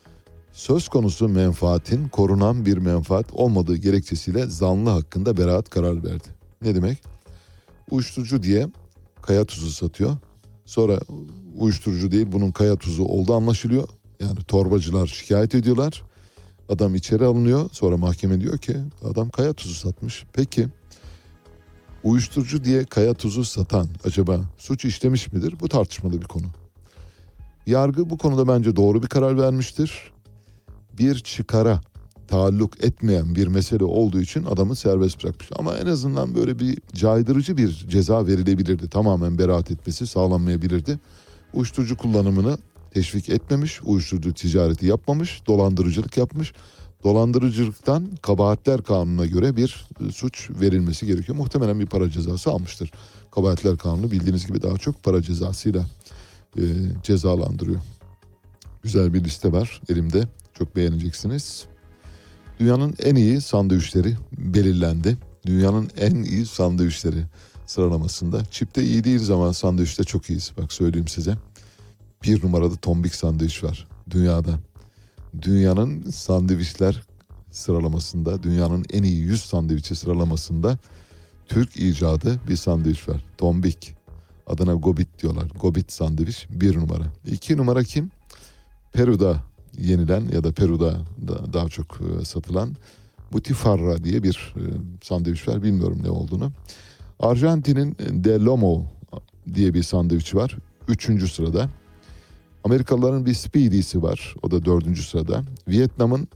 S4: söz konusu menfaatin korunan bir menfaat olmadığı gerekçesiyle zanlı hakkında beraat kararı verdi. Ne demek? Uyuşturucu diye kaya tuzu satıyor. Sonra uyuşturucu değil, bunun kaya tuzu olduğu anlaşılıyor. Yani torbacılar şikayet ediyorlar. Adam içeri alınıyor. Sonra mahkeme diyor ki adam kaya tuzu satmış. Peki uyuşturucu diye kaya tuzu satan acaba suç işlemiş midir? Bu tartışmalı bir konu. Yargı bu konuda bence doğru bir karar vermiştir. Bir çıkara taalluk etmeyen bir mesele olduğu için adamı serbest bırakmış. Ama en azından böyle bir caydırıcı bir ceza verilebilirdi. Tamamen beraat etmesi sağlanmayabilirdi. Uyuşturucu kullanımını teşvik etmemiş, uyuşturucu ticareti yapmamış, dolandırıcılık yapmış. Dolandırıcılıktan kabahatler kanununa göre bir suç verilmesi gerekiyor. Muhtemelen bir para cezası almıştır. Kabahatler kanunu bildiğiniz gibi daha çok para cezasıyla cezalandırıyor. Güzel bir liste var elimde. Çok beğeneceksiniz. Dünyanın en iyi sandviçleri belirlendi. Dünyanın en iyi sandviçleri sıralamasında. Çipte iyi değiliz ama sandviçte çok iyiyiz. Bak söyleyeyim size. 1 numarada tombik sandviç var dünyada. Dünyanın sandviçler sıralamasında, dünyanın en iyi 100 sandviçi sıralamasında Türk icadı bir sandviç var. Tombik. Adına gobit diyorlar. Gobit sandviç 1 numara. 2 numara kim? Peru'da yenilen ya da Peru'da daha çok satılan Butifarra diye bir sandviç var. Bilmiyorum ne olduğunu. Arjantin'in De Lomo diye bir sandviç var. 3. sırada. Amerikalıların bir Speedy'si var. O da 4. sırada. Vietnam'ın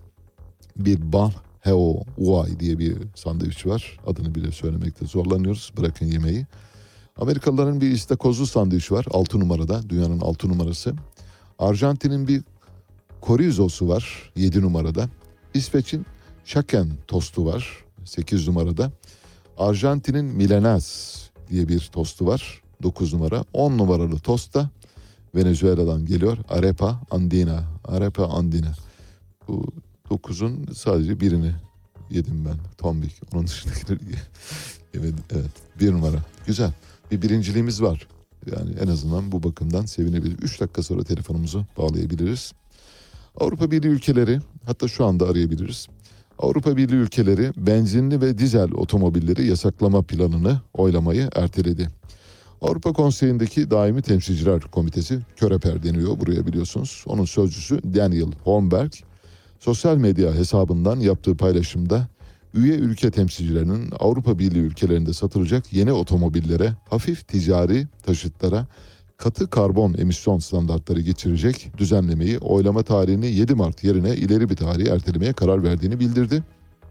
S4: bir Ban Heo Uai diye bir sandviç var. Adını bile söylemekte zorlanıyoruz. Bırakın yemeği. Amerikalıların bir istakozlu sandviç var. 6 numarada. Dünyanın 6 numarası. Arjantin'in bir Chorizo'su var 7 numarada. İsveç'in Shaken tostu var 8 numarada. Arjantin'in Milanese diye bir tostu var 9 numara. 10 numaralı tost da Venezuela'dan geliyor. Arepa Andina. Arepa Andina. Bu 9'un sadece birini yedim ben. Tombik. Onun dışındakileri evet, 1 numara. Güzel. Bir birinciliğimiz var. Yani en azından bu bakımdan sevinebiliriz. 3 dakika sonra telefonumuzu bağlayabiliriz. Avrupa Birliği ülkeleri, hatta şu anda arayabiliriz. Avrupa Birliği ülkeleri benzinli ve dizel otomobilleri yasaklama planını oylamayı erteledi. Avrupa Konseyi'ndeki Daimi Temsilciler Komitesi, Köreper deniyor buraya biliyorsunuz. Onun sözcüsü Daniel Holmberg, sosyal medya hesabından yaptığı paylaşımda üye ülke temsilcilerinin Avrupa Birliği ülkelerinde satılacak yeni otomobillere, hafif ticari taşıtlara katı karbon emisyon standartları geçirecek düzenlemeyi oylama tarihini 7 Mart yerine ileri bir tarihe ertelemeye karar verdiğini bildirdi.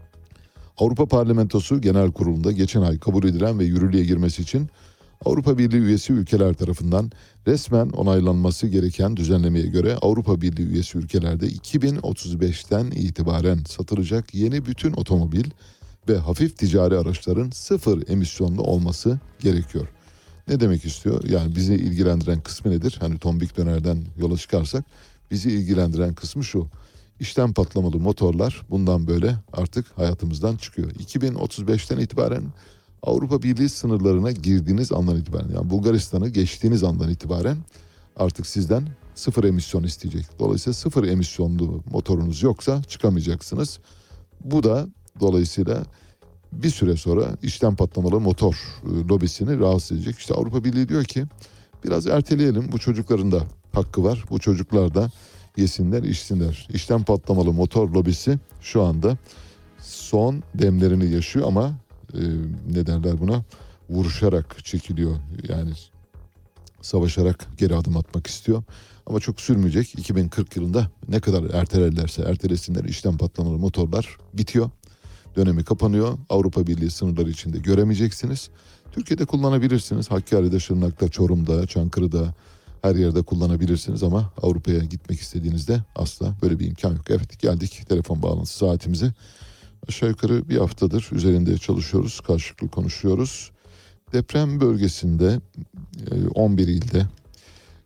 S4: Avrupa Parlamentosu Genel Kurulu'nda geçen ay kabul edilen ve yürürlüğe girmesi için Avrupa Birliği üyesi ülkeler tarafından resmen onaylanması gereken düzenlemeye göre Avrupa Birliği üyesi ülkelerde 2035'ten itibaren satılacak yeni bütün otomobil ve hafif ticari araçların sıfır emisyonlu olması gerekiyor. Ne demek istiyor? Yani bizi ilgilendiren kısmı nedir? Hani tombik dönerden yola çıkarsak bizi ilgilendiren kısmı şu. İçten patlamalı motorlar bundan böyle artık hayatımızdan çıkıyor. 2035'ten itibaren Avrupa Birliği sınırlarına girdiğiniz andan itibaren, yani Bulgaristan'ı geçtiğiniz andan itibaren artık sizden sıfır emisyon isteyecek. Dolayısıyla sıfır emisyonlu motorunuz yoksa çıkamayacaksınız. Bu da dolayısıyla bir süre sonra içten patlamalı motor lobisini rahatsız edecek. İşte Avrupa Birliği diyor ki biraz erteleyelim, bu çocukların da hakkı var. Bu çocuklar da yesinler, içsinler. İçten patlamalı motor lobisi şu anda son demlerini yaşıyor ama ne derler buna? Vuruşarak çekiliyor. Yani savaşarak geri adım atmak istiyor. Ama çok sürmeyecek. 2040 yılında ne kadar ertelerlerse ertelesinler içten patlamalı motorlar bitiyor. Dönemi kapanıyor. Avrupa Birliği sınırları içinde göremeyeceksiniz. Türkiye'de kullanabilirsiniz. Hakkari'de, Şırnak'ta, Çorum'da, Çankırı'da her yerde kullanabilirsiniz ama Avrupa'ya gitmek istediğinizde asla böyle bir imkan yok. Evet, geldik telefon bağlantısı saatimize. Aşağı yukarı bir haftadır üzerinde çalışıyoruz, karşılıklı konuşuyoruz. Deprem bölgesinde 11 ilde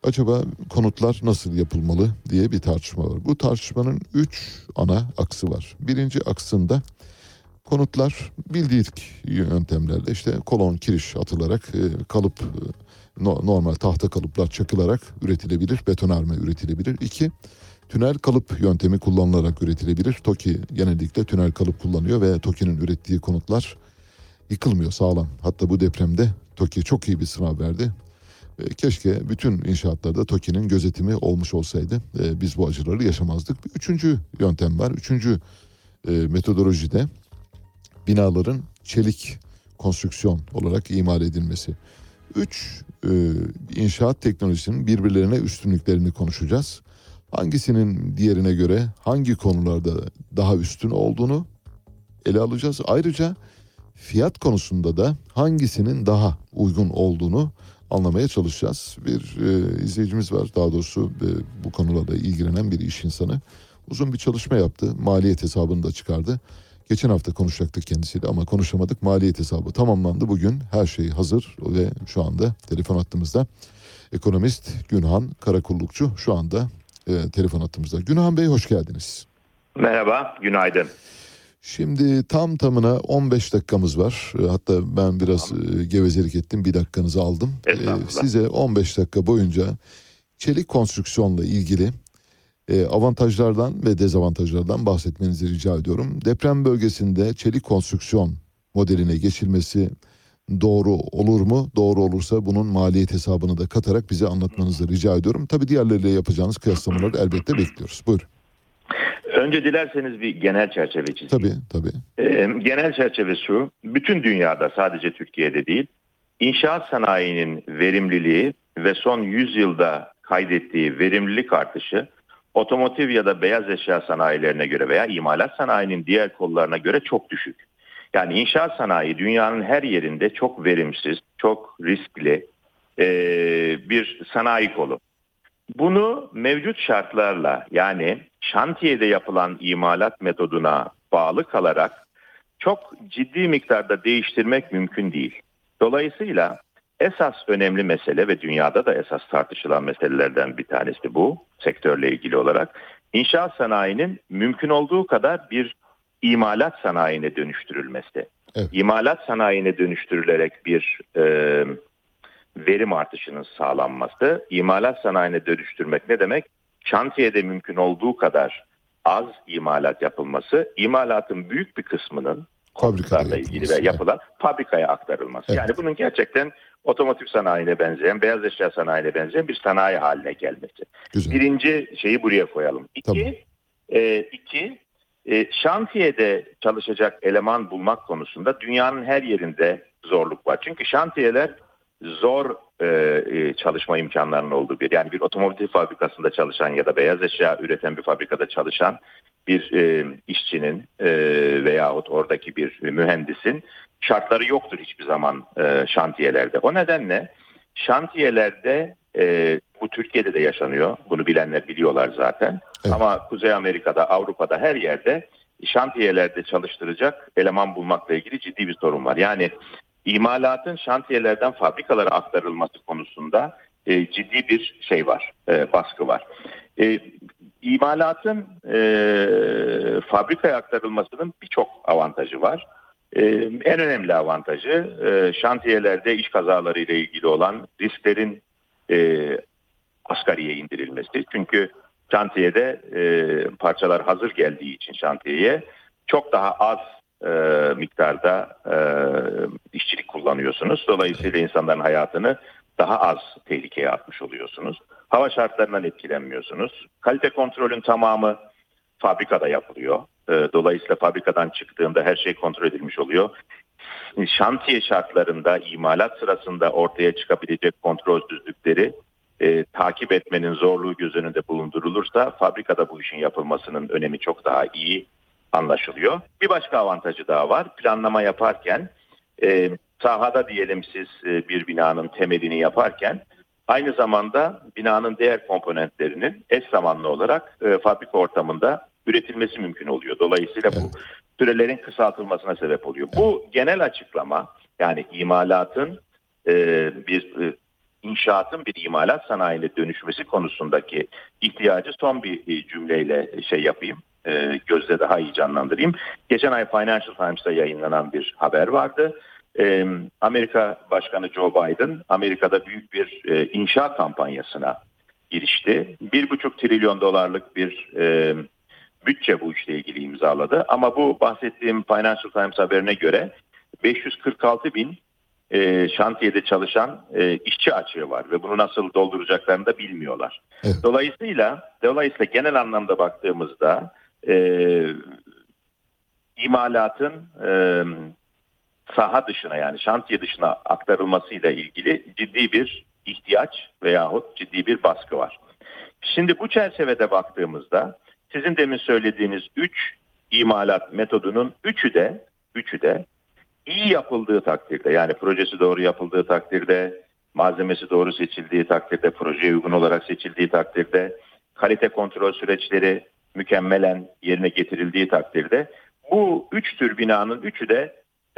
S4: Acaba konutlar nasıl yapılmalı diye bir tartışma var. Bu tartışmanın 3 ana aksı var. Birinci aksında konutlar bildik yöntemlerle işte kolon, kiriş atılarak kalıp normal tahta kalıplar çakılarak üretilebilir, betonarme üretilebilir. 2, tünel kalıp yöntemi kullanılarak üretilebilir. TOKİ genellikle tünel kalıp kullanıyor ve TOKİ'nin ürettiği konutlar yıkılmıyor, sağlam. Hatta bu depremde TOKİ çok iyi bir sınav verdi. Keşke bütün inşaatlarda TOKİ'nin gözetimi olmuş olsaydı biz bu acıları yaşamazdık. Üçüncü yöntem var. Üçüncü metodolojide binaların çelik konstrüksiyon olarak imal edilmesi. 3 inşaat teknolojisinin birbirlerine üstünlüklerini konuşacağız. Hangisinin diğerine göre hangi konularda daha üstün olduğunu ele alacağız. Ayrıca fiyat konusunda da hangisinin daha uygun olduğunu anlamaya çalışacağız. Bir izleyicimiz var, daha doğrusu bu konularla ilgilenen bir iş insanı. Uzun bir çalışma yaptı. Maliyet hesabını da çıkardı. Geçen hafta konuşacaktık kendisiyle ama konuşamadık. Maliyet hesabı tamamlandı bugün. Her şey hazır ve şu anda telefon hattımızda. Ekonomist Günhan Karakullukçu şu anda telefon hattımızda. Günhan Bey hoş geldiniz.
S16: Merhaba, günaydın.
S4: Şimdi tam tamına 15 dakikamız var. Hatta ben biraz gevezelik ettim. Bir dakikanızı aldım. Size 15 dakika boyunca çelik konstrüksiyonla ilgili avantajlardan ve dezavantajlardan bahsetmenizi rica ediyorum. Deprem bölgesinde çelik konstrüksiyon modeline geçilmesi doğru olur mu? Doğru olursa bunun maliyet hesabını da katarak bize anlatmanızı rica ediyorum. Tabii diğerleriyle yapacağınız kıyaslamaları elbette bekliyoruz. Buyurun.
S16: Önce dilerseniz bir genel çerçeve çizeyim.
S4: Tabii.
S16: Genel çerçeve şu, bütün dünyada sadece Türkiye'de değil, inşaat sanayinin verimliliği ve son 100 yılda kaydettiği verimlilik artışı, otomotiv ya da beyaz eşya sanayilerine göre veya imalat sanayinin diğer kollarına göre çok düşük. Yani inşaat sanayi dünyanın her yerinde çok verimsiz, çok riskli bir sanayi kolu. Bunu mevcut şartlarla, yani şantiyede yapılan imalat metoduna bağlı kalarak çok ciddi miktarda değiştirmek mümkün değil. Dolayısıyla esas önemli mesele ve dünyada da esas tartışılan meselelerden bir tanesi bu sektörle ilgili olarak. İnşaat sanayinin mümkün olduğu kadar bir imalat sanayine dönüştürülmesi. Evet. İmalat sanayine dönüştürülerek bir verim artışının sağlanması. İmalat sanayine dönüştürmek ne demek? Şantiyede mümkün olduğu kadar az imalat yapılması, imalatın büyük bir kısmının konutlarla ilgili ve yapılan fabrikaya aktarılması. Evet. Yani bunun gerçekten otomotiv sanayine benzeyen, beyaz eşya sanayine benzeyen bir sanayi haline gelmesi. Güzel. Birinci şeyi buraya koyalım. İki, şantiyede çalışacak eleman bulmak konusunda dünyanın her yerinde zorluk var. Çünkü şantiyeler zor çalışma imkanlarının olduğu bir, yani bir otomotiv fabrikasında çalışan ya da beyaz eşya üreten bir fabrikada çalışan bir işçinin veyahut oradaki bir mühendisin şartları yoktur hiçbir zaman şantiyelerde. O nedenle şantiyelerde bu Türkiye'de de yaşanıyor. Bunu bilenler biliyorlar zaten. Evet. Ama Kuzey Amerika'da, Avrupa'da her yerde şantiyelerde çalıştıracak eleman bulmakla ilgili ciddi bir sorun var. Yani İmalatın şantiyelerden fabrikalara aktarılması konusunda ciddi bir şey var, baskı var. İmalatın fabrikaya aktarılmasının birçok avantajı var. En önemli avantajı şantiyelerde iş kazaları ile ilgili olan risklerin asgariye indirilmesi. Çünkü şantiyede parçalar hazır geldiği için şantiyeye çok daha az miktarda işçilik kullanıyorsunuz. Dolayısıyla insanların hayatını daha az tehlikeye atmış oluyorsunuz. Hava şartlarından etkilenmiyorsunuz. Kalite kontrolün tamamı fabrikada yapılıyor. Dolayısıyla fabrikadan çıktığında her şey kontrol edilmiş oluyor. Şantiye şartlarında, imalat sırasında ortaya çıkabilecek kontrolsüzlükleri takip etmenin zorluğu göz önünde bulundurulursa fabrikada bu işin yapılmasının önemi çok daha iyi anlaşılıyor. Bir başka avantajı daha var. Planlama yaparken sahada diyelim siz bir binanın temelini yaparken aynı zamanda binanın diğer komponentlerinin eş zamanlı olarak fabrika ortamında üretilmesi mümkün oluyor. Dolayısıyla bu sürelerin kısaltılmasına sebep oluyor. Bu genel açıklama, yani imalatın bir inşaatın bir imalat sanayine dönüşmesi konusundaki ihtiyacı son bir cümleyle yapayım. Gözde daha iyi canlandırayım. Geçen ay Financial Times'ta yayınlanan bir haber vardı. Amerika Başkanı Joe Biden Amerika'da büyük bir inşaat kampanyasına girişti. 1,5 trilyon dolarlık bir bütçe bu işle ilgili imzaladı. Ama bu bahsettiğim Financial Times haberine göre 546 bin şantiyede çalışan işçi açığı var ve bunu nasıl dolduracaklarını da bilmiyorlar. Evet. Dolayısıyla genel anlamda baktığımızda imalatın saha dışına, yani şantiye dışına aktarılmasıyla ilgili ciddi bir ihtiyaç veyahut ciddi bir baskı var. Şimdi bu çerçevede baktığımızda sizin demin söylediğiniz 3 imalat metodunun üçü de iyi yapıldığı takdirde, yani projesi doğru yapıldığı takdirde, malzemesi doğru seçildiği takdirde, projeye uygun olarak seçildiği takdirde, kalite kontrol süreçleri mükemmelen yerine getirildiği takdirde bu 3 tür binanın üçü de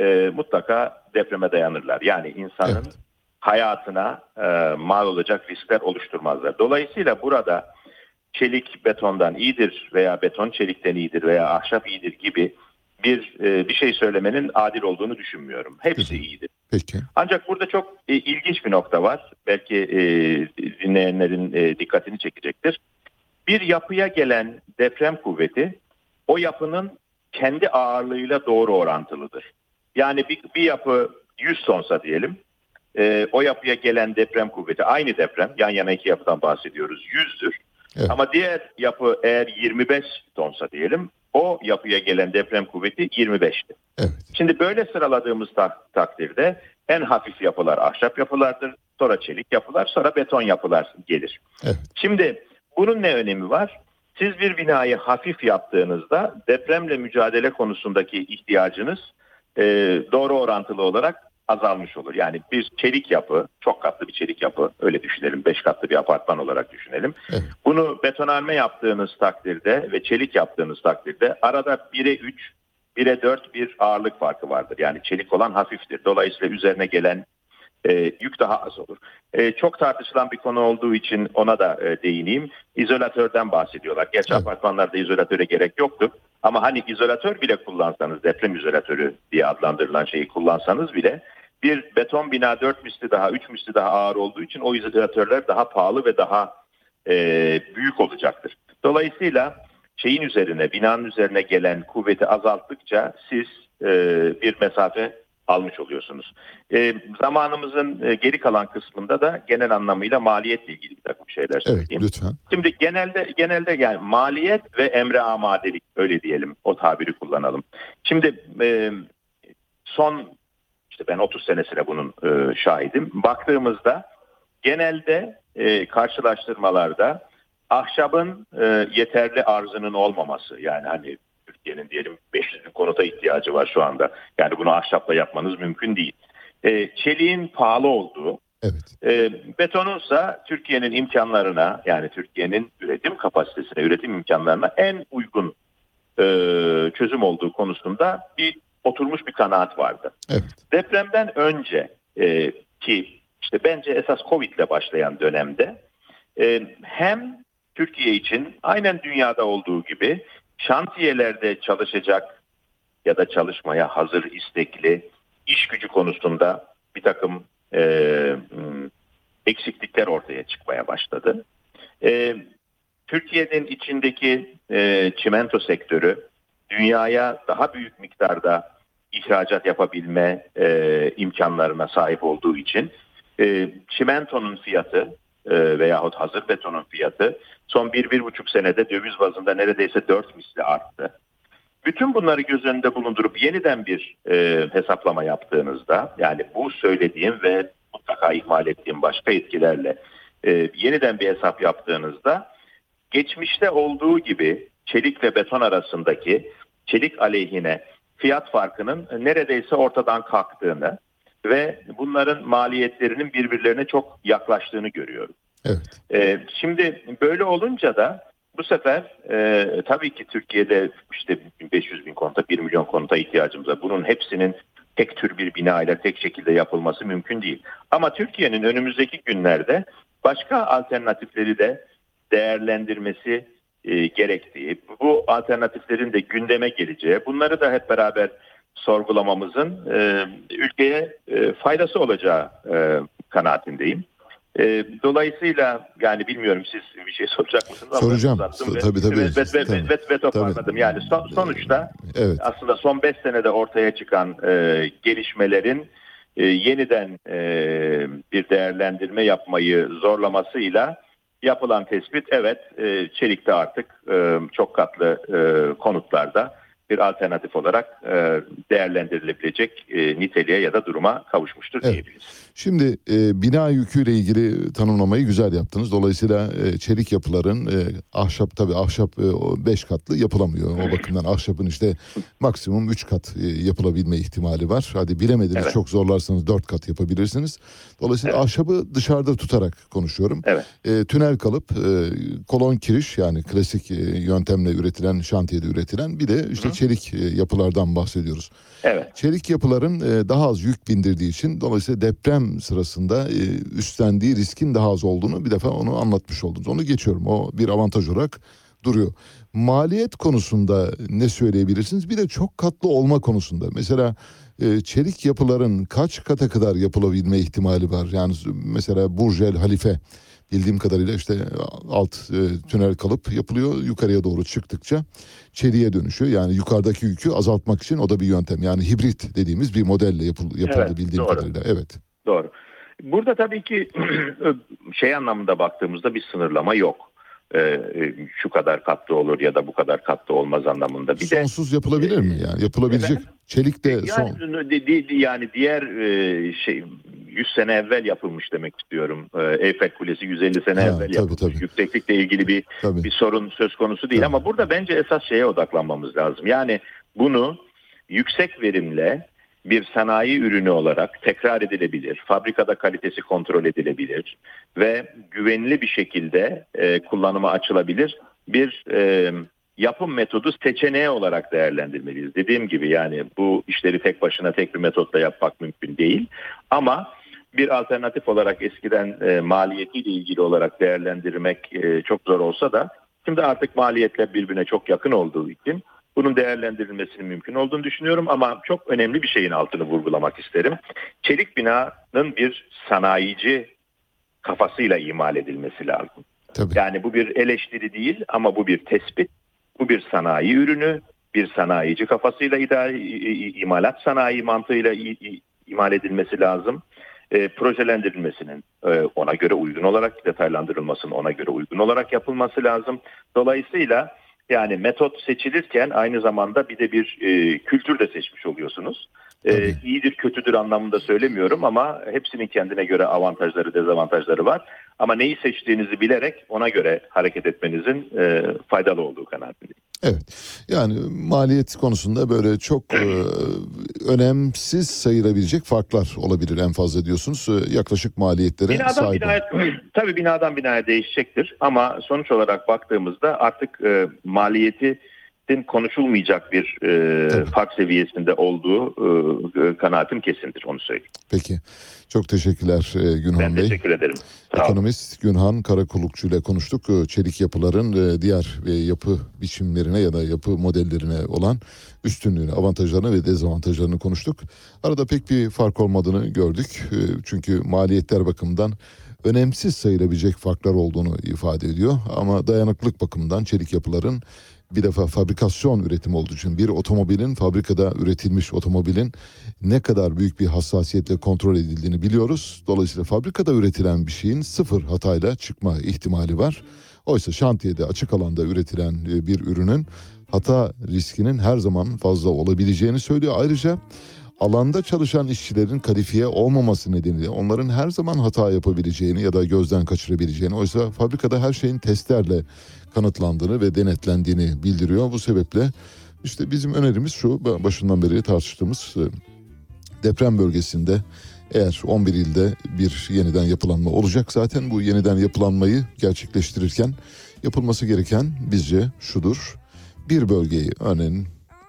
S16: mutlaka depreme dayanırlar. Yani insanın hayatına mal olacak riskler oluşturmazlar. Dolayısıyla burada çelik betondan iyidir veya beton çelikten iyidir veya ahşap iyidir gibi bir şey söylemenin adil olduğunu düşünmüyorum. Hepsi iyidir.
S4: Peki.
S16: Ancak burada çok ilginç bir nokta var. Belki dinleyenlerin dikkatini çekecektir. Bir yapıya gelen deprem kuvveti o yapının kendi ağırlığıyla doğru orantılıdır. Yani bir yapı 100 tonsa diyelim, o yapıya gelen deprem kuvveti, aynı deprem, yan yana iki yapıdan bahsediyoruz, 100'dür. Evet. Ama diğer yapı eğer 25 tonsa diyelim, o yapıya gelen deprem kuvveti 25'tir.
S4: Evet.
S16: Şimdi böyle sıraladığımız takdirde en hafif yapılar ahşap yapılardır, sonra çelik yapılar, sonra beton yapılar gelir.
S4: Evet.
S16: Şimdi bunun ne önemi var? Siz bir binayı hafif yaptığınızda depremle mücadele konusundaki ihtiyacınız doğru orantılı olarak azalmış olur. Yani bir çelik yapı, çok katlı bir çelik yapı, öyle düşünelim, 5 katlı bir apartman olarak düşünelim. Evet. Bunu betonarme yaptığınız takdirde ve çelik yaptığınız takdirde arada 1'e 3, 1'e 4 bir ağırlık farkı vardır. Yani çelik olan hafiftir. Dolayısıyla üzerine gelen yük daha az olur. Çok tartışılan bir konu olduğu için ona da değineyim. İzolatörden bahsediyorlar. Gerçi apartmanlarda izolatöre gerek yoktu. Ama hani izolatör bile kullansanız, deprem izolatörü diye adlandırılan şeyi kullansanız bile bir beton bina 4 misli daha, 3 misli daha ağır olduğu için o izolatörler daha pahalı ve daha büyük olacaktır. Dolayısıyla binanın üzerine gelen kuvveti azalttıkça siz bir mesafe almış oluyorsunuz. Zamanımızın geri kalan kısmında da genel anlamıyla maliyetle ilgili bir takım şeyler söyleyeyim.
S4: Evet, lütfen.
S16: Şimdi genelde yani maliyet ve emre amadelik, öyle diyelim, o tabiri kullanalım. Şimdi son ben 30 senesine bunun şahidim. Baktığımızda genelde karşılaştırmalarda ahşabın yeterli arzının olmaması, yani hani Türkiye'nin diyelim 500 bin konuta ihtiyacı var şu anda. Yani bunu ahşapla yapmanız mümkün değil. Çeliğin pahalı olduğu, betonunsa Türkiye'nin imkanlarına, yani Türkiye'nin üretim kapasitesine, üretim imkanlarına en uygun çözüm olduğu konusunda oturmuş bir kanaat vardı. Evet. Depremden önce ki bence esas Covid ile başlayan dönemde hem Türkiye için aynen dünyada olduğu gibi şantiyelerde çalışacak ya da çalışmaya hazır, istekli iş gücü konusunda bir takım eksiklikler ortaya çıkmaya başladı. Türkiye'nin içindeki çimento sektörü dünyaya daha büyük miktarda ihracat yapabilme imkanlarına sahip olduğu için çimentonun fiyatı veyahut hazır betonun fiyatı son 1-1,5 senede döviz bazında neredeyse 4 misli arttı. Bütün bunları göz önünde bulundurup yeniden bir hesaplama yaptığınızda, yani bu söylediğim ve mutlaka ihmal ettiğim başka etkilerle yeniden bir hesap yaptığınızda geçmişte olduğu gibi çelik ve beton arasındaki çelik aleyhine fiyat farkının neredeyse ortadan kalktığını ve bunların maliyetlerinin birbirlerine çok yaklaştığını görüyorum. Evet. Şimdi böyle olunca da bu sefer tabii ki Türkiye'de 500 bin konuta, 1 milyon konuta ihtiyacımız var. Bunun hepsinin tek tür bir bina ile tek şekilde yapılması mümkün değil. Ama Türkiye'nin önümüzdeki günlerde başka alternatifleri de değerlendirmesi gerektiği, bu alternatiflerin de gündeme geleceği, bunları da hep beraber sorgulamamızın ülkeye faydası olacağı kanaatindeyim. Dolayısıyla yani bilmiyorum, siz bir şey soracak mısınız?
S4: Soracağım. Tabii.
S16: Ve toparladım. Yani sonuçta
S4: evet.
S16: Aslında son 5 senede ortaya çıkan gelişmelerin yeniden bir değerlendirme yapmayı zorlamasıyla yapılan tespit, evet, çelikte artık çok katlı konutlarda bir alternatif olarak değerlendirilebilecek niteliğe ya da duruma kavuşmuştur diyebiliriz.
S4: Şimdi bina yüküyle ilgili tanımlamayı güzel yaptınız. Dolayısıyla çelik yapıların ahşap 5 katlı yapılamıyor. O bakımdan ahşabın işte maksimum 3 kat yapılabilme ihtimali var. Hadi bilemediniz, çok zorlarsanız 4 kat yapabilirsiniz. Dolayısıyla ahşabı dışarıda tutarak konuşuyorum. Tünel kalıp kolon kiriş, yani klasik yöntemle üretilen, şantiyede üretilen, bir de işte çelik yapılardan bahsediyoruz.
S16: Evet.
S4: Çelik yapıların daha az yük bindirdiği için dolayısıyla deprem sırasında üstlendiği riskin daha az olduğunu bir defa onu anlatmış oldunuz. Onu geçiyorum. O bir avantaj olarak duruyor. Maliyet konusunda ne söyleyebilirsiniz? Bir de çok katlı olma konusunda. Mesela çelik yapıların kaç kata kadar yapılabilme ihtimali var? Yani mesela Burj El Halife bildiğim kadarıyla işte alt tünel kalıp yapılıyor. Yukarıya doğru çıktıkça çeliğe dönüşüyor. Yani yukarıdaki yükü azaltmak için o da bir yöntem. Yani hibrit dediğimiz bir modelle yapıldı bildiğim kadarıyla. Evet.
S16: Doğru. Burada tabii ki şey anlamında baktığımızda bir sınırlama yok. Şu kadar katlı olur ya da bu kadar katlı olmaz anlamında. Bir
S4: sonsuz yapılabilir mi yani? Yapılabilecek çelik de
S16: yani diğer 100 sene evvel yapılmış demek istiyorum. Eyfel Kulesi 150 sene evvel yapılmış. Tabii. Yükseklikle ilgili bir sorun söz konusu değil. Ama burada bence esas şeye odaklanmamız lazım. Yani bunu yüksek verimle bir sanayi ürünü olarak tekrar edilebilir, fabrikada kalitesi kontrol edilebilir ve güvenli bir şekilde kullanıma açılabilir bir yapım metodu seçeneği olarak değerlendirmeliyiz. Dediğim gibi yani bu işleri tek başına tek bir metotla yapmak mümkün değil. Ama bir alternatif olarak eskiden maliyetiyle ilgili olarak değerlendirmek çok zor olsa da şimdi artık maliyetler birbirine çok yakın olduğu için bunun değerlendirilmesinin mümkün olduğunu düşünüyorum, ama çok önemli bir şeyin altını vurgulamak isterim. Çelik binanın bir sanayici kafasıyla imal edilmesi lazım.
S4: Tabii.
S16: Yani bu bir eleştiri değil ama bu bir tespit, bu bir sanayi ürünü, bir sanayici kafasıyla imalat sanayi mantığıyla imal edilmesi lazım. Projelendirilmesinin ona göre uygun olarak, detaylandırılmasının ona göre uygun olarak yapılması lazım. Dolayısıyla yani metot seçilirken aynı zamanda bir de bir kültür de seçmiş oluyorsunuz. İyidir kötüdür anlamında söylemiyorum ama hepsinin kendine göre avantajları dezavantajları var. Ama neyi seçtiğinizi bilerek ona göre hareket etmenizin faydalı olduğu kanaatindeyim.
S4: Evet, yani maliyet konusunda böyle çok önemsiz sayılabilecek farklar olabilir en fazla diyorsunuz. Yaklaşık maliyetlere sahip.
S16: Tabii binadan binaya değişecektir ama sonuç olarak baktığımızda artık maliyeti konuşulmayacak bir fark seviyesinde olduğu kanaatim kesindir, onu söyleyeyim.
S4: Peki. Çok teşekkürler Günhan Bey.
S16: Ben teşekkür ederim.
S4: Ekonomist Günhan Karakullukçu ile konuştuk. Çelik yapıların diğer yapı biçimlerine ya da yapı modellerine olan üstünlüğünü, avantajlarını ve dezavantajlarını konuştuk. Arada pek bir fark olmadığını gördük. Çünkü maliyetler bakımından önemsiz sayılabilecek farklar olduğunu ifade ediyor. Ama dayanıklılık bakımından çelik yapıların bir defa fabrikasyon üretimi olduğu için bir otomobilin, fabrikada üretilmiş otomobilin ne kadar büyük bir hassasiyetle kontrol edildiğini biliyoruz. Dolayısıyla fabrikada üretilen bir şeyin sıfır hatayla çıkma ihtimali var. Oysa şantiyede, açık alanda üretilen bir ürünün hata riskinin her zaman fazla olabileceğini söylüyor. Ayrıca alanda çalışan işçilerin kalifiye olmaması nedeniyle onların her zaman hata yapabileceğini ya da gözden kaçırabileceğini, oysa fabrikada her şeyin testlerle kanıtlandığını ve denetlendiğini bildiriyor. Bu sebeple işte bizim önerimiz şu, başından beri tartıştığımız deprem bölgesinde eğer 11 ilde bir yeniden yapılanma olacak, zaten bu yeniden yapılanmayı gerçekleştirirken yapılması gereken bizce şudur: bir bölgeyi, örneğin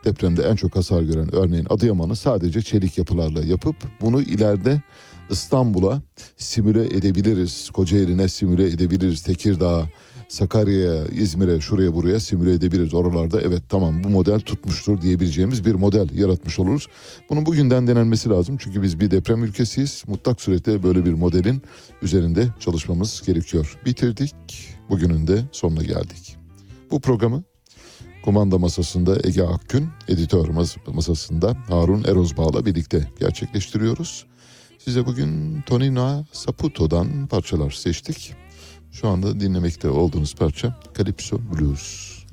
S4: depremde en çok hasar gören örneğin Adıyaman'ı sadece çelik yapılarla yapıp bunu ileride İstanbul'a simüle edebiliriz. Kocaeli'ne simüle edebiliriz. Tekirdağ, Sakarya'ya, İzmir'e, şuraya buraya simüle edebiliriz. Oralarda evet tamam bu model tutmuştur diyebileceğimiz bir model yaratmış oluruz. Bunun bugünden denenmesi lazım. Çünkü biz bir deprem ülkesiyiz. Mutlak surette böyle bir modelin üzerinde çalışmamız gerekiyor. Bitirdik. Bugünün de sonuna geldik. Bu programı kumanda masasında Ege Akgün, editör masasında Harun Erozbağ'la birlikte gerçekleştiriyoruz. Size bugün Tonino Saputo'dan parçalar seçtik. Şu anda dinlemekte olduğunuz parça Calypso Blues.